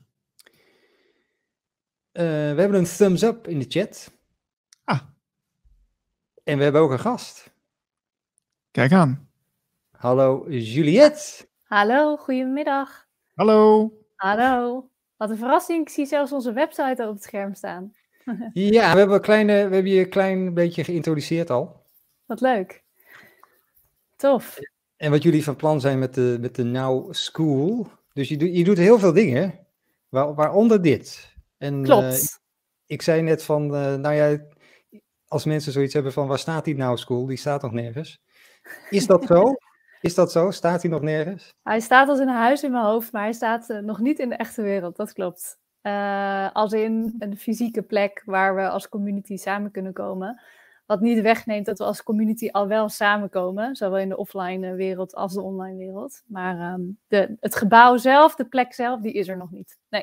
Uh, we hebben een thumbs up in de chat. Ah. En we hebben ook een gast. Kijk aan. Hallo Juliette. Hallo, goedemiddag. Hallo. Hallo. Wat een verrassing, ik zie zelfs onze website op het scherm staan. Ja, we hebben, een kleine, we hebben je een klein beetje geïntroduceerd al. Wat leuk. Tof. En wat jullie van plan zijn met de, met de Now School. Dus je, do, je doet heel veel dingen, waar, waaronder dit. En, Klopt. Uh, ik zei net van, uh, nou ja, als mensen zoiets hebben van, waar staat die Now School? Die staat nog nergens. Is dat zo? Is dat zo? Staat hij nog nergens? Hij staat als een huis in mijn hoofd, maar hij staat uh, nog niet in de echte wereld, dat klopt. Uh, als in een fysieke plek waar we als community samen kunnen komen. Wat niet wegneemt dat we als community al wel samenkomen, zowel in de offline wereld als de online wereld. Maar um, de, het gebouw zelf, de plek zelf, die is er nog niet. Nee.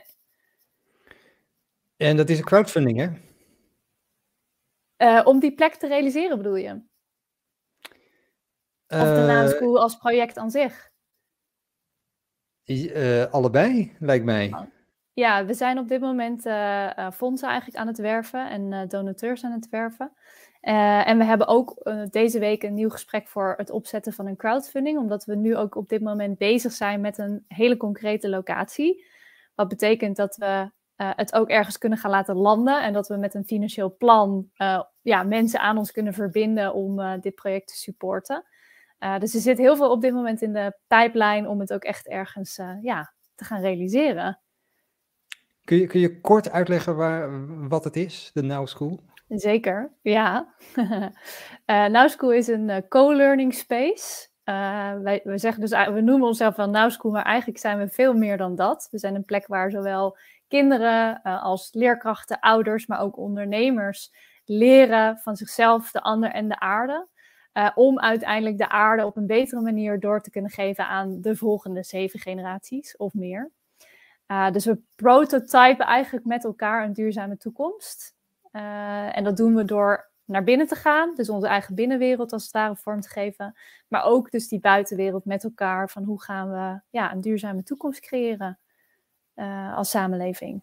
En dat is een crowdfunding, hè? Uh, om die plek te realiseren, bedoel je? Of de Now School als project aan zich? Uh, allebei, lijkt mij. Ja, we zijn op dit moment uh, uh, fondsen eigenlijk aan het werven en uh, donateurs aan het werven. Uh, en we hebben ook uh, deze week een nieuw gesprek voor het opzetten van een crowdfunding, omdat we nu ook op dit moment bezig zijn met een hele concrete locatie. Wat betekent dat we uh, het ook ergens kunnen gaan laten landen en dat we met een financieel plan uh, ja, mensen aan ons kunnen verbinden om uh, dit project te supporten. Uh, dus er zit heel veel op dit moment in de pijplijn om het ook echt ergens uh, ja, te gaan realiseren. Kun je, kun je kort uitleggen waar, wat het is, de Now School? Zeker, ja. uh, Now School is een uh, co-learning space. Uh, wij, we, zeggen dus, we noemen onszelf wel Now School, maar eigenlijk zijn we veel meer dan dat. We zijn een plek waar zowel kinderen uh, als leerkrachten, ouders, maar ook ondernemers leren van zichzelf, de ander en de aarde. Uh, om uiteindelijk de aarde op een betere manier door te kunnen geven aan de volgende zeven generaties of meer. Uh, dus we prototypen eigenlijk met elkaar een duurzame toekomst. Uh, en dat doen we door naar binnen te gaan, dus onze eigen binnenwereld als het ware vorm te geven. Maar ook dus die buitenwereld met elkaar, van hoe gaan we ja, een duurzame toekomst creëren uh, als samenleving.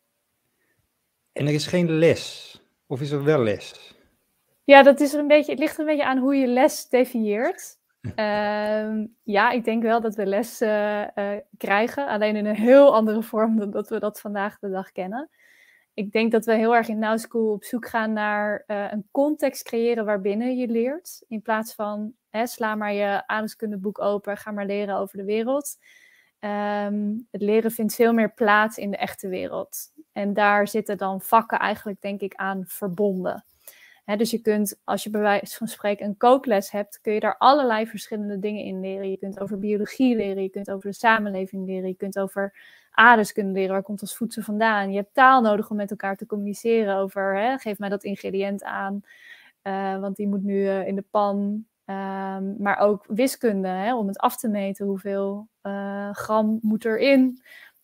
En er is geen les, of is er wel les? Ja, dat is er een beetje, het ligt er een beetje aan hoe je les definieert. Uh, ja, ik denk wel dat we les uh, uh, krijgen, alleen in een heel andere vorm dan dat we dat vandaag de dag kennen. Ik denk dat we heel erg in Now School op zoek gaan naar uh, een context creëren waarbinnen je leert. In plaats van, hè, sla maar je aardrijkskundeboek open, ga maar leren over de wereld. Um, het leren vindt veel meer plaats in de echte wereld. En daar zitten dan vakken eigenlijk, denk ik, aan verbonden. He, dus je kunt, als je bij wijze van spreken een kookles hebt, kun je daar allerlei verschillende dingen in leren. Je kunt over biologie leren, je kunt over de samenleving leren, je kunt over aardrijkskunde leren, waar komt ons voedsel vandaan. Je hebt taal nodig om met elkaar te communiceren over, he, geef mij dat ingrediënt aan, uh, want die moet nu uh, in de pan. Um, maar ook wiskunde, he, om het af te meten, hoeveel uh, gram moet erin.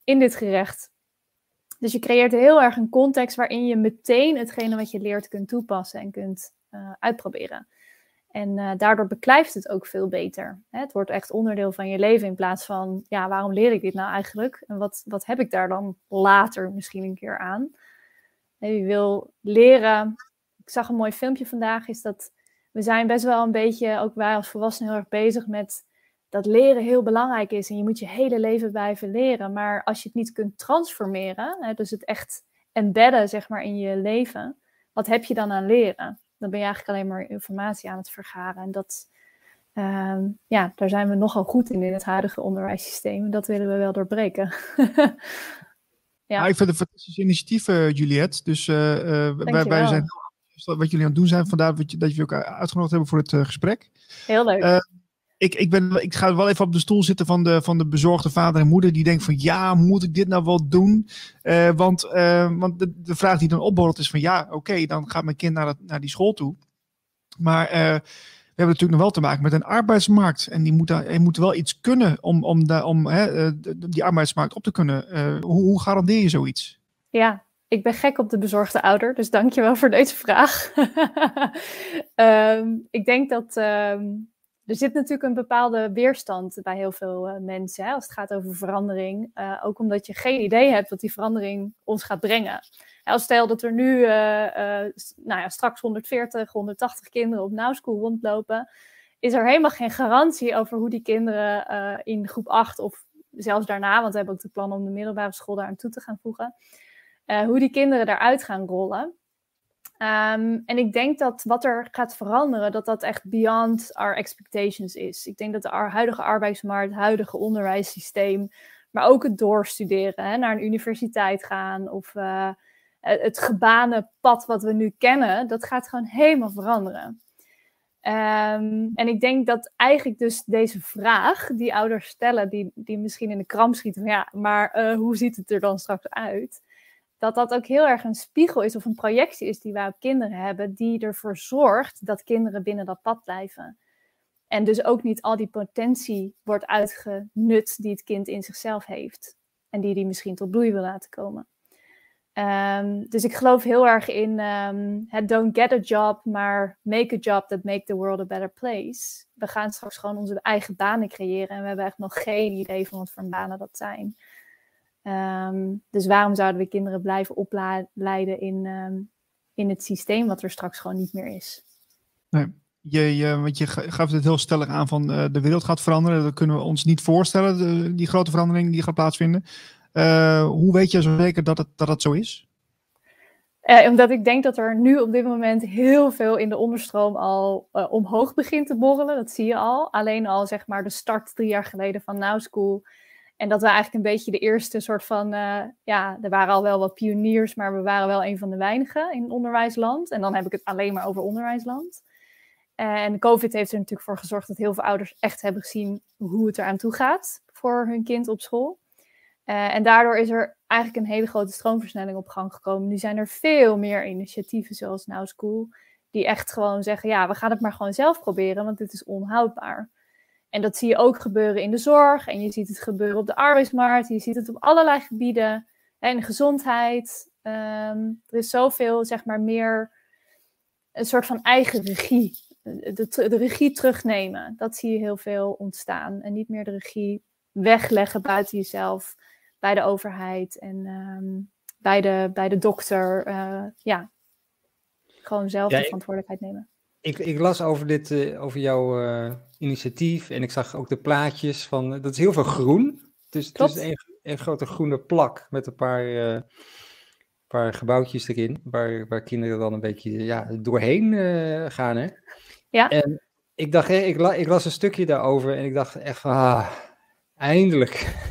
in dit gerecht. Dus je creëert heel erg een context waarin je meteen hetgene wat je leert kunt toepassen en kunt uh, uitproberen. En uh, daardoor beklijft het ook veel beter. Hè? Het wordt echt onderdeel van je leven in plaats van, ja, waarom leer ik dit nou eigenlijk? En wat, wat heb ik daar dan later misschien een keer aan? En je wil leren, ik zag een mooi filmpje vandaag, is dat we zijn best wel een beetje, ook wij als volwassenen, heel erg bezig met dat leren heel belangrijk is. En je moet je hele leven blijven leren. Maar als je het niet kunt transformeren, hè, dus het echt embedden, zeg maar, in je leven, wat heb je dan aan leren? Dan ben je eigenlijk alleen maar informatie aan het vergaren. En dat, uh, ja, daar zijn we nogal goed in in het huidige onderwijssysteem. En dat willen we wel doorbreken. Ja. Nou, ik vind het een fantastisch initiatief, uh, Juliette. Dus uh, uh, wij, wij zijn wat jullie aan het doen zijn. Vandaar dat, je, dat jullie ook uitgenodigd hebben voor het uh, gesprek. Heel leuk. Uh, ik, ik, ben, ik ga wel even op de stoel zitten van de, van de bezorgde vader en moeder. Die denkt van, ja, moet ik dit nou wel doen? Uh, want uh, want de, de vraag die dan opborrelt is van, ja, oké, okay, dan gaat mijn kind naar, dat, naar die school toe. Maar uh, we hebben natuurlijk nog wel te maken met een arbeidsmarkt. En die moet, die moet wel iets kunnen om, om, da, om hè, die arbeidsmarkt op te kunnen. Uh, hoe, hoe garandeer je zoiets? Ja, ik ben gek op de bezorgde ouder. Dus dank je wel voor deze vraag. um, ik denk dat... Um, Er zit natuurlijk een bepaalde weerstand bij heel veel uh, mensen, hè, als het gaat over verandering. Uh, ook omdat je geen idee hebt wat die verandering ons gaat brengen. Als stel dat er nu uh, uh, nou ja, straks honderdveertig, honderdtachtig kinderen op Now School rondlopen, is er helemaal geen garantie over hoe die kinderen uh, in groep acht of zelfs daarna, want we hebben ook de plan om de middelbare school daar aan toe te gaan voegen, uh, hoe die kinderen daaruit gaan rollen. Um, en ik denk dat wat er gaat veranderen, dat dat echt beyond our expectations is. Ik denk dat de huidige arbeidsmarkt, het huidige onderwijssysteem, maar ook het doorstuderen, hè, naar een universiteit gaan of uh, het gebaande pad wat we nu kennen, dat gaat gewoon helemaal veranderen. Um, en ik denk dat eigenlijk dus deze vraag die ouders stellen, die, die misschien in de kramp schieten van ja, maar uh, hoe ziet het er dan straks uit? Dat dat ook heel erg een spiegel is of een projectie is die wij op kinderen hebben, die ervoor zorgt dat kinderen binnen dat pad blijven. En dus ook niet al die potentie wordt uitgenut die het kind in zichzelf heeft. En die die misschien tot bloei wil laten komen. Um, dus ik geloof heel erg in um, het don't get a job, maar make a job that make the world a better place. We gaan straks gewoon onze eigen banen creëren en we hebben echt nog geen idee van wat voor banen dat zijn. Um, dus waarom zouden we kinderen blijven opleiden in, um, in het systeem wat er straks gewoon niet meer is? Nee, je, je, want je gaf het heel stellig aan van uh, de wereld gaat veranderen. Dat kunnen we ons niet voorstellen, de, die grote verandering die gaat plaatsvinden. Uh, hoe weet je zo zeker dat het, dat het zo is? Uh, omdat ik denk dat er nu op dit moment heel veel in de onderstroom al uh, omhoog begint te borrelen. Dat zie je al. Alleen al zeg maar de start drie jaar geleden van Now School. En dat we eigenlijk een beetje de eerste soort van, uh, ja, er waren al wel wat pioniers, maar we waren wel een van de weinigen in onderwijsland. En dan heb ik het alleen maar over onderwijsland. En COVID heeft er natuurlijk voor gezorgd dat heel veel ouders echt hebben gezien hoe het eraan toe gaat voor hun kind op school. Uh, en daardoor is er eigenlijk een hele grote stroomversnelling op gang gekomen. Nu zijn er veel meer initiatieven zoals Now School, die echt gewoon zeggen, ja, we gaan het maar gewoon zelf proberen, want dit is onhoudbaar. En dat zie je ook gebeuren in de zorg. En je ziet het gebeuren op de arbeidsmarkt. Je ziet het op allerlei gebieden. En gezondheid. Um, er is zoveel, zeg maar, meer een soort van eigen regie. De, de regie terugnemen. Dat zie je heel veel ontstaan. En niet meer de regie wegleggen buiten jezelf. Bij de overheid. En um, bij, de, bij de dokter. Uh, ja, gewoon zelf ja, de verantwoordelijkheid nemen. Ik, ik las over, dit, uh, over jouw uh, initiatief en ik zag ook de plaatjes van, uh, dat is heel veel groen. Dus het is een, een grote groene plak met een paar, uh, paar gebouwtjes erin, waar, waar kinderen dan een beetje ja, doorheen uh, gaan. Hè? Ja. En ik dacht, hè, ik, la, ik las een stukje daarover en ik dacht echt van, ah, eindelijk.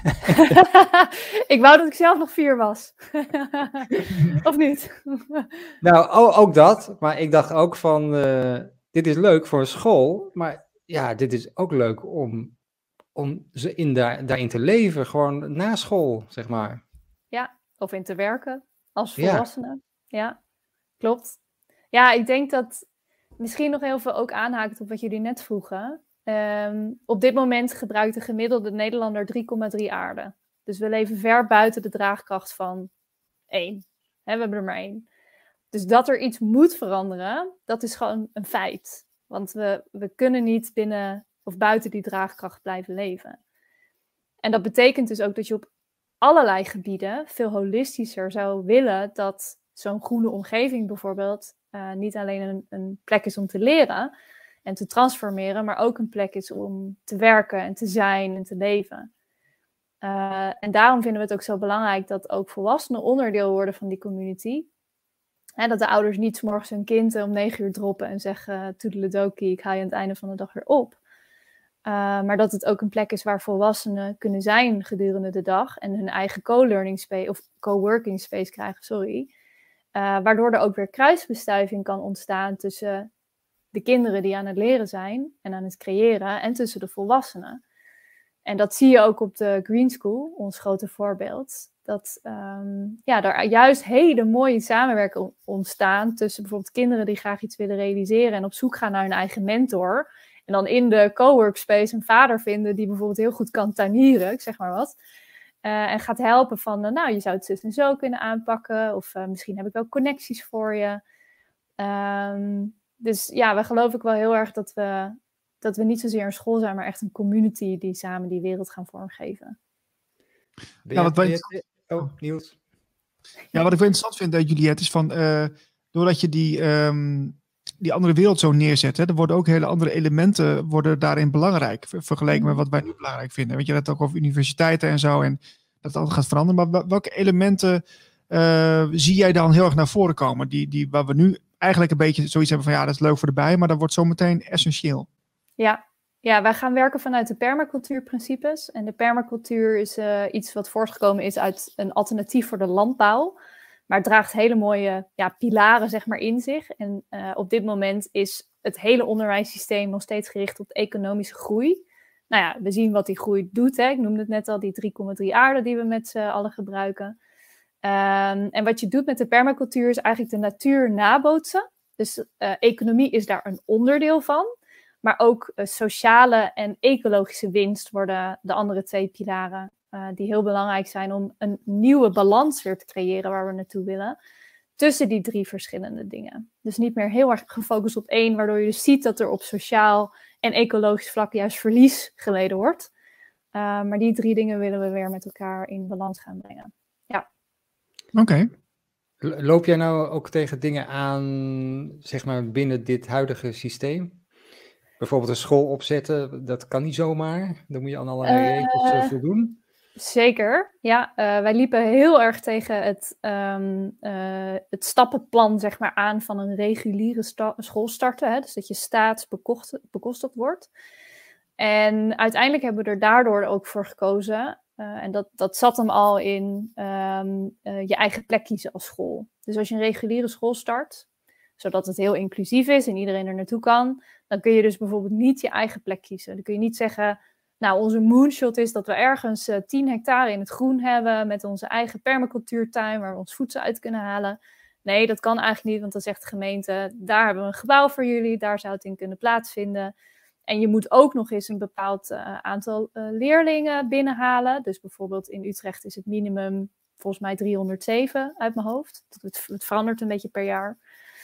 Ik wou dat ik zelf nog vier was. Of niet? Nou, ook, ook dat. Maar ik dacht ook van, uh, dit is leuk voor een school. Maar ja, dit is ook leuk om, om ze in daar, daarin te leven. Gewoon na school, zeg maar. Ja, of in te werken als volwassene. Ja, ja, klopt. Ja, ik denk dat misschien nog heel veel ook aanhaakt op wat jullie net vroegen. Um, op dit moment gebruikt de gemiddelde Nederlander drie komma drie aarde. Dus we leven ver buiten de draagkracht van één. Hè, we hebben er maar één. Dus dat er iets moet veranderen, dat is gewoon een feit. Want we, we kunnen niet binnen of buiten die draagkracht blijven leven. En dat betekent dus ook dat je op allerlei gebieden veel holistischer zou willen dat zo'n groene omgeving bijvoorbeeld uh, niet alleen een, een plek is om te leren en te transformeren, maar ook een plek is om te werken en te zijn en te leven. Uh, en daarom vinden we het ook zo belangrijk dat ook volwassenen onderdeel worden van die community. En dat de ouders niet 's morgens hun kind om negen uur droppen en zeggen toedeledokie, ik haal je aan het einde van de dag weer op. Uh, maar dat het ook een plek is waar volwassenen kunnen zijn gedurende de dag en hun eigen co-learning space of co-working space krijgen, sorry. Uh, waardoor er ook weer kruisbestuiving kan ontstaan tussen de kinderen die aan het leren zijn en aan het creëren en tussen de volwassenen. En dat zie je ook op de Green School, ons grote voorbeeld. Dat um, ja, er juist hele mooie samenwerking ontstaan tussen bijvoorbeeld kinderen die graag iets willen realiseren en op zoek gaan naar hun eigen mentor. En dan in de coworkspace een vader vinden die bijvoorbeeld heel goed kan tuinieren, ik zeg maar wat. Uh, en gaat helpen van, uh, nou, je zou het zus en zo kunnen aanpakken. Of uh, misschien heb ik wel connecties voor je. Um, dus ja, we geloven ook wel heel erg dat we, dat we niet zozeer een school zijn, maar echt een community die samen die wereld gaan vormgeven. Ben ja, wat wij... Oh, Niels. Ja, wat ik wel interessant vind, uh, Juliette, is van, uh, doordat je die... Um... die andere wereld zo neerzet. Hè? Er worden ook hele andere elementen worden daarin belangrijk. Vergeleken met wat wij nu belangrijk vinden. Weet je, dat ook over universiteiten en zo. En dat het altijd gaat veranderen. Maar welke elementen uh, zie jij dan heel erg naar voren komen? Die, die, waar we nu eigenlijk een beetje zoiets hebben van ja, dat is leuk voor de bij. Maar dat wordt zometeen essentieel. Ja. Ja, wij gaan werken vanuit de permacultuurprincipes. En de permacultuur is uh, iets wat voortgekomen is uit een alternatief voor de landbouw. Maar het draagt hele mooie ja, pilaren zeg maar, in zich. En uh, op dit moment is het hele onderwijssysteem nog steeds gericht op economische groei. Nou ja, we zien wat die groei doet. Hè. Ik noemde het net al, die drie komma drie aarde die we met z'n allen gebruiken. Um, en wat je doet met de permacultuur is eigenlijk de natuur nabootsen. Dus uh, economie is daar een onderdeel van. Maar ook uh, sociale en ecologische winst worden de andere twee pilaren. Uh, die heel belangrijk zijn om een nieuwe balans weer te creëren waar we naartoe willen. Tussen die drie verschillende dingen. Dus niet meer heel erg gefocust op één, waardoor je dus ziet dat er op sociaal en ecologisch vlak juist verlies geleden wordt. Uh, maar die drie dingen willen we weer met elkaar in balans gaan brengen. Ja. Oké. Okay. Loop jij nou ook tegen dingen aan, zeg maar, binnen dit huidige systeem? Bijvoorbeeld een school opzetten, dat kan niet zomaar. Dan moet je aan allerlei uh, regels uh, voldoen. Zeker, ja. Uh, wij liepen heel erg tegen het, um, uh, het stappenplan zeg maar, aan van een reguliere sta- school starten. Hè? Dus dat je staatsbekostigd wordt. En uiteindelijk hebben we er daardoor ook voor gekozen. Uh, en dat, dat zat hem al in um, uh, je eigen plek kiezen als school. Dus als je een reguliere school start, zodat het heel inclusief is en iedereen er naartoe kan, dan kun je dus bijvoorbeeld niet je eigen plek kiezen. Dan kun je niet zeggen, nou, onze moonshot is dat we ergens uh, tien hectare in het groen hebben met onze eigen permacultuurtuin waar we ons voedsel uit kunnen halen. Nee, dat kan eigenlijk niet, want dan zegt de gemeente, daar hebben we een gebouw voor jullie, daar zou het in kunnen plaatsvinden. En je moet ook nog eens een bepaald uh, aantal uh, leerlingen binnenhalen. Dus bijvoorbeeld in Utrecht is het minimum volgens mij driehonderdzeven uit mijn hoofd. Het, het verandert een beetje per jaar.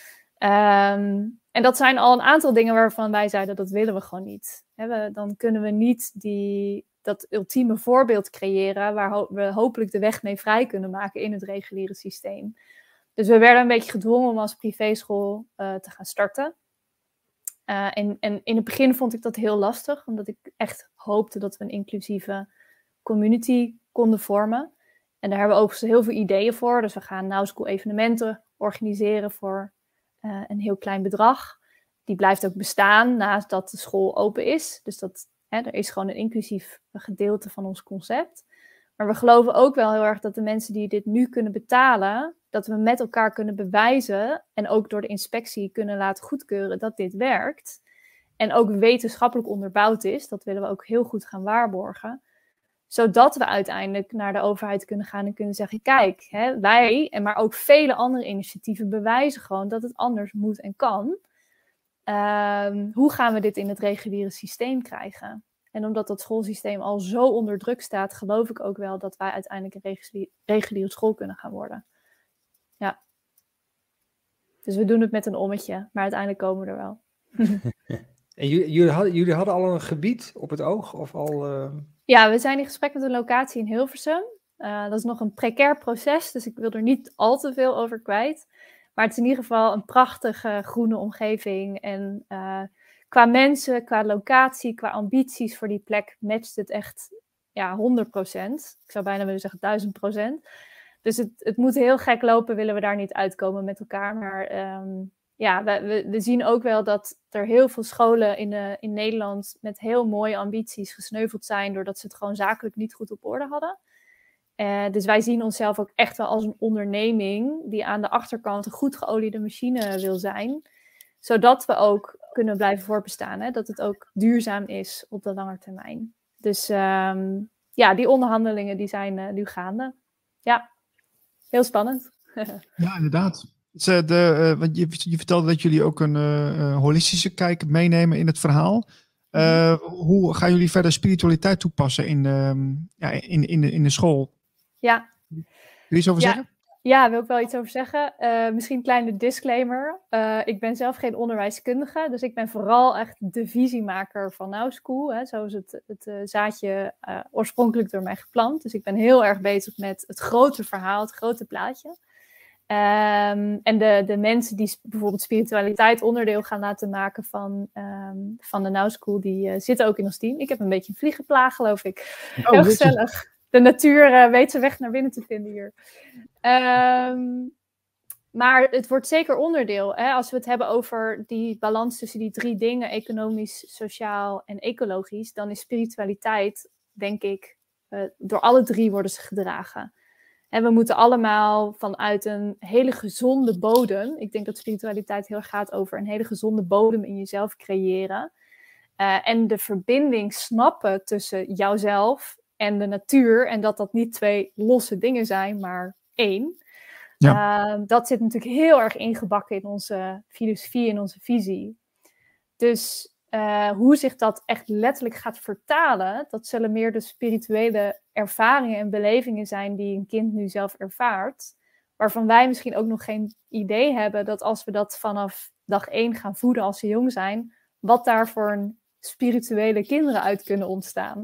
Um, en dat zijn al een aantal dingen waarvan wij zeiden, dat willen we gewoon niet. He, we, dan kunnen we niet die, dat ultieme voorbeeld creëren waar ho- we hopelijk de weg mee vrij kunnen maken in het reguliere systeem. Dus we werden een beetje gedwongen om als privéschool uh, te gaan starten. Uh, en, en in het begin vond ik dat heel lastig, omdat ik echt hoopte dat we een inclusieve community konden vormen. En daar hebben we ook heel veel ideeën voor. Dus we gaan Now School evenementen organiseren voor uh, een heel klein bedrag. Die blijft ook bestaan nadat de school open is. Dus dat, hè, er is gewoon een inclusief gedeelte van ons concept. Maar we geloven ook wel heel erg dat de mensen die dit nu kunnen betalen, dat we met elkaar kunnen bewijzen en ook door de inspectie kunnen laten goedkeuren dat dit werkt. En ook wetenschappelijk onderbouwd is. Dat willen we ook heel goed gaan waarborgen. Zodat we uiteindelijk naar de overheid kunnen gaan en kunnen zeggen, kijk, hè, wij, en maar ook vele andere initiatieven bewijzen gewoon dat het anders moet en kan. Um, hoe gaan we dit in het reguliere systeem krijgen? En omdat dat schoolsysteem al zo onder druk staat, geloof ik ook wel dat wij uiteindelijk een reguliere, reguliere school kunnen gaan worden. Ja. Dus we doen het met een ommetje, maar uiteindelijk komen we er wel. En jullie, jullie, hadden, jullie hadden al een gebied op het oog? Of al, uh... Ja, we zijn in gesprek met een locatie in Hilversum. Uh, dat is nog een precair proces, dus ik wil er niet al te veel over kwijt. Maar het is in ieder geval een prachtige groene omgeving. En uh, qua mensen, qua locatie, qua ambities voor die plek matcht het echt ja, honderd procent. Ik zou bijna willen zeggen duizend procent. Dus het, het moet heel gek lopen, willen we daar niet uitkomen met elkaar. Maar um, ja, we, we, we zien ook wel dat er heel veel scholen in, uh, in Nederland met heel mooie ambities gesneuveld zijn, doordat ze het gewoon zakelijk niet goed op orde hadden. Uh, dus wij zien onszelf ook echt wel als een onderneming die aan de achterkant een goed geoliede machine wil zijn. Zodat we ook kunnen blijven voorbestaan. Hè? Dat het ook duurzaam is op de lange termijn. Dus um, ja, die onderhandelingen die zijn uh, nu gaande. Ja, heel spannend. Ja, inderdaad. Dus, uh, de, uh, want je, je vertelde dat jullie ook een uh, holistische kijk meenemen in het verhaal. Uh, mm-hmm. Hoe gaan jullie verder spiritualiteit toepassen in, um, ja, in, in, de, in de school? Ja. Wil je iets over ja. zeggen? Ja, daar wil ik wel iets over zeggen. Uh, misschien een kleine disclaimer. Uh, ik ben zelf geen onderwijskundige, dus ik ben vooral echt de visiemaker van Now School. Hè. Zo is het, het uh, zaadje uh, oorspronkelijk door mij geplant. Dus ik ben heel erg bezig met het grote verhaal, het grote plaatje. Um, en de, de mensen die bijvoorbeeld spiritualiteit onderdeel gaan laten maken van, um, van de Now School, die uh, zitten ook in ons team. Ik heb een beetje een vliegenplaag, geloof ik. Oh, heel gezellig. De natuur uh, weet zijn weg naar binnen te vinden hier. Um, maar het wordt zeker onderdeel. Hè? Als we het hebben over die balans tussen die drie dingen, economisch, sociaal en ecologisch, dan is spiritualiteit, denk ik, uh, door alle drie worden ze gedragen. En we moeten allemaal vanuit een hele gezonde bodem, ik denk dat spiritualiteit heel erg gaat over een hele gezonde bodem in jezelf creëren. Uh, en de verbinding snappen tussen jouzelf en de natuur. En dat dat niet twee losse dingen zijn, maar één. Ja. Uh, dat zit natuurlijk heel erg ingebakken in onze filosofie en onze visie. Dus uh, hoe zich dat echt letterlijk gaat vertalen, dat zullen meer de spirituele ervaringen en belevingen zijn die een kind nu zelf ervaart. Waarvan wij misschien ook nog geen idee hebben dat als we dat vanaf dag één gaan voeden als ze jong zijn, wat daar voor een spirituele kinderen uit kunnen ontstaan.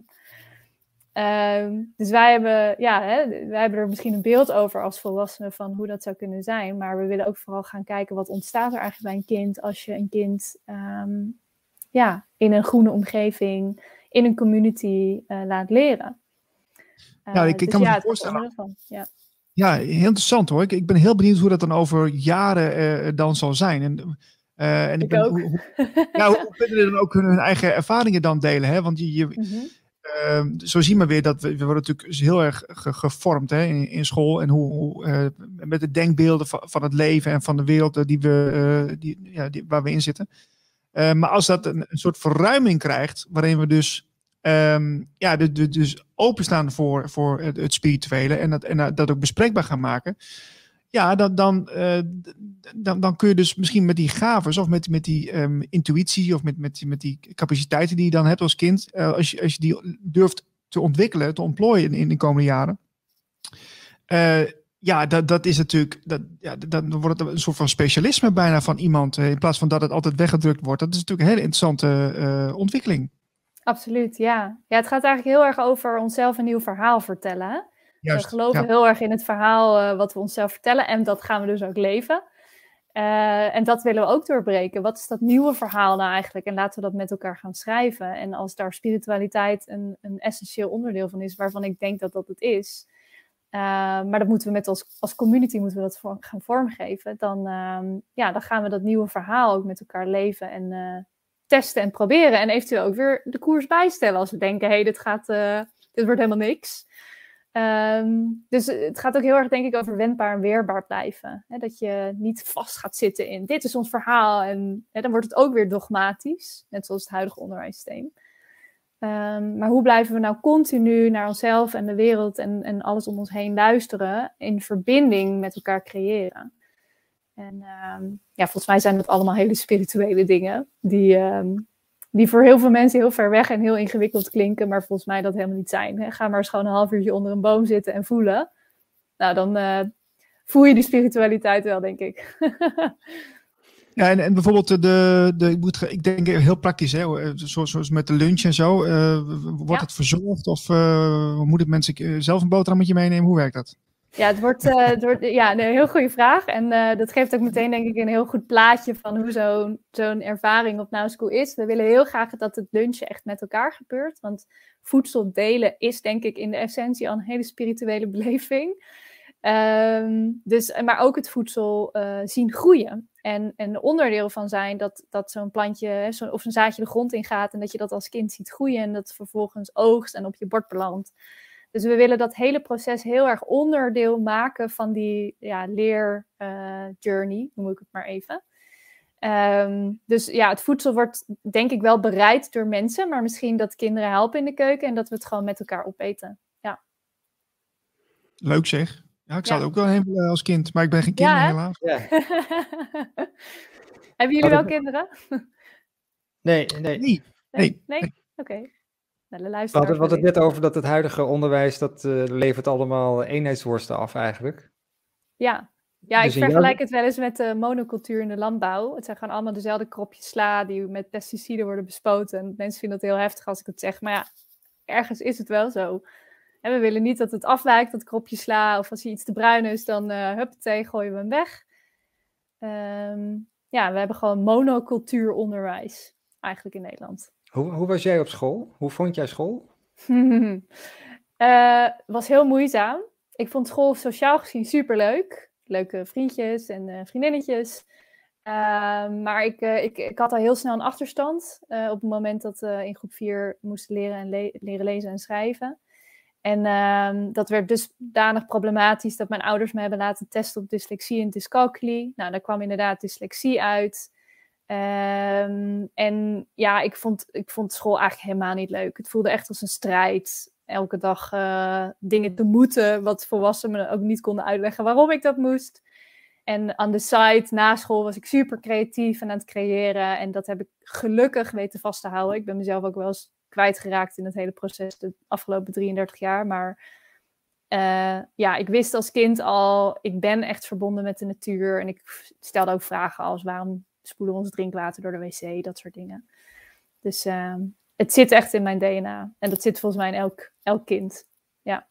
Um, dus wij hebben, ja, hè, wij hebben er misschien een beeld over als volwassenen van hoe dat zou kunnen zijn. Maar we willen ook vooral gaan kijken wat ontstaat er eigenlijk bij een kind als je een kind um, ja, in een groene omgeving, in een community uh, laat leren. Uh, ja, ik, ik dus kan ja, me voorstellen. Van, ja. ja, heel interessant hoor. Ik, ik ben heel benieuwd hoe dat dan over jaren uh, dan zal zijn. En, uh, en ik, ik ben, ook. Hoe, hoe, ja, hoe kunnen ze dan ook hun, hun eigen ervaringen dan delen? Hè? Want je... je mm-hmm. Uh, zo zien we weer dat we, we worden natuurlijk heel erg ge, gevormd hè, in, in school. En hoe, hoe uh, met de denkbeelden van, van het leven en van de wereld uh, die we, uh, die, ja, die, waar we in zitten. Uh, maar als dat een, een soort verruiming krijgt, waarin we dus, um, ja, de, de, dus openstaan voor, voor het, het spirituele en dat, en dat ook bespreekbaar gaan maken. Ja, dan, dan, uh, dan, dan kun je dus misschien met die gaves of met, met die um, intuïtie of met, met, met die capaciteiten die je dan hebt als kind, uh, als, je, als je die durft te ontwikkelen, te ontplooien in, in de komende jaren. Uh, ja, dat, dat is natuurlijk, dat, ja, dan wordt het een soort van specialisme bijna van iemand, uh, in plaats van dat het altijd weggedrukt wordt. Dat is natuurlijk een hele interessante uh, ontwikkeling. Absoluut, ja. Ja, het gaat eigenlijk heel erg over onszelf een nieuw verhaal vertellen, hè? Juist, we geloven ja. heel erg in het verhaal uh, wat we onszelf vertellen. En dat gaan we dus ook leven. Uh, en dat willen we ook doorbreken. Wat is dat nieuwe verhaal nou eigenlijk? En laten we dat met elkaar gaan schrijven. En als daar spiritualiteit een, een essentieel onderdeel van is, waarvan ik denk dat dat het is. Uh, maar dat moeten we met als, als community moeten we dat voor, gaan vormgeven. Dan, uh, ja, dan gaan we dat nieuwe verhaal ook met elkaar leven en uh, testen en proberen. En eventueel ook weer de koers bijstellen als we denken, hé, hey, dit gaat, uh, dit wordt helemaal niks. Um, dus het gaat ook heel erg, denk ik, over wendbaar en weerbaar blijven. Hè? Dat je niet vast gaat zitten in, dit is ons verhaal. En hè, dan wordt het ook weer dogmatisch, net zoals het huidige onderwijssysteem. Um, maar hoe blijven we nou continu naar onszelf en de wereld en, en alles om ons heen luisteren, in verbinding met elkaar creëren? En um, ja, volgens mij zijn dat allemaal hele spirituele dingen, die, um, die voor heel veel mensen heel ver weg en heel ingewikkeld klinken, maar volgens mij dat helemaal niet zijn. Hè? Ga maar eens gewoon een half uurtje onder een boom zitten en voelen. Nou, dan uh, voel je die spiritualiteit wel, denk ik. Ja, en, en bijvoorbeeld de, de ik, moet, ik denk heel praktisch, hè, zoals, zoals met de lunch en zo. Uh, wordt ja. het verzorgd of uh, moeten mensen zelf een boterhammetje meenemen? Hoe werkt dat? Ja, het wordt, uh, het wordt ja, een heel goede vraag. En uh, dat geeft ook meteen, denk ik, een heel goed plaatje van hoe zo'n zo'n ervaring op Now School is. We willen heel graag dat het lunchen echt met elkaar gebeurt. Want voedsel delen is, denk ik, in de essentie al een hele spirituele beleving. Um, dus, maar ook het voedsel uh, zien groeien. En, en onderdeel van zijn dat, dat zo'n plantje zo, of een zaadje de grond ingaat en dat je dat als kind ziet groeien en dat vervolgens oogst en op je bord belandt. Dus we willen dat hele proces heel erg onderdeel maken van die ja, leerjourney, uh, noem ik het maar even. Um, dus ja, het voedsel wordt denk ik wel bereid door mensen, maar misschien dat kinderen helpen in de keuken en dat we het gewoon met elkaar opeten. Ja. Leuk zeg. Ja, ik zou ja. het ook wel heen willen als kind, maar ik ben geen kind ja, meer helaas. Ja. Hebben jullie wel kinderen? Nee, nee. Nee. Nee. nee? nee? Oké. Okay. Nou, we hadden, we hadden het net over dat het huidige onderwijs, dat uh, levert allemaal eenheidsworsten af eigenlijk. Ja, ja dus ik vergelijk jou... het wel eens met de monocultuur in de landbouw. Het zijn gewoon allemaal dezelfde kropjes sla die met pesticiden worden bespoten. En mensen vinden het heel heftig als ik het zeg, maar ja, ergens is het wel zo. En we willen niet dat het afwijkt, dat kropje sla, of als hij iets te bruin is, dan uh, huppatee, gooien we hem weg. Um, ja, we hebben gewoon monocultuuronderwijs eigenlijk in Nederland. Hoe, hoe was jij op school? Hoe vond jij school? uh, was heel moeizaam. Ik vond school sociaal gezien superleuk. Leuke vriendjes en uh, vriendinnetjes. Uh, maar ik, uh, ik, ik had al heel snel een achterstand. Uh, op het moment dat we uh, in groep vier moesten leren, en le- leren lezen en schrijven. En uh, dat werd dusdanig problematisch dat mijn ouders me hebben laten testen op dyslexie en dyscalculie. Nou, daar kwam inderdaad dyslexie uit. Um, en ja, ik vond, ik vond school eigenlijk helemaal niet leuk. Het voelde echt als een strijd. Elke dag uh, dingen te moeten, wat volwassenen me ook niet konden uitleggen waarom ik dat moest. En aan de side, na school, was ik super creatief en aan het creëren. En dat heb ik gelukkig weten vast te houden. Ik ben mezelf ook wel eens kwijtgeraakt in het hele proces de afgelopen drieëndertig jaar. Maar uh, ja, ik wist als kind al, ik ben echt verbonden met de natuur. En ik stelde ook vragen als waarom spoelen we ons drinkwater door de wc, dat soort dingen. Dus uh, het zit echt in mijn D N A. En dat zit volgens mij in elk, elk kind. Ja.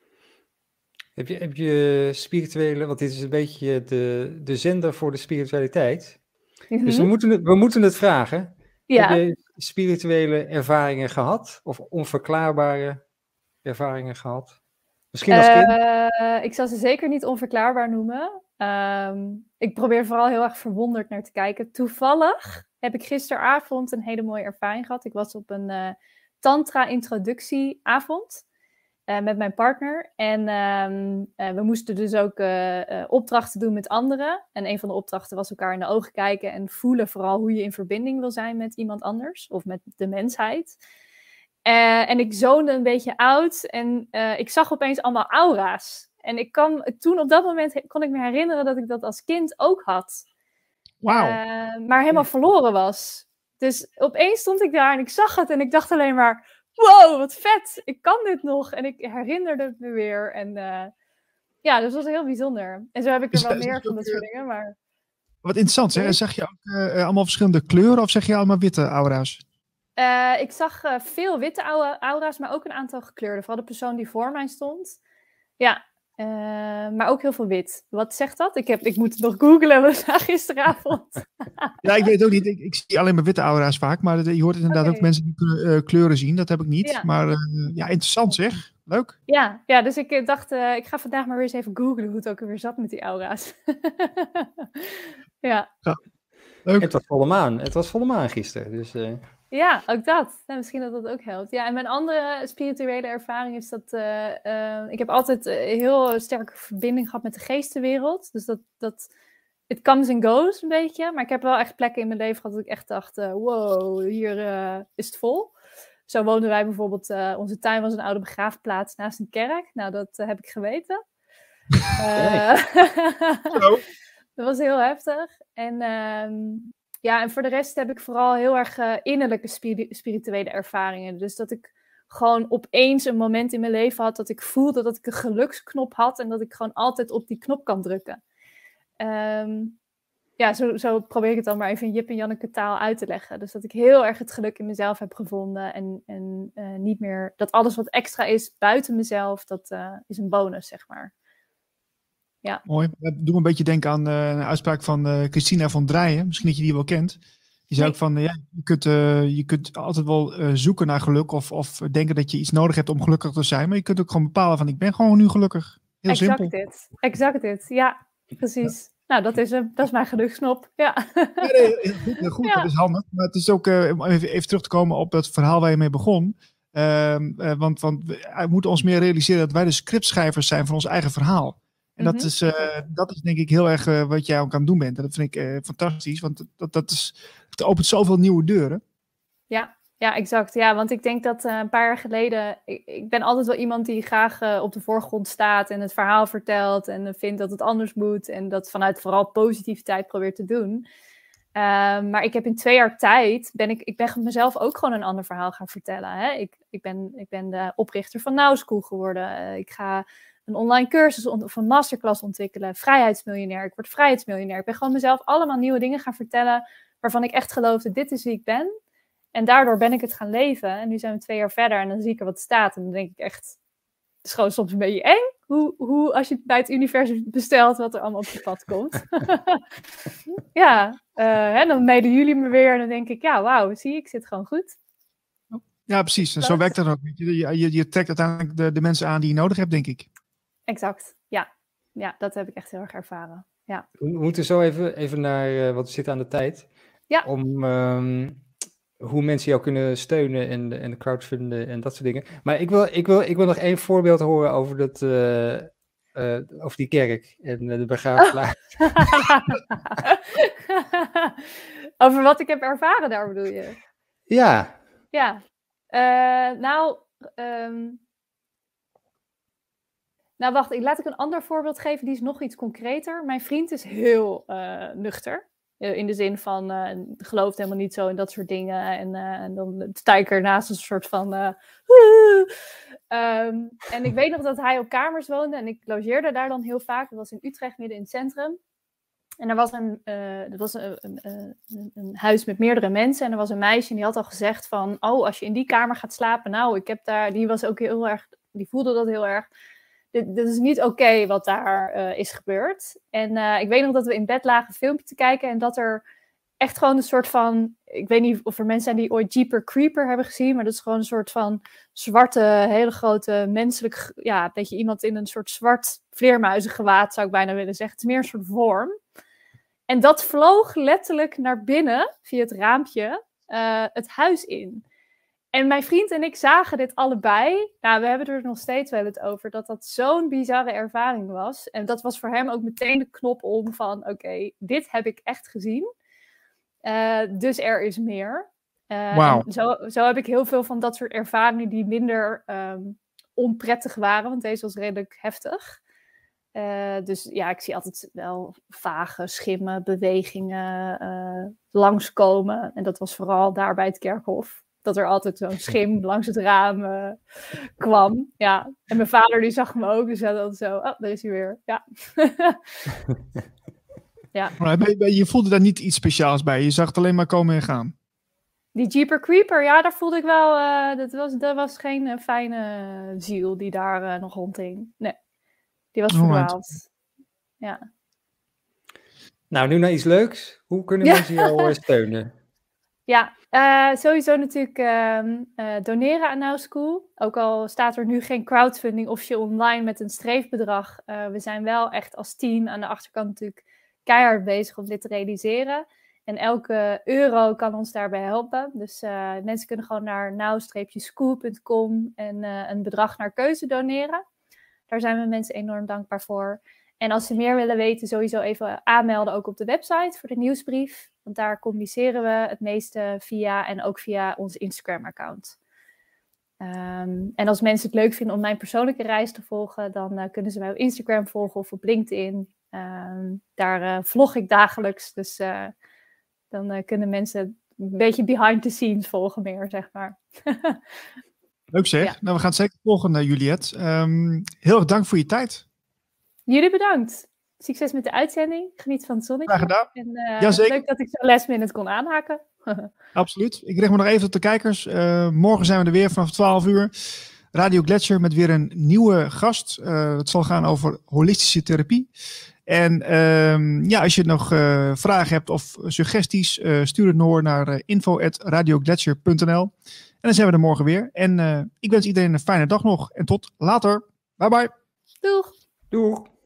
Heb je, heb je spirituele, want dit is een beetje de, de zender voor de spiritualiteit. Mm-hmm. Dus we moeten, het, we moeten het vragen. Ja. Heb je spirituele ervaringen gehad? Of onverklaarbare ervaringen gehad? Misschien als kind? Uh, ik zou ze zeker niet onverklaarbaar noemen. Um, ik probeer vooral heel erg verwonderd naar te kijken. Toevallig heb ik gisteravond een hele mooie ervaring gehad. Ik was op een uh, tantra-introductieavond uh, met mijn partner. En um, uh, we moesten dus ook uh, uh, opdrachten doen met anderen. En een van de opdrachten was elkaar in de ogen kijken en voelen vooral hoe je in verbinding wil zijn met iemand anders. Of met de mensheid. Uh, en ik zoonde een beetje oud en uh, ik zag opeens allemaal aura's. En ik kan, toen op dat moment kon ik me herinneren dat ik dat als kind ook had. Wauw. Uh, maar helemaal verloren was. Dus opeens stond ik daar en ik zag het en ik dacht alleen maar, wow, wat vet, ik kan dit nog. En ik herinnerde het me weer. En uh, ja, dat was heel bijzonder. En zo heb ik er wel meer van dat soort dingen. Maar... Wat interessant, hè? Zeg je ook uh, allemaal verschillende kleuren of zeg je allemaal witte aura's? Uh, ik zag uh, veel witte aura's, maar ook een aantal gekleurde. Vooral de persoon die voor mij stond. Ja, uh, maar ook heel veel wit. Wat zegt dat? Ik, heb, ik moet het nog googlen, we zagen gisteravond. Ja, ik weet ook niet. Ik, ik zie alleen maar witte aura's vaak. Maar de, je hoort inderdaad okay. ook mensen die kunnen uh, kleuren zien. Dat heb ik niet. Ja. Maar uh, ja, interessant zeg. Leuk. Ja, ja dus ik dacht, uh, ik ga vandaag maar weer eens even googlen hoe het ook weer zat met die aura's. ja. ja. Leuk. Het was volle maan. Het was volle maan gisteren. Dus... Uh... Ja, ook dat. Nou, misschien dat dat ook helpt. Ja, en mijn andere spirituele ervaring is dat... Uh, uh, ik heb altijd een heel sterke verbinding gehad met de geestenwereld. Dus dat... dat it comes and goes een beetje. Maar ik heb wel echt plekken in mijn leven gehad dat ik echt dacht... Uh, wow, hier uh, is het vol. Zo woonden wij bijvoorbeeld... Uh, onze tuin was een oude begraafplaats naast een kerk. Nou, dat uh, heb ik geweten. Uh, dat was heel heftig. En... Uh, Ja, en voor de rest heb ik vooral heel erg uh, innerlijke spiri- spirituele ervaringen. Dus dat ik gewoon opeens een moment in mijn leven had dat ik voelde dat ik een geluksknop had en dat ik gewoon altijd op die knop kan drukken. Um, ja, zo, zo probeer ik het dan maar even in Jip en Janneke taal uit te leggen. Dus dat ik heel erg het geluk in mezelf heb gevonden en, en uh, niet meer, dat alles wat extra is buiten mezelf, dat uh, is een bonus, zeg maar. Ja. Mooi. Dat doet me een beetje denken aan uh, een uitspraak van uh, Christina van Drijen. Misschien dat je die wel kent. Die zei nee. ook van, uh, ja, je kunt, uh, je kunt altijd wel uh, zoeken naar geluk of, of denken dat je iets nodig hebt om gelukkig te zijn. Maar je kunt ook gewoon bepalen van, ik ben gewoon nu gelukkig. Heel exact simpel. Dit. Exact dit. Ja, precies. Ja. Nou, dat is hem. Dat is mijn geluksknop. Ja. Ja, nee, heel goed, heel goed. Ja. Dat is handig. Maar het is ook, uh, om even, even terug te komen op het verhaal waar je mee begon. Uh, uh, want, want we moeten ons meer realiseren dat wij de scriptschrijvers zijn van ons eigen verhaal. En dat, mm-hmm. is, uh, dat is denk ik heel erg uh, wat jij ook aan het doen bent. En dat vind ik uh, fantastisch, want dat, dat is, het opent zoveel nieuwe deuren. Ja, ja, exact. Ja, want ik denk dat uh, een paar jaar geleden... Ik, ik ben altijd wel iemand die graag uh, op de voorgrond staat en het verhaal vertelt en uh, vindt dat het anders moet en dat vanuit vooral positiviteit probeert te doen. Uh, maar ik heb in twee jaar tijd, ben ik, ik ben mezelf ook gewoon een ander verhaal gaan vertellen. Hè? Ik, ik, ben, ik ben de oprichter van Now School geworden. Uh, ik ga... een online cursus of een masterclass ontwikkelen, vrijheidsmiljonair, ik word vrijheidsmiljonair. Ik ben gewoon mezelf allemaal nieuwe dingen gaan vertellen waarvan ik echt geloofde, dit is wie ik ben. En daardoor ben ik het gaan leven. En nu zijn we twee jaar verder en dan zie ik er wat staat. En dan denk ik echt, het is gewoon soms een beetje eng. Hoe, hoe als je het bij het universum bestelt, wat er allemaal op je pad komt. ja, uh, en dan mailen jullie me weer en dan denk ik, ja, wauw, zie je, ik zit gewoon goed. Ja, precies. En zo werkt dat ook. Je, je, je trekt uiteindelijk de, de mensen aan die je nodig hebt, denk ik. Exact, ja. Ja, dat heb ik echt heel erg ervaren. Ja. We moeten zo even, even naar, uh, wat we zitten aan de tijd. Ja. Om um, hoe mensen jou kunnen steunen en, en crowdfunden en dat soort dingen. Maar ik wil, ik wil, ik wil nog één voorbeeld horen over, dat, uh, uh, over die kerk en uh, de begraafplaats. Over wat ik heb ervaren daar bedoel je? Ja. Ja. Uh, nou... Um... Nou, wacht, ik laat ik een ander voorbeeld geven, die is nog iets concreter. Mijn vriend is heel uh, nuchter. Uh, in de zin van, uh, gelooft helemaal niet zo in dat soort dingen. En, uh, en dan sta ik ernaast een soort van... Uh, um, en ik weet nog dat hij op kamers woonde en ik logeerde daar dan heel vaak. Dat was in Utrecht, midden in het centrum. En er was een, uh, er was een, een, een, een huis met meerdere mensen. En er was een meisje en die had al gezegd van... Oh, als je in die kamer gaat slapen, nou, ik heb daar... Die was ook heel erg... Die voelde dat heel erg... Dit, dit is niet oké okay wat daar uh, is gebeurd. En uh, ik weet nog dat we in bed lagen een filmpje te kijken. En dat er echt gewoon een soort van... Ik weet niet of er mensen zijn die ooit Jeepers Creepers hebben gezien. Maar dat is gewoon een soort van zwarte, hele grote menselijk... Ja, een beetje iemand in een soort zwart vleermuizengewaad zou ik bijna willen zeggen. Het is meer een soort worm. En dat vloog letterlijk naar binnen, via het raampje, uh, het huis in. En mijn vriend en ik zagen dit allebei. Nou, we hebben er nog steeds wel het over. Dat dat zo'n bizarre ervaring was. En dat was voor hem ook meteen de knop om van... Oké, okay, dit heb ik echt gezien. Uh, dus er is meer. Uh, wow. zo, zo heb ik heel veel van dat soort ervaringen die minder um, onprettig waren. Want deze was redelijk heftig. Uh, dus ja, ik zie altijd wel vage schimmen, bewegingen uh, langskomen. En dat was vooral daar bij het kerkhof. Dat er altijd zo'n schim langs het raam uh, kwam. Ja. En mijn vader die zag me ook. Dus hij had zo, oh, daar is hij weer. Ja. ja. Maar je voelde daar niet iets speciaals bij? Je zag het alleen maar komen en gaan? Die Jeepers Creepers, ja, daar voelde ik wel... Uh, dat, was, dat was geen uh, fijne ziel die daar uh, nog rondhing. Nee, die was verdwaald. Ja. Nou, nu naar iets leuks. Hoe kunnen ja. mensen jou steunen? Ja, uh, sowieso natuurlijk uh, uh, doneren aan Now School. Ook al staat er nu geen crowdfunding of je online met een streefbedrag. Uh, we zijn wel echt als team aan de achterkant natuurlijk keihard bezig om dit te realiseren. En elke euro kan ons daarbij helpen. Dus uh, mensen kunnen gewoon naar now school punt com en uh, een bedrag naar keuze doneren. Daar zijn we mensen enorm dankbaar voor. En als ze meer willen weten, sowieso even aanmelden ook op de website voor de nieuwsbrief. Want daar communiceren we het meeste via en ook via ons Instagram-account. Um, en als mensen het leuk vinden om mijn persoonlijke reis te volgen, dan uh, kunnen ze mij op Instagram volgen of op LinkedIn. Um, daar uh, vlog ik dagelijks, dus uh, Dan uh, kunnen mensen een beetje behind the scenes volgen meer, zeg maar. Leuk zeg. Ja. Nou, we gaan het zeker volgen, uh, Juliette. Um, heel erg dank voor je tijd. Jullie bedankt. Succes met de uitzending. Geniet van het zonnetje. Graag gedaan. En, uh, ja, zeker. Leuk dat ik zo last minute kon aanhaken. Absoluut. Ik richt me nog even tot de kijkers. Uh, morgen zijn we er weer vanaf twaalf uur. Radio Gletscher met weer een nieuwe gast. Uh, het zal gaan over holistische therapie. En um, ja, als je nog uh, vragen hebt of suggesties, uh, stuur het door naar uh, info at radiogletscher punt n l. En dan zijn we er morgen weer. En uh, ik wens iedereen een fijne dag nog. En tot later. Bye bye. Doeg. Doeg.